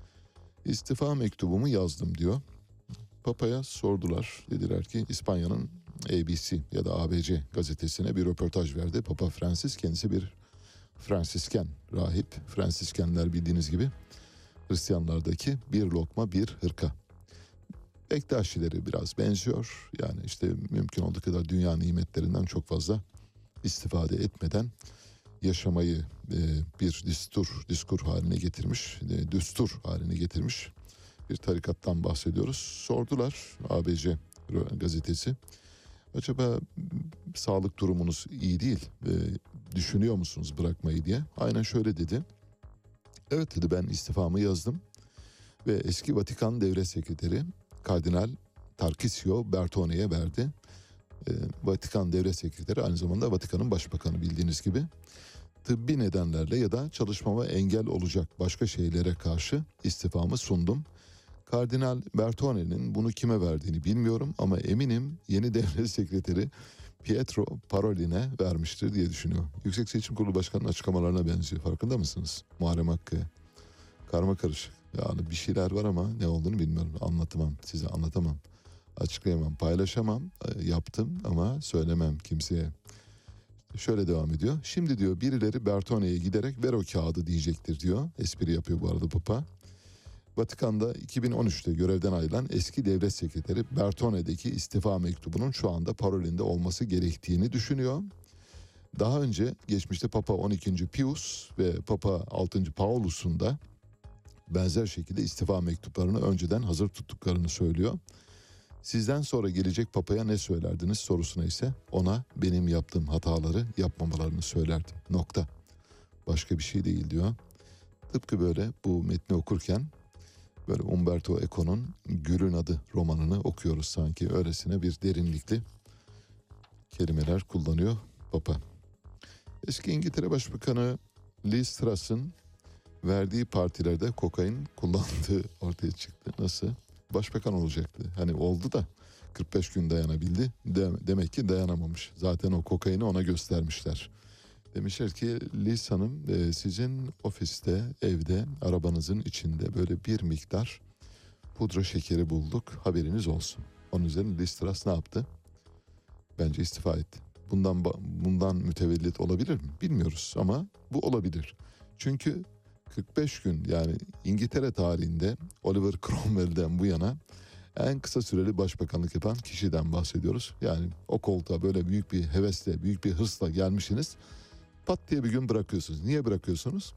istifa mektubumu yazdım diyor. Papa'ya sordular. Dediler ki İspanya'nın A B C ya da A B C gazetesine bir röportaj verdi. Papa Francis kendisi bir Fransisken rahip. Fransiskenler bildiğiniz gibi Hristiyanlardaki bir lokma bir hırka. Bektaşileri biraz benziyor. Yani işte mümkün olduğu kadar dünya nimetlerinden çok fazla istifade etmeden yaşamayı e, bir distur, diskur haline getirmiş, e, düstur haline getirmiş bir tarikattan bahsediyoruz. Sordular A B C gazetesi. Acaba sağlık durumunuz iyi değil, e, düşünüyor musunuz bırakmayı diye. Aynen şöyle dedi. Evet dedi, ben istifamı yazdım ve eski Vatikan Devlet Sekreteri Kardinal Tarcisio Bertone'ye verdi. E, Vatikan Devlet Sekreteri aynı zamanda Vatikan'ın başbakanı bildiğiniz gibi. Tıbbi nedenlerle ya da çalışmama engel olacak başka şeylere karşı istifamı sundum. Kardinal Bertone'nin bunu kime verdiğini bilmiyorum ama eminim yeni devlet sekreteri Pietro Parolin'e vermiştir diye düşünüyor. Yüksek Seçim Kurulu Başkanı'nın açıklamalarına benziyor. Farkında mısınız? Muharrem Hakkı. Karma karışık. Yani bir şeyler var ama ne olduğunu bilmiyorum. Anlatamam. Size anlatamam. Açıklayamam. Paylaşamam. Yaptım ama söylemem kimseye. Şöyle devam ediyor. Şimdi diyor birileri Bertone'ye giderek ver o kağıdı diyecektir diyor. Espri yapıyor bu arada Papa. Vatikan'da iki bin on üçte görevden ayrılan eski devlet sekreteri Bertone'deki istifa mektubunun şu anda Parolin'de olması gerektiğini düşünüyor. Daha önce geçmişte Papa on ikinci Pius ve Papa altıncı Paulus'un da benzer şekilde istifa mektuplarını önceden hazır tuttuklarını söylüyor. Sizden sonra gelecek papaya ne söylerdiniz sorusuna ise ona benim yaptığım hataları yapmamalarını söylerdim. Nokta. Başka bir şey değil diyor. Tıpkı böyle bu metni okurken böyle Umberto Eco'nun Gül'ün Adı romanını okuyoruz sanki. Öylesine bir derinlikli kelimeler kullanıyor Papa. Eski İngiltere Başbakanı Liz Truss'ın verdiği partilerde kokain kullandığı ortaya çıktı. Nasıl? Başbakan olacaktı. Hani oldu da kırk beş gün dayanabildi. De- demek ki dayanamamış. Zaten o kokaini ona göstermişler. Demişler ki Liz Hanım e, sizin ofiste, evde, arabanızın içinde böyle bir miktar pudra şekeri bulduk. Haberiniz olsun. Onun üzerine Liz Truss ne yaptı? Bence istifa etti. Bundan bundan mütevellit olabilir mi? Bilmiyoruz ama bu olabilir. Çünkü kırk beş gün yani İngiltere tarihinde Oliver Cromwell'den bu yana en kısa süreli başbakanlık yapan kişiden bahsediyoruz. Yani o koltuğa böyle büyük bir hevesle, büyük bir hırsla gelmişsiniz. Pat diye bir gün bırakıyorsunuz. Niye bırakıyorsunuz?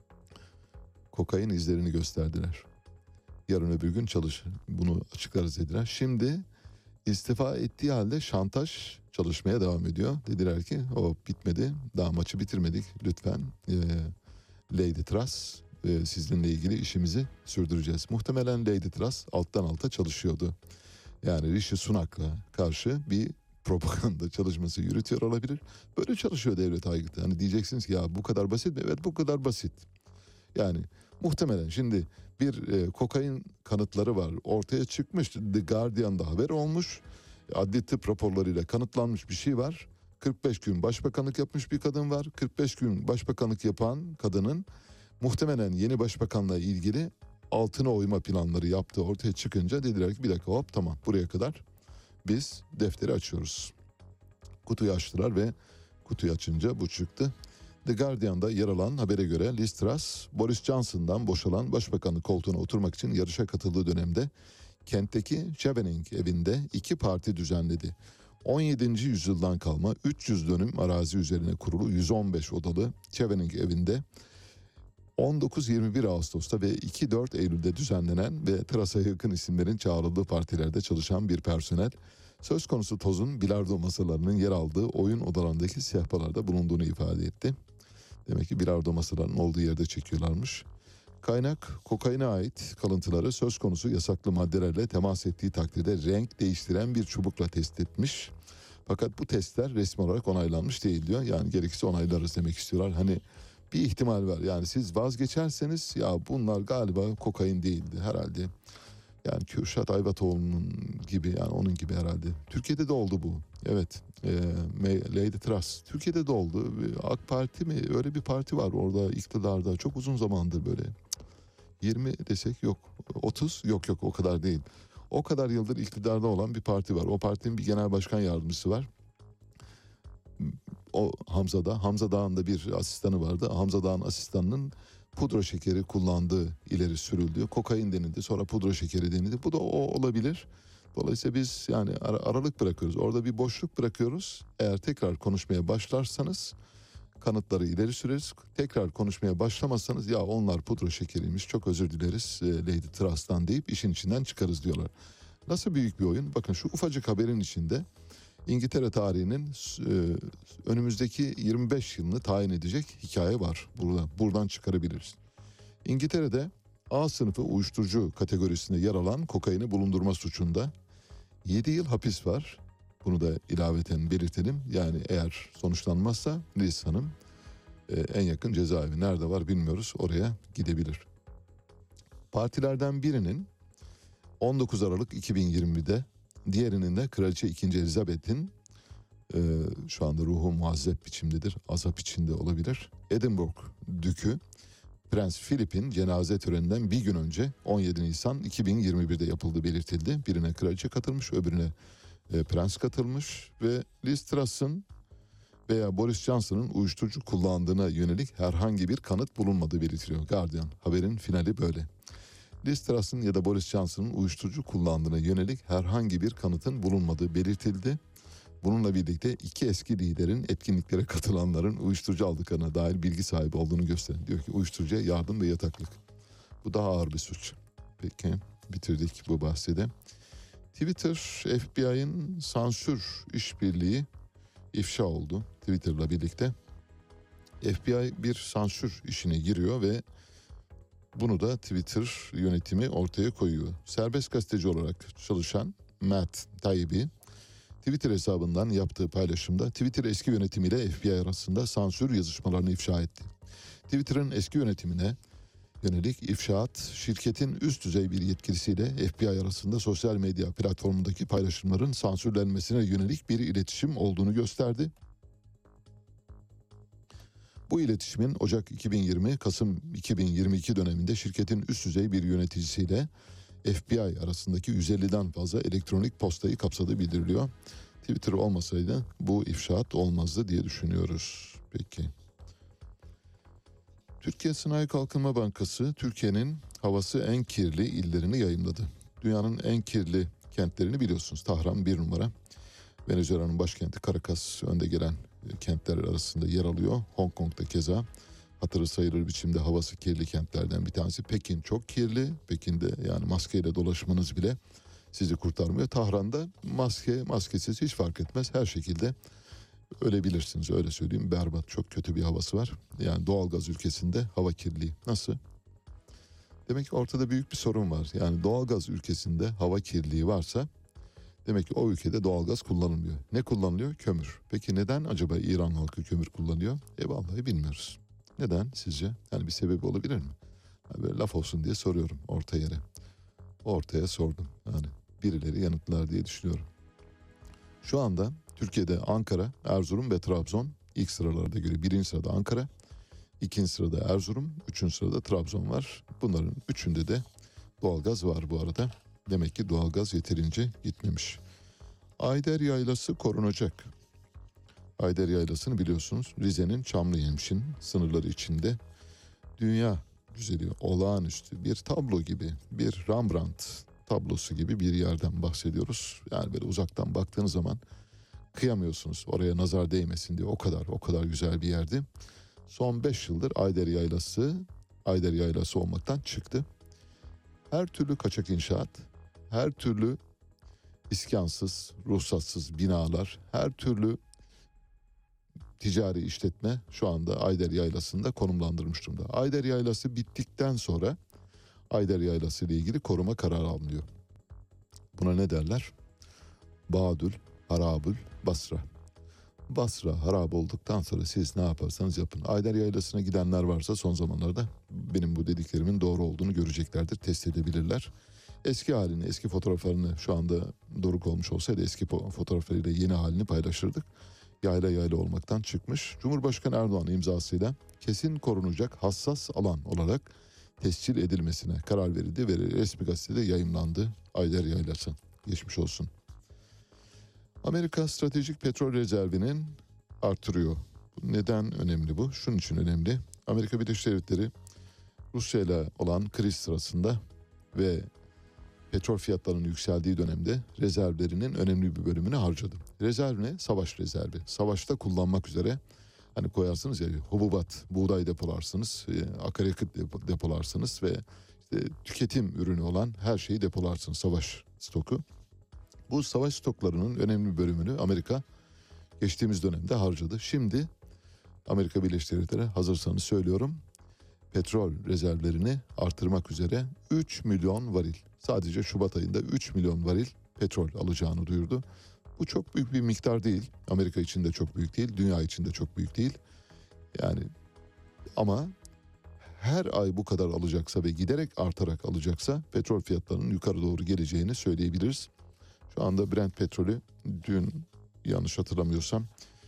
Kokain izlerini gösterdiler. Yarın öbür gün çalış. Bunu açıklarız dediler. Şimdi istifa ettiği halde şantaj çalışmaya devam ediyor. Dediler ki o bitmedi. Daha maçı bitirmedik. Lütfen e, Lady Truss e, sizinle ilgili işimizi sürdüreceğiz. Muhtemelen Lady Truss alttan alta çalışıyordu. Yani Rishi Sunak'la karşı bir propaganda çalışması yürütüyor olabilir. Böyle çalışıyor devlet aygıtı. Hani diyeceksiniz ki ya bu kadar basit mi? Evet bu kadar basit. Yani muhtemelen şimdi bir e, kokain kanıtları var. Ortaya çıkmış. The Guardian'da haber olmuş. Adli tıp raporlarıyla kanıtlanmış bir şey var. kırk beş gün başbakanlık yapmış bir kadın var. kırk beş gün başbakanlık yapan kadının muhtemelen yeni başbakanla ilgili altına oyma planları yaptığı ortaya çıkınca dediler ki bir dakika hop tamam buraya kadar biz defteri açıyoruz. Kutuyu açtılar ve kutuyu açınca bu çıktı. The Guardian'da yer alan habere göre Liz Truss, Boris Johnson'dan boşalan başbakanlık koltuğuna oturmak için yarışa katıldığı dönemde kentteki Chevening evinde iki parti düzenledi. on yedinci yüzyıldan kalma üç yüz dönüm arazi üzerine kurulu yüz on beş odalı Chevening evinde on dokuz yirmi bir Ağustos'ta ve iki dört Eylül'de düzenlenen ve Truss'a yakın isimlerin çağrıldığı partilerde çalışan bir personel söz konusu tozun bilardo masalarının yer aldığı oyun odalarındaki sehpalarda bulunduğunu ifade etti. Demek ki bilardo masalarının olduğu yerde çekiyorlarmış. Kaynak kokaine ait kalıntıları söz konusu yasaklı maddelerle temas ettiği takdirde renk değiştiren bir çubukla test etmiş. Fakat bu testler resmi olarak onaylanmış değil diyor. Yani gerekirse onaylarız demek istiyorlar. Hani bir ihtimal var. Yani siz vazgeçerseniz ya bunlar galiba kokain değildi herhalde. Yani Kürşat Ayvatoğlu'nun gibi, yani onun gibi herhalde. Türkiye'de de oldu bu. Evet. E, Lady Truss. Türkiye'de de oldu. AK Parti mi? Öyle bir parti var orada iktidarda. Çok uzun zamandır böyle. yirmi desek yok. otuz yok yok o kadar değil. O kadar yıldır iktidarda olan bir parti var. O partinin bir genel başkan yardımcısı var. O Hamza Dağ. Hamza Dağ'ın da bir asistanı vardı. Hamza Dağ'ın asistanının pudra şekeri kullandığı ileri sürüldü. Kokain denildi. Sonra pudra şekeri denildi. Bu da o olabilir. Dolayısıyla biz yani ar- aralık bırakıyoruz. Orada bir boşluk bırakıyoruz. Eğer tekrar konuşmaya başlarsanız kanıtları ileri süreriz. Tekrar konuşmaya başlamazsanız ya onlar pudra şekeriymiş, çok özür dileriz e, Lady Truss'tan deyip işin içinden çıkarız diyorlar. Nasıl büyük bir oyun? Bakın şu ufacık haberin içinde İngiltere tarihinin e, önümüzdeki yirmi beş yılını tayin edecek hikaye var. Burada, buradan çıkarabiliriz. İngiltere'de A sınıfı uyuşturucu kategorisinde yer alan kokaini bulundurma suçunda yedi yıl hapis var. Bunu da ilaveten belirtelim. Yani eğer sonuçlanmazsa Liz Hanım e, en yakın cezaevi nerede var bilmiyoruz. Oraya gidebilir. Partilerden birinin on dokuz Aralık iki bin yirmide, diğerinin de Kraliçe ikinci. Elizabeth'in e, şu anda ruhu muazzep biçimdedir. Azap içinde olabilir. Edinburgh Dükü Prens Philip'in cenaze töreninden bir gün önce on yedi Nisan iki bin yirmi birde yapıldığı belirtildi. Birine kraliçe katılmış, öbürüne e, prens katılmış ve Liz Truss'ın veya Boris Johnson'ın uyuşturucu kullandığına yönelik herhangi bir kanıt bulunmadığı belirtiliyor. Guardian haberin finali böyle. Liz Truss'ın ya da Boris Johnson'ın uyuşturucu kullandığına yönelik herhangi bir kanıtın bulunmadığı belirtildi. Bununla birlikte iki eski liderin etkinliklere katılanların uyuşturucu aldıklarına dair bilgi sahibi olduğunu gösteriyor. Diyor ki uyuşturucuya yardım ve yataklık. Bu daha ağır bir suç. Peki bitirdik bu bahsi de. Twitter, F B I'nin sansür işbirliği ifşa oldu Twitter'la birlikte. F B I bir sansür işine giriyor ve bunu da Twitter yönetimi ortaya koyuyor. Serbest gazeteci olarak çalışan Matt Taibbi Twitter hesabından yaptığı paylaşımda Twitter eski yönetimiyle F B I arasında sansür yazışmalarını ifşa etti. Twitter'ın eski yönetimine yönelik ifşaat, şirketin üst düzey bir yetkilisiyle F B I arasında sosyal medya platformundaki paylaşımların sansürlenmesine yönelik bir iletişim olduğunu gösterdi. Bu iletişimin Ocak iki bin yirmi, Kasım iki bin yirmi iki döneminde şirketin üst düzey bir yöneticisiyle F B I arasındaki yüz elliden fazla elektronik postayı kapsadığı bildiriliyor. Twitter olmasaydı bu ifşaat olmazdı diye düşünüyoruz. Peki. Türkiye Sanayi Kalkınma Bankası Türkiye'nin havası en kirli illerini yayımladı. Dünyanın en kirli kentlerini biliyorsunuz. Tahran bir numara. Venezuela'nın başkenti Caracas önde gelen kentler arasında yer alıyor. Hong Kong'da keza hatırı sayılır biçimde havası kirli kentlerden bir tanesi. Pekin çok kirli. Pekin'de yani maskeyle dolaşmanız bile sizi kurtarmıyor. Tahran'da maske maskesiz hiç fark etmez. Her şekilde ölebilirsiniz, öyle söyleyeyim. Berbat, çok kötü bir havası var. Yani doğalgaz ülkesinde hava kirliliği. Nasıl? Demek ki ortada büyük bir sorun var. Yani doğalgaz ülkesinde hava kirliliği varsa demek ki o ülkede doğalgaz kullanılmıyor. Ne kullanılıyor? Kömür. Peki neden acaba İran halkı kömür kullanıyor? E vallahi bilmiyoruz. Neden sizce? Yani bir sebebi olabilir mi? Yani böyle laf olsun diye soruyorum orta yere. Ortaya sordum. Yani birileri yanıtlar diye düşünüyorum. Şu anda Türkiye'de Ankara, Erzurum ve Trabzon ilk sıralarda göre birinci sırada Ankara, ikinci sırada Erzurum, üçüncü sırada Trabzon var. Bunların üçünde de doğalgaz var bu arada. Demek ki doğalgaz yeterince gitmemiş. Ayder Yaylası korunacak. Ayder Yaylası'nı biliyorsunuz Rize'nin Çamlıhemşin sınırları içinde dünya güzeli, olağanüstü bir tablo gibi, bir Rembrandt tablosu gibi bir yerden bahsediyoruz. Yani böyle uzaktan baktığınız zaman kıyamıyorsunuz oraya nazar değmesin diye, o kadar o kadar güzel bir yerdi. Son beş yıldır Ayder Yaylası Ayder Yaylası olmaktan çıktı. Her türlü kaçak inşaat, her türlü iskansız, ruhsatsız binalar, her türlü ticari işletme şu anda Ayder Yaylası'nda konumlandırmış durumda. Ayder Yaylası bittikten sonra Ayder Yaylası ile ilgili koruma kararı alınıyor. Buna ne derler? Badül, Harabül, Basra. Basra harap olduktan sonra siz ne yaparsanız yapın. Ayder Yaylası'na gidenler varsa son zamanlarda benim bu dediklerimin doğru olduğunu göreceklerdir, test edebilirler. Eski halini, eski fotoğraflarını şu anda Doruk olmuş olsaydı eski fotoğraflarıyla yeni halini paylaşırdık. Yayla yayla olmaktan çıkmış. Cumhurbaşkanı Erdoğan imzasıyla kesin korunacak hassas alan olarak tescil edilmesine karar verildi ve resmi gazetede yayımlandı. Ayder Yaylası. Geçmiş olsun. Amerika stratejik petrol rezervinin artırıyor. Neden önemli bu? Şunun için önemli. Amerika Birleşik Devletleri Rusya ile olan kriz sırasında ve petrol fiyatlarının yükseldiği dönemde rezervlerinin önemli bir bölümünü harcadı. Rezerv ne? Savaş rezervi. Savaşta kullanmak üzere hani koyarsınız ya hububat, buğday depolarsınız, akaryakıt depolarsınız ve işte tüketim ürünü olan her şeyi depolarsınız, savaş stoku. Bu savaş stoklarının önemli bir bölümünü Amerika geçtiğimiz dönemde harcadı. Şimdi Amerika Birleşik Devletleri hazırsanız söylüyorum petrol rezervlerini artırmak üzere üç milyon varil, sadece Şubat ayında üç milyon varil petrol alacağını duyurdu. Bu çok büyük bir miktar değil. Amerika için de çok büyük değil, dünya için de çok büyük değil. Yani ama her ay bu kadar alacaksa ve giderek artarak alacaksa petrol fiyatlarının yukarı doğru geleceğini söyleyebiliriz. Şu anda Brent petrolü dün yanlış hatırlamıyorsam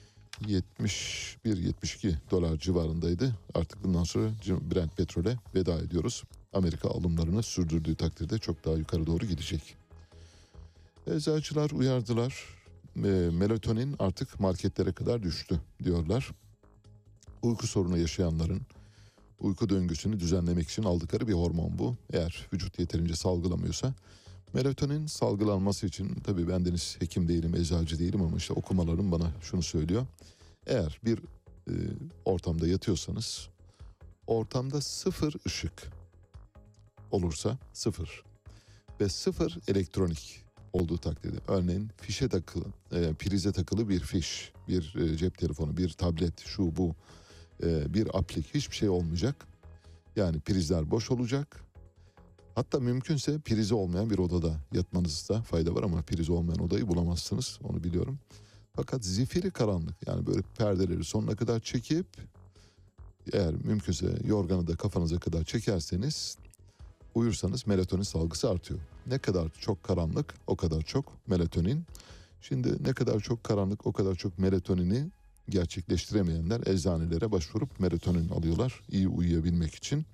yetmiş bir yetmiş iki dolar civarındaydı. Artık bundan sonra Brent petrole veda ediyoruz. Amerika alımlarını sürdürdüğü takdirde çok daha yukarı doğru gidecek. Eczacılar uyardılar. E, melatonin artık marketlere kadar düştü diyorlar. Uyku sorunu yaşayanların uyku döngüsünü düzenlemek için aldıkları bir hormon bu. Eğer vücut yeterince salgılamıyorsa melatonin salgılanması için, tabii bendeniz hekim değilim, eczacı değilim ama işte okumalarım bana şunu söylüyor. Eğer bir e, ortamda yatıyorsanız ortamda sıfır ışık olursa sıfır ve sıfır elektronik olduğu takdirde, örneğin fişe takılı, e, prize takılı bir fiş, bir e, cep telefonu, bir tablet, şu bu, e, bir aplik, hiçbir şey olmayacak. Yani prizler boş olacak. Hatta mümkünse prizi olmayan bir odada yatmanızda fayda var ama prizi olmayan odayı bulamazsınız, onu biliyorum. Fakat zifiri karanlık, yani böyle perdeleri sonuna kadar çekip eğer mümkünse yorganı da kafanıza kadar çekerseniz uyursanız melatonin salgısı artıyor. Ne kadar çok karanlık o kadar çok melatonin. Şimdi ne kadar çok karanlık o kadar çok melatonini gerçekleştiremeyenler eczanelere başvurup melatonin alıyorlar iyi uyuyabilmek için.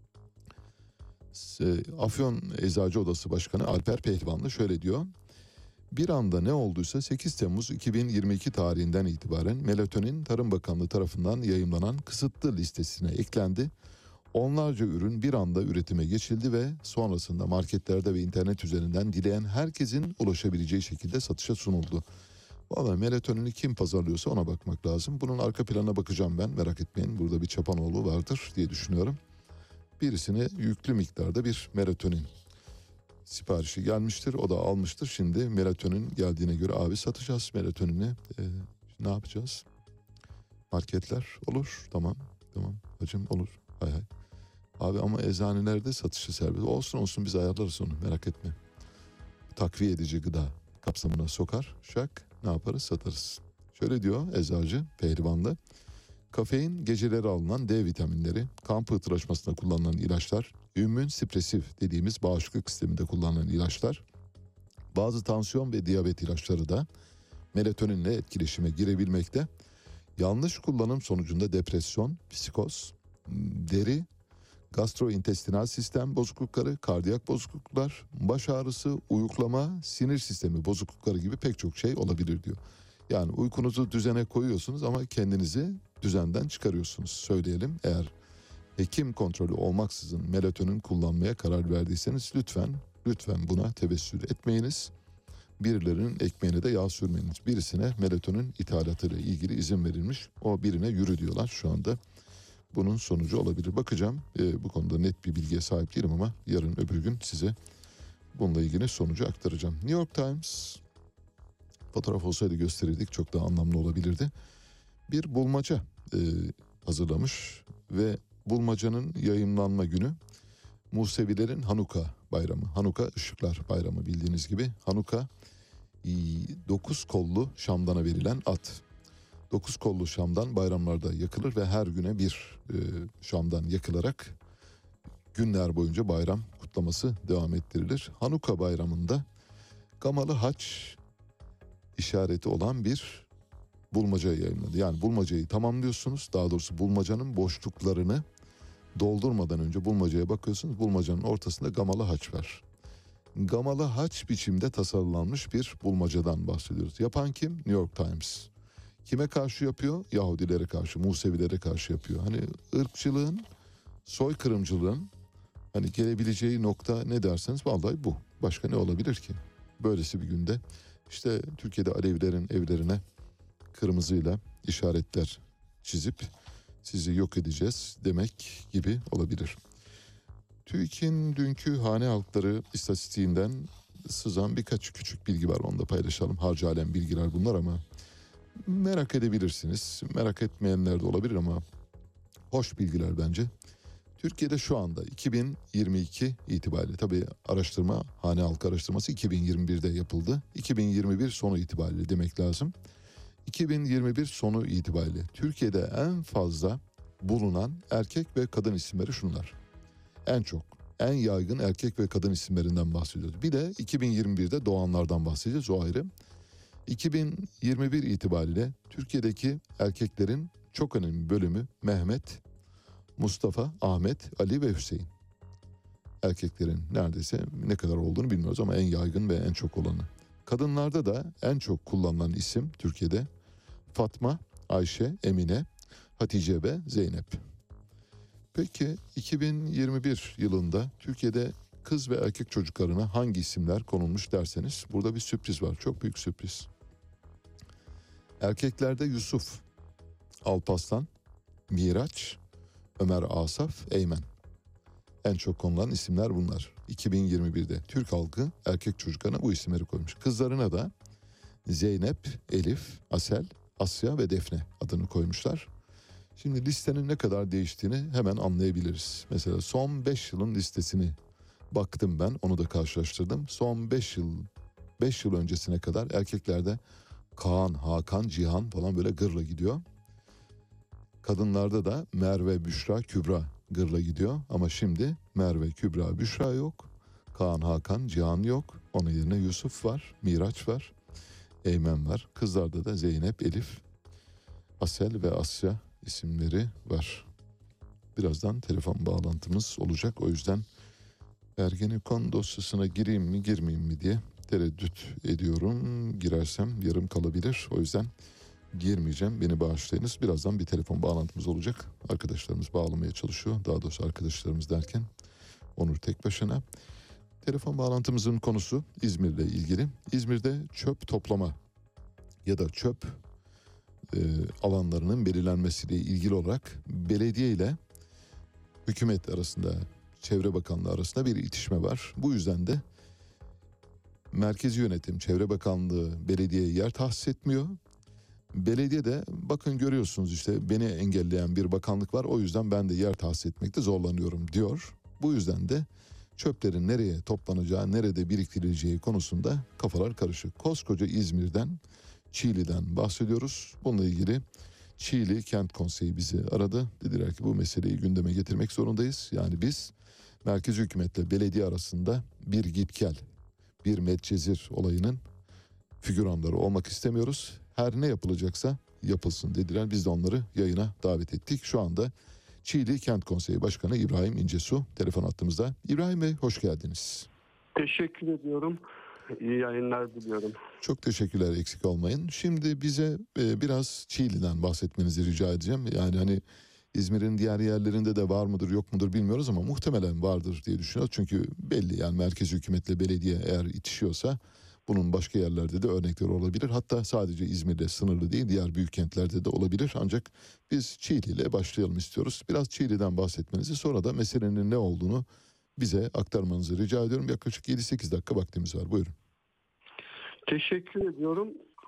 Afyon Eczacı Odası Başkanı Alper Pehlivanlı şöyle diyor. Bir anda ne olduysa sekiz Temmuz iki bin yirmi iki tarihinden itibaren melatonin Tarım Bakanlığı tarafından yayımlanan kısıtlı listesine eklendi. Onlarca ürün bir anda üretime geçildi ve sonrasında marketlerde ve internet üzerinden dileyen herkesin ulaşabileceği şekilde satışa sunuldu. Vallahi melatonini kim pazarlıyorsa ona bakmak lazım. Bunun arka planına bakacağım ben, merak etmeyin. Burada bir Çapanoğlu vardır diye düşünüyorum. Birisine yüklü miktarda bir melatonin siparişi gelmiştir. O da almıştır. Şimdi melatonin geldiğine göre abi satacağız melatonini. Ee, ne yapacağız? Marketler olur. Tamam. Tamam. Hacım olur. Hay hay. Abi ama eczanelerde satışı serbest. Olsun olsun biz ayarlarız onu. Merak etme. Takviye edici gıda kapsamına sokar. Şak. Ne yaparız? Satarız. Şöyle diyor eczacı Pehlivanlı. Kafein, geceleri alınan D vitaminleri, kan pıhtılaşmasında kullanılan ilaçlar, immün süpresif dediğimiz bağışıklık sisteminde kullanılan ilaçlar, bazı tansiyon ve diyabet ilaçları da melatoninle etkileşime girebilmekte. Yanlış kullanım sonucunda depresyon, psikoz, deri, gastrointestinal sistem bozuklukları, kardiyak bozukluklar, baş ağrısı, uyuklama, sinir sistemi bozuklukları gibi pek çok şey olabilir diyor. Yani uykunuzu düzene koyuyorsunuz ama kendinizi düzenden çıkarıyorsunuz söyleyelim. Eğer hekim kontrolü olmaksızın melatonin kullanmaya karar verdiyseniz lütfen lütfen buna tevessül etmeyiniz. Birilerinin ekmeğine de yağ sürmeyiniz. Birisine melatonin ithalatıyla ilgili izin verilmiş. O birine yürü diyorlar şu anda. Bunun sonucu olabilir. Bakacağım. Ee, bu konuda net bir bilgiye sahip değilim ama yarın öbür gün size bununla ilgili sonucu aktaracağım. New York Times, fotoğraf olsaydı gösterirdik, çok daha anlamlı olabilirdi. Bir bulmaca e, hazırlamış ve bulmacanın yayımlanma günü Musevilerin Hanuka bayramı. Hanuka ışıklar bayramı bildiğiniz gibi. Hanuka dokuz kollu şamdana verilen at. Dokuz kollu şamdan bayramlarda yakılır ve her güne bir e, şamdan yakılarak günler boyunca bayram kutlaması devam ettirilir. Hanuka bayramında gamalı haç işareti olan bir bulmaca yayınladı. Yani bulmacayı tamamlıyorsunuz. Daha doğrusu bulmacanın boşluklarını doldurmadan önce bulmacaya bakıyorsunuz. Bulmacanın ortasında gamalı haç var. Gamalı haç biçimde tasarlanmış bir bulmacadan bahsediyoruz. Yapan kim? New York Times. Kime karşı yapıyor? Yahudilere karşı, Musevilere karşı yapıyor. Hani ırkçılığın, soykırımcılığın hani gelebileceği nokta ne derseniz vallahi bu. Başka ne olabilir ki? Böylesi bir günde işte Türkiye'de Alevilerin evlerine kırmızıyla işaretler çizip sizi yok edeceğiz demek gibi olabilir. TÜİK'in dünkü hane halkları istatistiğinden sızan birkaç küçük bilgi var. Onu da paylaşalım. Harcı alem bilgiler bunlar ama merak edebilirsiniz. Merak etmeyenler de olabilir ama hoş bilgiler bence. Türkiye'de şu anda iki bin yirmi iki itibariyle, tabii araştırma, hane halkı araştırması iki bin yirmi birde yapıldı. iki bin yirmi bir sonu itibariyle demek lazım. iki bin yirmi bir sonu itibariyle Türkiye'de en fazla bulunan erkek ve kadın isimleri şunlar. En çok, en yaygın erkek ve kadın isimlerinden bahsediyoruz. Bir de iki bin yirmi birde doğanlardan bahsedeceğiz, o ayrı. iki bin yirmi bir itibariyle Türkiye'deki erkeklerin çok önemli bölümü Mehmet, Mustafa, Ahmet, Ali ve Hüseyin. Erkeklerin neredeyse ne kadar olduğunu bilmiyoruz ama en yaygın ve en çok olanı. Kadınlarda da en çok kullanılan isim Türkiye'de Fatma, Ayşe, Emine, Hatice ve Zeynep. Peki iki bin yirmi bir yılında Türkiye'de kız ve erkek çocuklarına hangi isimler konulmuş derseniz burada bir sürpriz var. Çok büyük sürpriz. Erkeklerde Yusuf, Alparslan, Miraç, Ömer Asaf, Eymen. En çok konulan isimler bunlar. iki bin yirmi birde Türk halkı erkek çocuklarına bu isimleri koymuş. Kızlarına da Zeynep, Elif, Asel, Asya ve Defne adını koymuşlar. Şimdi listenin ne kadar değiştiğini hemen anlayabiliriz. Mesela son beş yılın listesini baktım ben, onu da karşılaştırdım. Son beş yıl, beş yıl öncesine kadar erkeklerde Kaan, Hakan, Cihan falan böyle gırla gidiyor. Kadınlarda da Merve, Büşra, Kübra gırla gidiyor. Ama şimdi Merve, Kübra, Büşra yok. Kaan, Hakan, Cihan yok. Onun yerine Yusuf var, Miraç var, Eymen var. Kızlarda da Zeynep, Elif, Asel ve Asya isimleri var. Birazdan telefon bağlantımız olacak. O yüzden Ergenekon dosyasına gireyim mi girmeyeyim mi diye tereddüt ediyorum. Girersem yarım kalabilir. O yüzden girmeyeceğim. Beni bağışlayınız. Birazdan bir telefon bağlantımız olacak. Arkadaşlarımız bağlamaya çalışıyor. Daha doğrusu arkadaşlarımız derken Onur tek başına. Telefon bağlantımızın konusu İzmir'le ilgili. İzmir'de çöp toplama ya da çöp e, alanlarının belirlenmesiyle ilgili olarak belediye ile hükümet arasında, Çevre Bakanlığı arasında bir itişme var. Bu yüzden de merkezi yönetim, Çevre Bakanlığı belediyeye yer tahsis etmiyor. Belediye de bakın görüyorsunuz işte beni engelleyen bir bakanlık var, o yüzden ben de yer tahsis etmekte zorlanıyorum diyor. Bu yüzden de çöplerin nereye toplanacağı, nerede biriktirileceği konusunda kafalar karışık. Koskoca İzmir'den, Çiğli'den bahsediyoruz. Bununla ilgili Çiğli Kent Konseyi bizi aradı. Dediler ki bu meseleyi gündeme getirmek zorundayız. Yani biz merkezi hükümetle belediye arasında bir git gel, bir medcezir olayının figüranları olmak istemiyoruz. Her ne yapılacaksa yapılsın dediler. Biz de onları yayına davet ettik. Şu anda Çiğli Kent Konseyi Başkanı İbrahim İncesu telefon hattımızda. İbrahim Bey hoş geldiniz. Teşekkür ediyorum. İyi yayınlar diliyorum. Çok teşekkürler, eksik olmayın. Şimdi bize e, biraz Çiğli'den bahsetmenizi rica edeceğim. Yani hani İzmir'in diğer yerlerinde de var mıdır yok mudur bilmiyoruz ama muhtemelen vardır diye düşünüyoruz. Çünkü belli, yani merkezi hükümetle belediye eğer itişiyorsa bunun başka yerlerde de örnekleri olabilir. Hatta sadece İzmir'le sınırlı değil, diğer büyük kentlerde de olabilir. Ancak biz Çiğli ile başlayalım istiyoruz. Biraz Çiğli'den bahsetmenizi, sonra da meselenin ne olduğunu bize aktarmanızı rica ediyorum. Yaklaşık yedi sekiz dakika vaktimiz var. Buyurun. Teşekkür ediyorum.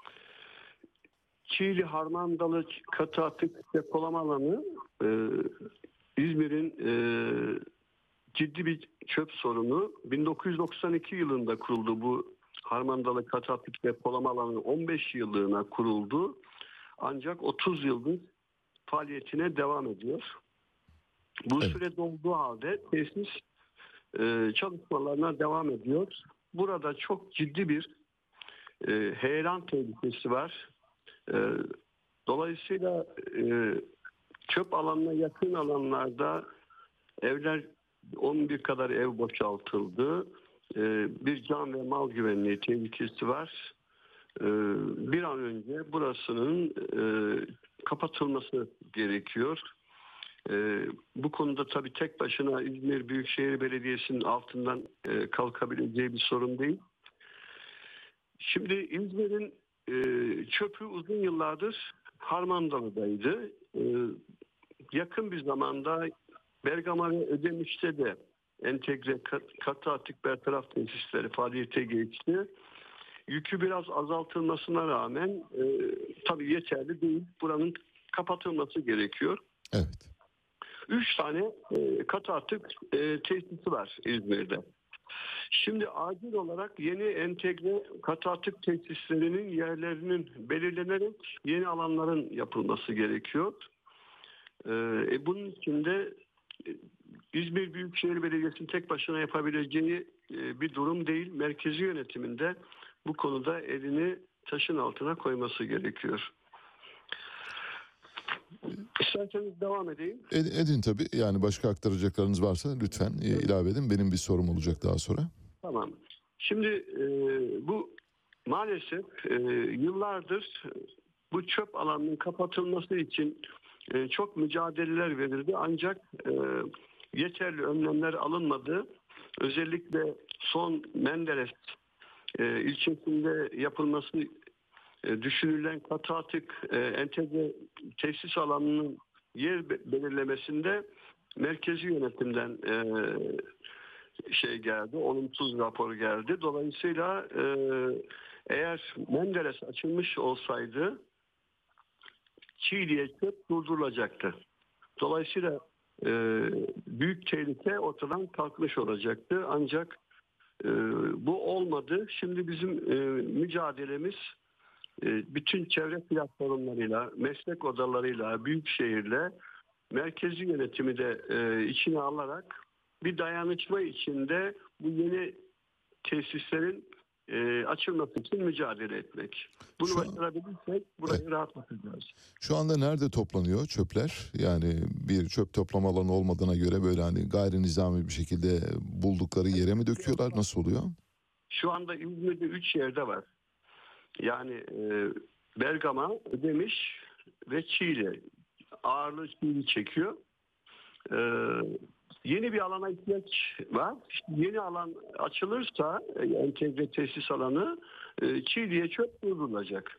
Çiğli Harmandalı katı atık depolama alanı e, İzmir'in e, ciddi bir çöp sorunu. bin dokuz yüz doksan iki yılında kuruldu bu Harmandalı katı atık depolama alanı, on beş yıllığına kuruldu. Ancak otuz yıldır faaliyetine devam ediyor. Bu evet. süre dolduğu halde tesis e, çalışmalarına devam ediyor. Burada çok ciddi bir e, heyelan tehlikesi var. E, dolayısıyla e, çöp alanına yakın alanlarda evler, on bir kadar ev boşaltıldı. E, bir can ve mal güvenliği tehlikesi var. E, bir an önce burasının e, kapatılması gerekiyor. E, bu konuda tabii tek başına İzmir Büyükşehir Belediyesi'nin altından e, kalkabileceği bir sorun değil. Şimdi İzmir'in e, çöpü uzun yıllardır Harmandalı'daydı. E, yakın bir zamanda Bergama ve Ödemiş'te de entegre katı atık bertaraf tesisleri faaliyete geçti. Yükü biraz azaltılmasına rağmen e, tabii yeterli değil. Buranın kapatılması gerekiyor. Evet. Üç tane e, katı atık e, tesisi var İzmir'de. Şimdi acil olarak yeni entegre katı atık tesislerinin yerlerinin belirlenerek yeni alanların yapılması gerekiyor. E, bunun için de e, İzmir Büyükşehir Belediyesi'nin tek başına yapabileceği e, bir durum değil. Merkezi yönetiminde bu konuda elini taşın altına koyması gerekiyor. İsterseniz devam edeyim. Ed- Edin tabii. Yani başka aktaracaklarınız varsa lütfen e, ilave edin. Benim bir sorum olacak daha sonra. Tamam. Şimdi e, bu maalesef e, yıllardır bu çöp alanının kapatılması için e, çok mücadeleler verildi. Ancak e, yeterli önlemler alınmadı. Özellikle son Menderes e, ilçesinde yapılması e, düşünülen katı atık e, entegre tesis alanının yer be- belirlemesinde merkezi yönetimden e, şey geldi, olumsuz rapor geldi. Dolayısıyla e, eğer Menderes açılmış olsaydı Çiğli'ye çöp durdurulacaktı. Dolayısıyla e, büyük tehlike ortadan kalkmış olacaktı. Ancak e, bu olmadı. Şimdi bizim e, mücadelemiz e, bütün çevre platformlarıyla, meslek odalarıyla, büyükşehirle, merkezi yönetimi de e, içine alarak bir dayanışma içinde bu yeni tesislerin e, açılması için mücadele etmek. Bunu Şu an- başarabilirsek burayı Evet. rahatlatacağız. Şu anda nerede toplanıyor çöpler? Yani bir çöp toplama alanı olmadığına göre böyle hani gayri nizami bir şekilde buldukları yere mi döküyorlar? Nasıl oluyor? Şu anda İzmir'de üç yerde var. Yani e, Bergama, Ödemiş ve Çiğli. Ağırlığı Çiğli çekiyor. E, yeni bir alana ihtiyaç var. İşte yeni alan açılırsa e, entegre tesis alanı e, Çiğli'ye çöp durdurulacak.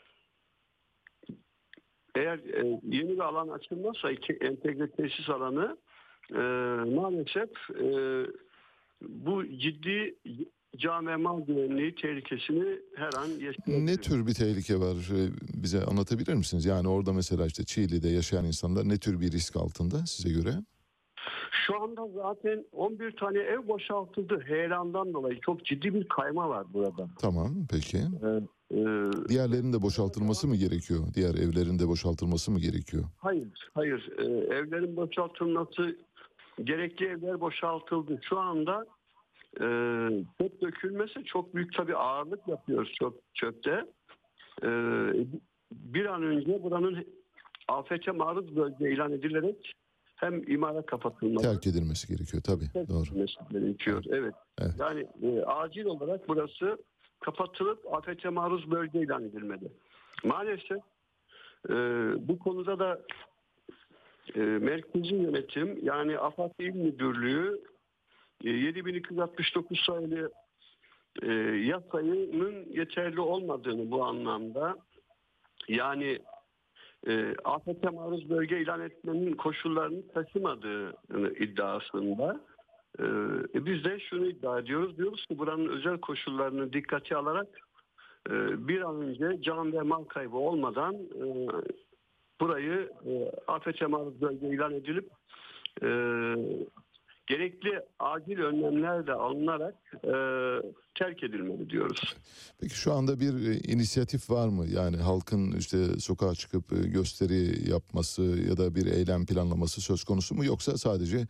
Eğer e, yeni bir alan açılmazsa iki, entegre tesis alanı e, maalesef e, bu ciddi can ve mal güvenliği tehlikesini her an yaşayabilir. Ne tür bir tehlike var? Ee, Bize anlatabilir misiniz? Yani orada mesela işte Çiğli'de yaşayan insanlar ne tür bir risk altında size göre? Şu anda zaten on bir tane ev boşaltıldı heyelandan dolayı. Çok ciddi bir kayma var burada. Tamam, peki. Ee, e, Diğerlerinin de boşaltılması mı gerekiyor? Diğer evlerin de boşaltılması mı gerekiyor? hayır, hayır. Ee, evlerin boşaltılması, gerekli evler boşaltıldı. Şu anda e, çöp dökülmesi çok büyük tabii ağırlık yapıyor çöp, çöpte. Ee, bir an önce buranın afete maruz bölge ilan edilerek hem imara kapatılması, Terk edilmesi gerekiyor tabii. terk Doğru. edilmesi gerekiyor. Evet. Evet. Yani e, acil olarak burası kapatılıp afete maruz bölge ilan edilmeli. Maalesef e, bu konuda da e, merkezi yönetim yani AFAD İl Müdürlüğü e, yedi bin iki yüz altmış dokuz sayılı e, yasanın yeterli olmadığını bu anlamda yani e, afete maruz bölge ilan etmenin koşullarını taşımadığı iddiasında. E, biz de şunu iddia ediyoruz. Diyoruz ki buranın özel koşullarını dikkate alarak e, bir an önce can ve mal kaybı olmadan e, burayı e, afete maruz bölge ilan edilip e, gerekli acil önlemler de alınarak e, terk edilmeli diyoruz. Peki şu anda bir e, inisiyatif var mı? Yani halkın işte sokağa çıkıp e, gösteri yapması ya da bir eylem planlaması söz konusu mu? Yoksa sadece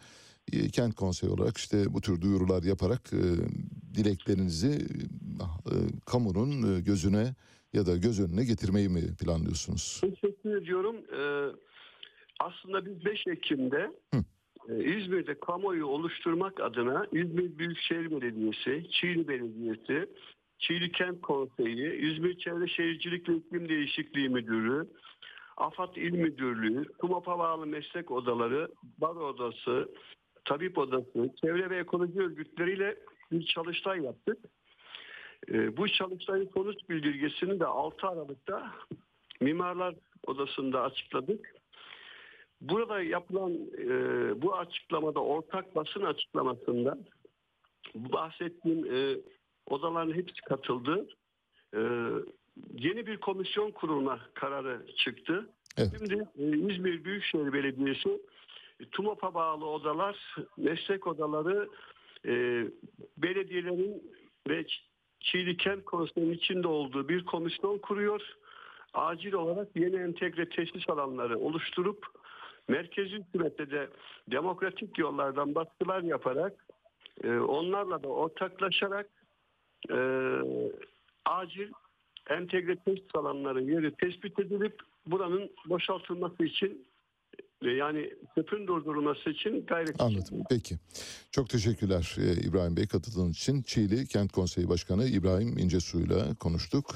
e, kent konseyi olarak işte bu tür duyurular yaparak e, dileklerinizi e, kamunun e, gözüne ya da göz önüne getirmeyi mi planlıyorsunuz? Teşekkür ediyorum. Ee, aslında biz beş Ekim'de Hı. e, İzmir'de kamuoyu oluşturmak adına İzmir Büyükşehir Belediyesi, Çiğli Belediyesi, Çiğli Kent Konseyi, İzmir Çevre Şehircilik ve İklim Değişikliği Müdürlüğü, AFAD İl Müdürlüğü, TUMOP'a bağlı meslek odaları, Baro Odası, Tabip Odası, çevre ve ekoloji örgütleriyle bir çalıştay yaptık. E, bu çalıştayın sonuç bildirgesini de altı Aralık'ta Mimarlar Odası'nda açıkladık. Burada yapılan e, bu açıklamada, ortak basın açıklamasında bu bahsettiğim e, odaların hepsi katıldı. E, yeni bir komisyon kurulma kararı çıktı. Evet. Şimdi e, İzmir Büyükşehir Belediyesi, TUMOP'a bağlı odalar, meslek odaları, e, belediyelerin ve Çiğli Kent Konseyi'nin içinde olduğu bir komisyon kuruyor. Acil olarak yeni entegre tesis alanları oluşturup merkezi hükümette de demokratik yollardan baskılar yaparak e, onlarla da ortaklaşarak e, acil entegre tesis alanları yeri tespit edilip buranın boşaltılması için e, yani çöpün durdurulması için gayret. Anladım. Peki. Çok teşekkürler e, İbrahim Bey katıldığınız için. Çiğli Kent Konseyi Başkanı İbrahim İncesu'yla konuştuk.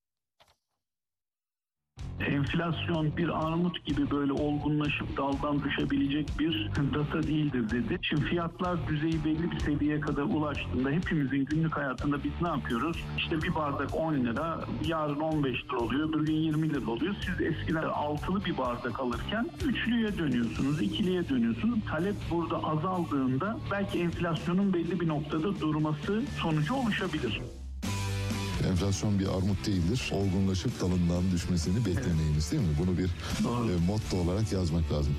Enflasyon bir armut gibi böyle olgunlaşıp daldan düşebilecek bir data değildir dedi. Şimdi fiyatlar düzeyi belli bir seviyeye kadar ulaştığında hepimizin günlük hayatında biz ne yapıyoruz? İşte bir bardak on lira, yarın on beş lira oluyor, öbür gün yirmi lira oluyor. Siz eskiden altılı bir bardak alırken üçlüye dönüyorsunuz, ikiliye dönüyorsunuz. Talep burada azaldığında belki enflasyonun belli bir noktada durması sonucu oluşabilir. Enflasyon bir armut değildir. Olgunlaşıp dalından düşmesini beklemeyiniz, değil mi? Bunu bir e, motto olarak yazmak lazım.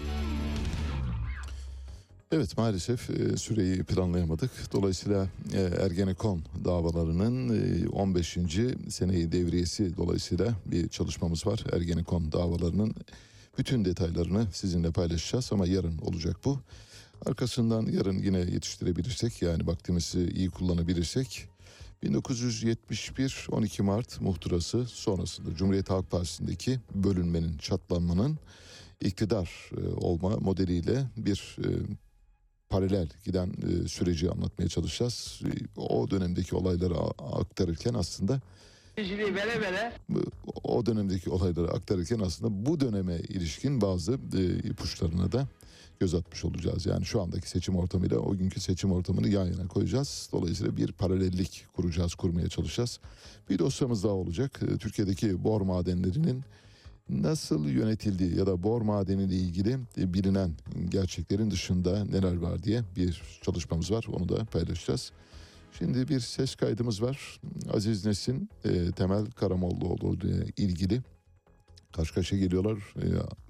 Evet, maalesef e, süreyi planlayamadık. Dolayısıyla e, Ergenekon davalarının e, on beşinci seneyi devriyesi dolayısıyla bir çalışmamız var. Ergenekon davalarının bütün detaylarını sizinle paylaşacağız ama yarın olacak bu. Arkasından yarın yine yetiştirebilirsek, yani vaktimizi iyi kullanabilirsek, bin dokuz yüz yetmiş bir on iki Mart muhtırası sonrasında Cumhuriyet Halk Partisi'ndeki bölünmenin, çatlanmanın iktidar e, olma modeliyle bir e, paralel giden e, süreci anlatmaya çalışacağız. E, o dönemdeki olayları a- aktarırken aslında vere vere. o dönemdeki olayları aktarırken aslında bu döneme ilişkin bazı e, ipuçlarına da göz atmış olacağız. Yani şu andaki seçim ortamıyla o günkü seçim ortamını yan yana koyacağız. Dolayısıyla bir paralellik kuracağız, kurmaya çalışacağız. Bir dosyamız daha olacak. Türkiye'deki bor madenlerinin nasıl yönetildiği ya da bor madeniyle ilgili bilinen gerçeklerin dışında neler var diye bir çalışmamız var. Onu da paylaşacağız. Şimdi bir ses kaydımız var. Aziz Nesin, e, Temel Karamollaoğlu ile ilgili karşı karşıya geliyorlar. E,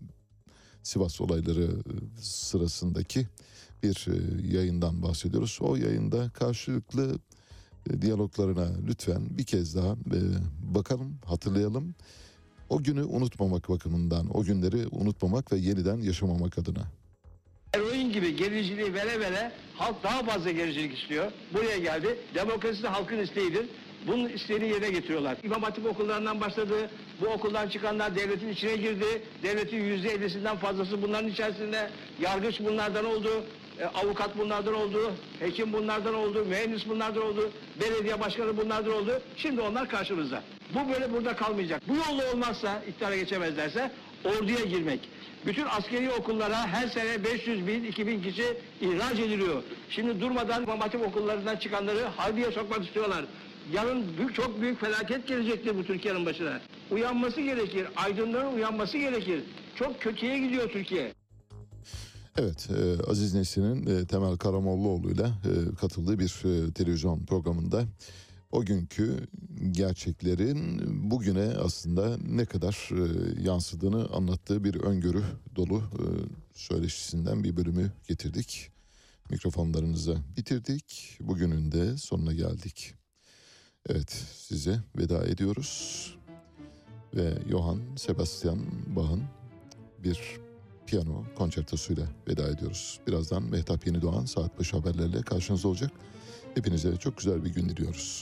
Sivas olayları sırasındaki bir yayından bahsediyoruz. O yayında karşılıklı diyaloglarına lütfen bir kez daha bakalım, hatırlayalım. O günü unutmamak bakımından, o günleri unutmamak ve yeniden yaşamamak adına. Eroin gibi gericiliği vere vere halk daha fazla gericilik istiyor. Buraya geldi. Demokrasi de halkın isteğidir. Bunun isteğini yerine getiriyorlar. İmam Hatip okullarından başladı. Bu okuldan çıkanlar devletin içine girdi. Devletin yüzde ellisinden fazlası bunların içerisinde. Yargıç bunlardan oldu. E, avukat bunlardan oldu. Hekim bunlardan oldu. Mühendis bunlardan oldu. Belediye başkanı bunlardan oldu. Şimdi onlar karşımızda. Bu böyle burada kalmayacak. Bu yolla olmazsa, iktidara geçemezlerse orduya girmek. Bütün askeri okullara her sene beş yüz bin, iki bin kişi ihraç ediliyor. Şimdi durmadan İmam Hatip okullarından çıkanları harbiye sokmak istiyorlar. Yarın büyük, çok büyük felaket gelecektir bu Türkiye'nin başına. Uyanması gerekir, aydınların uyanması gerekir. Çok kötüye gidiyor Türkiye. Evet, e, Aziz Nesin'in e, Temel Karamollaoğlu'yla e, katıldığı bir e, televizyon programında o günkü gerçeklerin bugüne aslında ne kadar e, yansıdığını anlattığı bir öngörü dolu e, söyleşisinden bir bölümü getirdik. Mikrofonlarınıza bitirdik. Bugünün de sonuna geldik. Evet, size veda ediyoruz. Ve Johann Sebastian Bach'ın bir piyano konçertosuyla veda ediyoruz. Birazdan Mehtap Yenidoğan saat başı haberlerle karşınızda olacak. Hepinize çok güzel bir gün diliyoruz.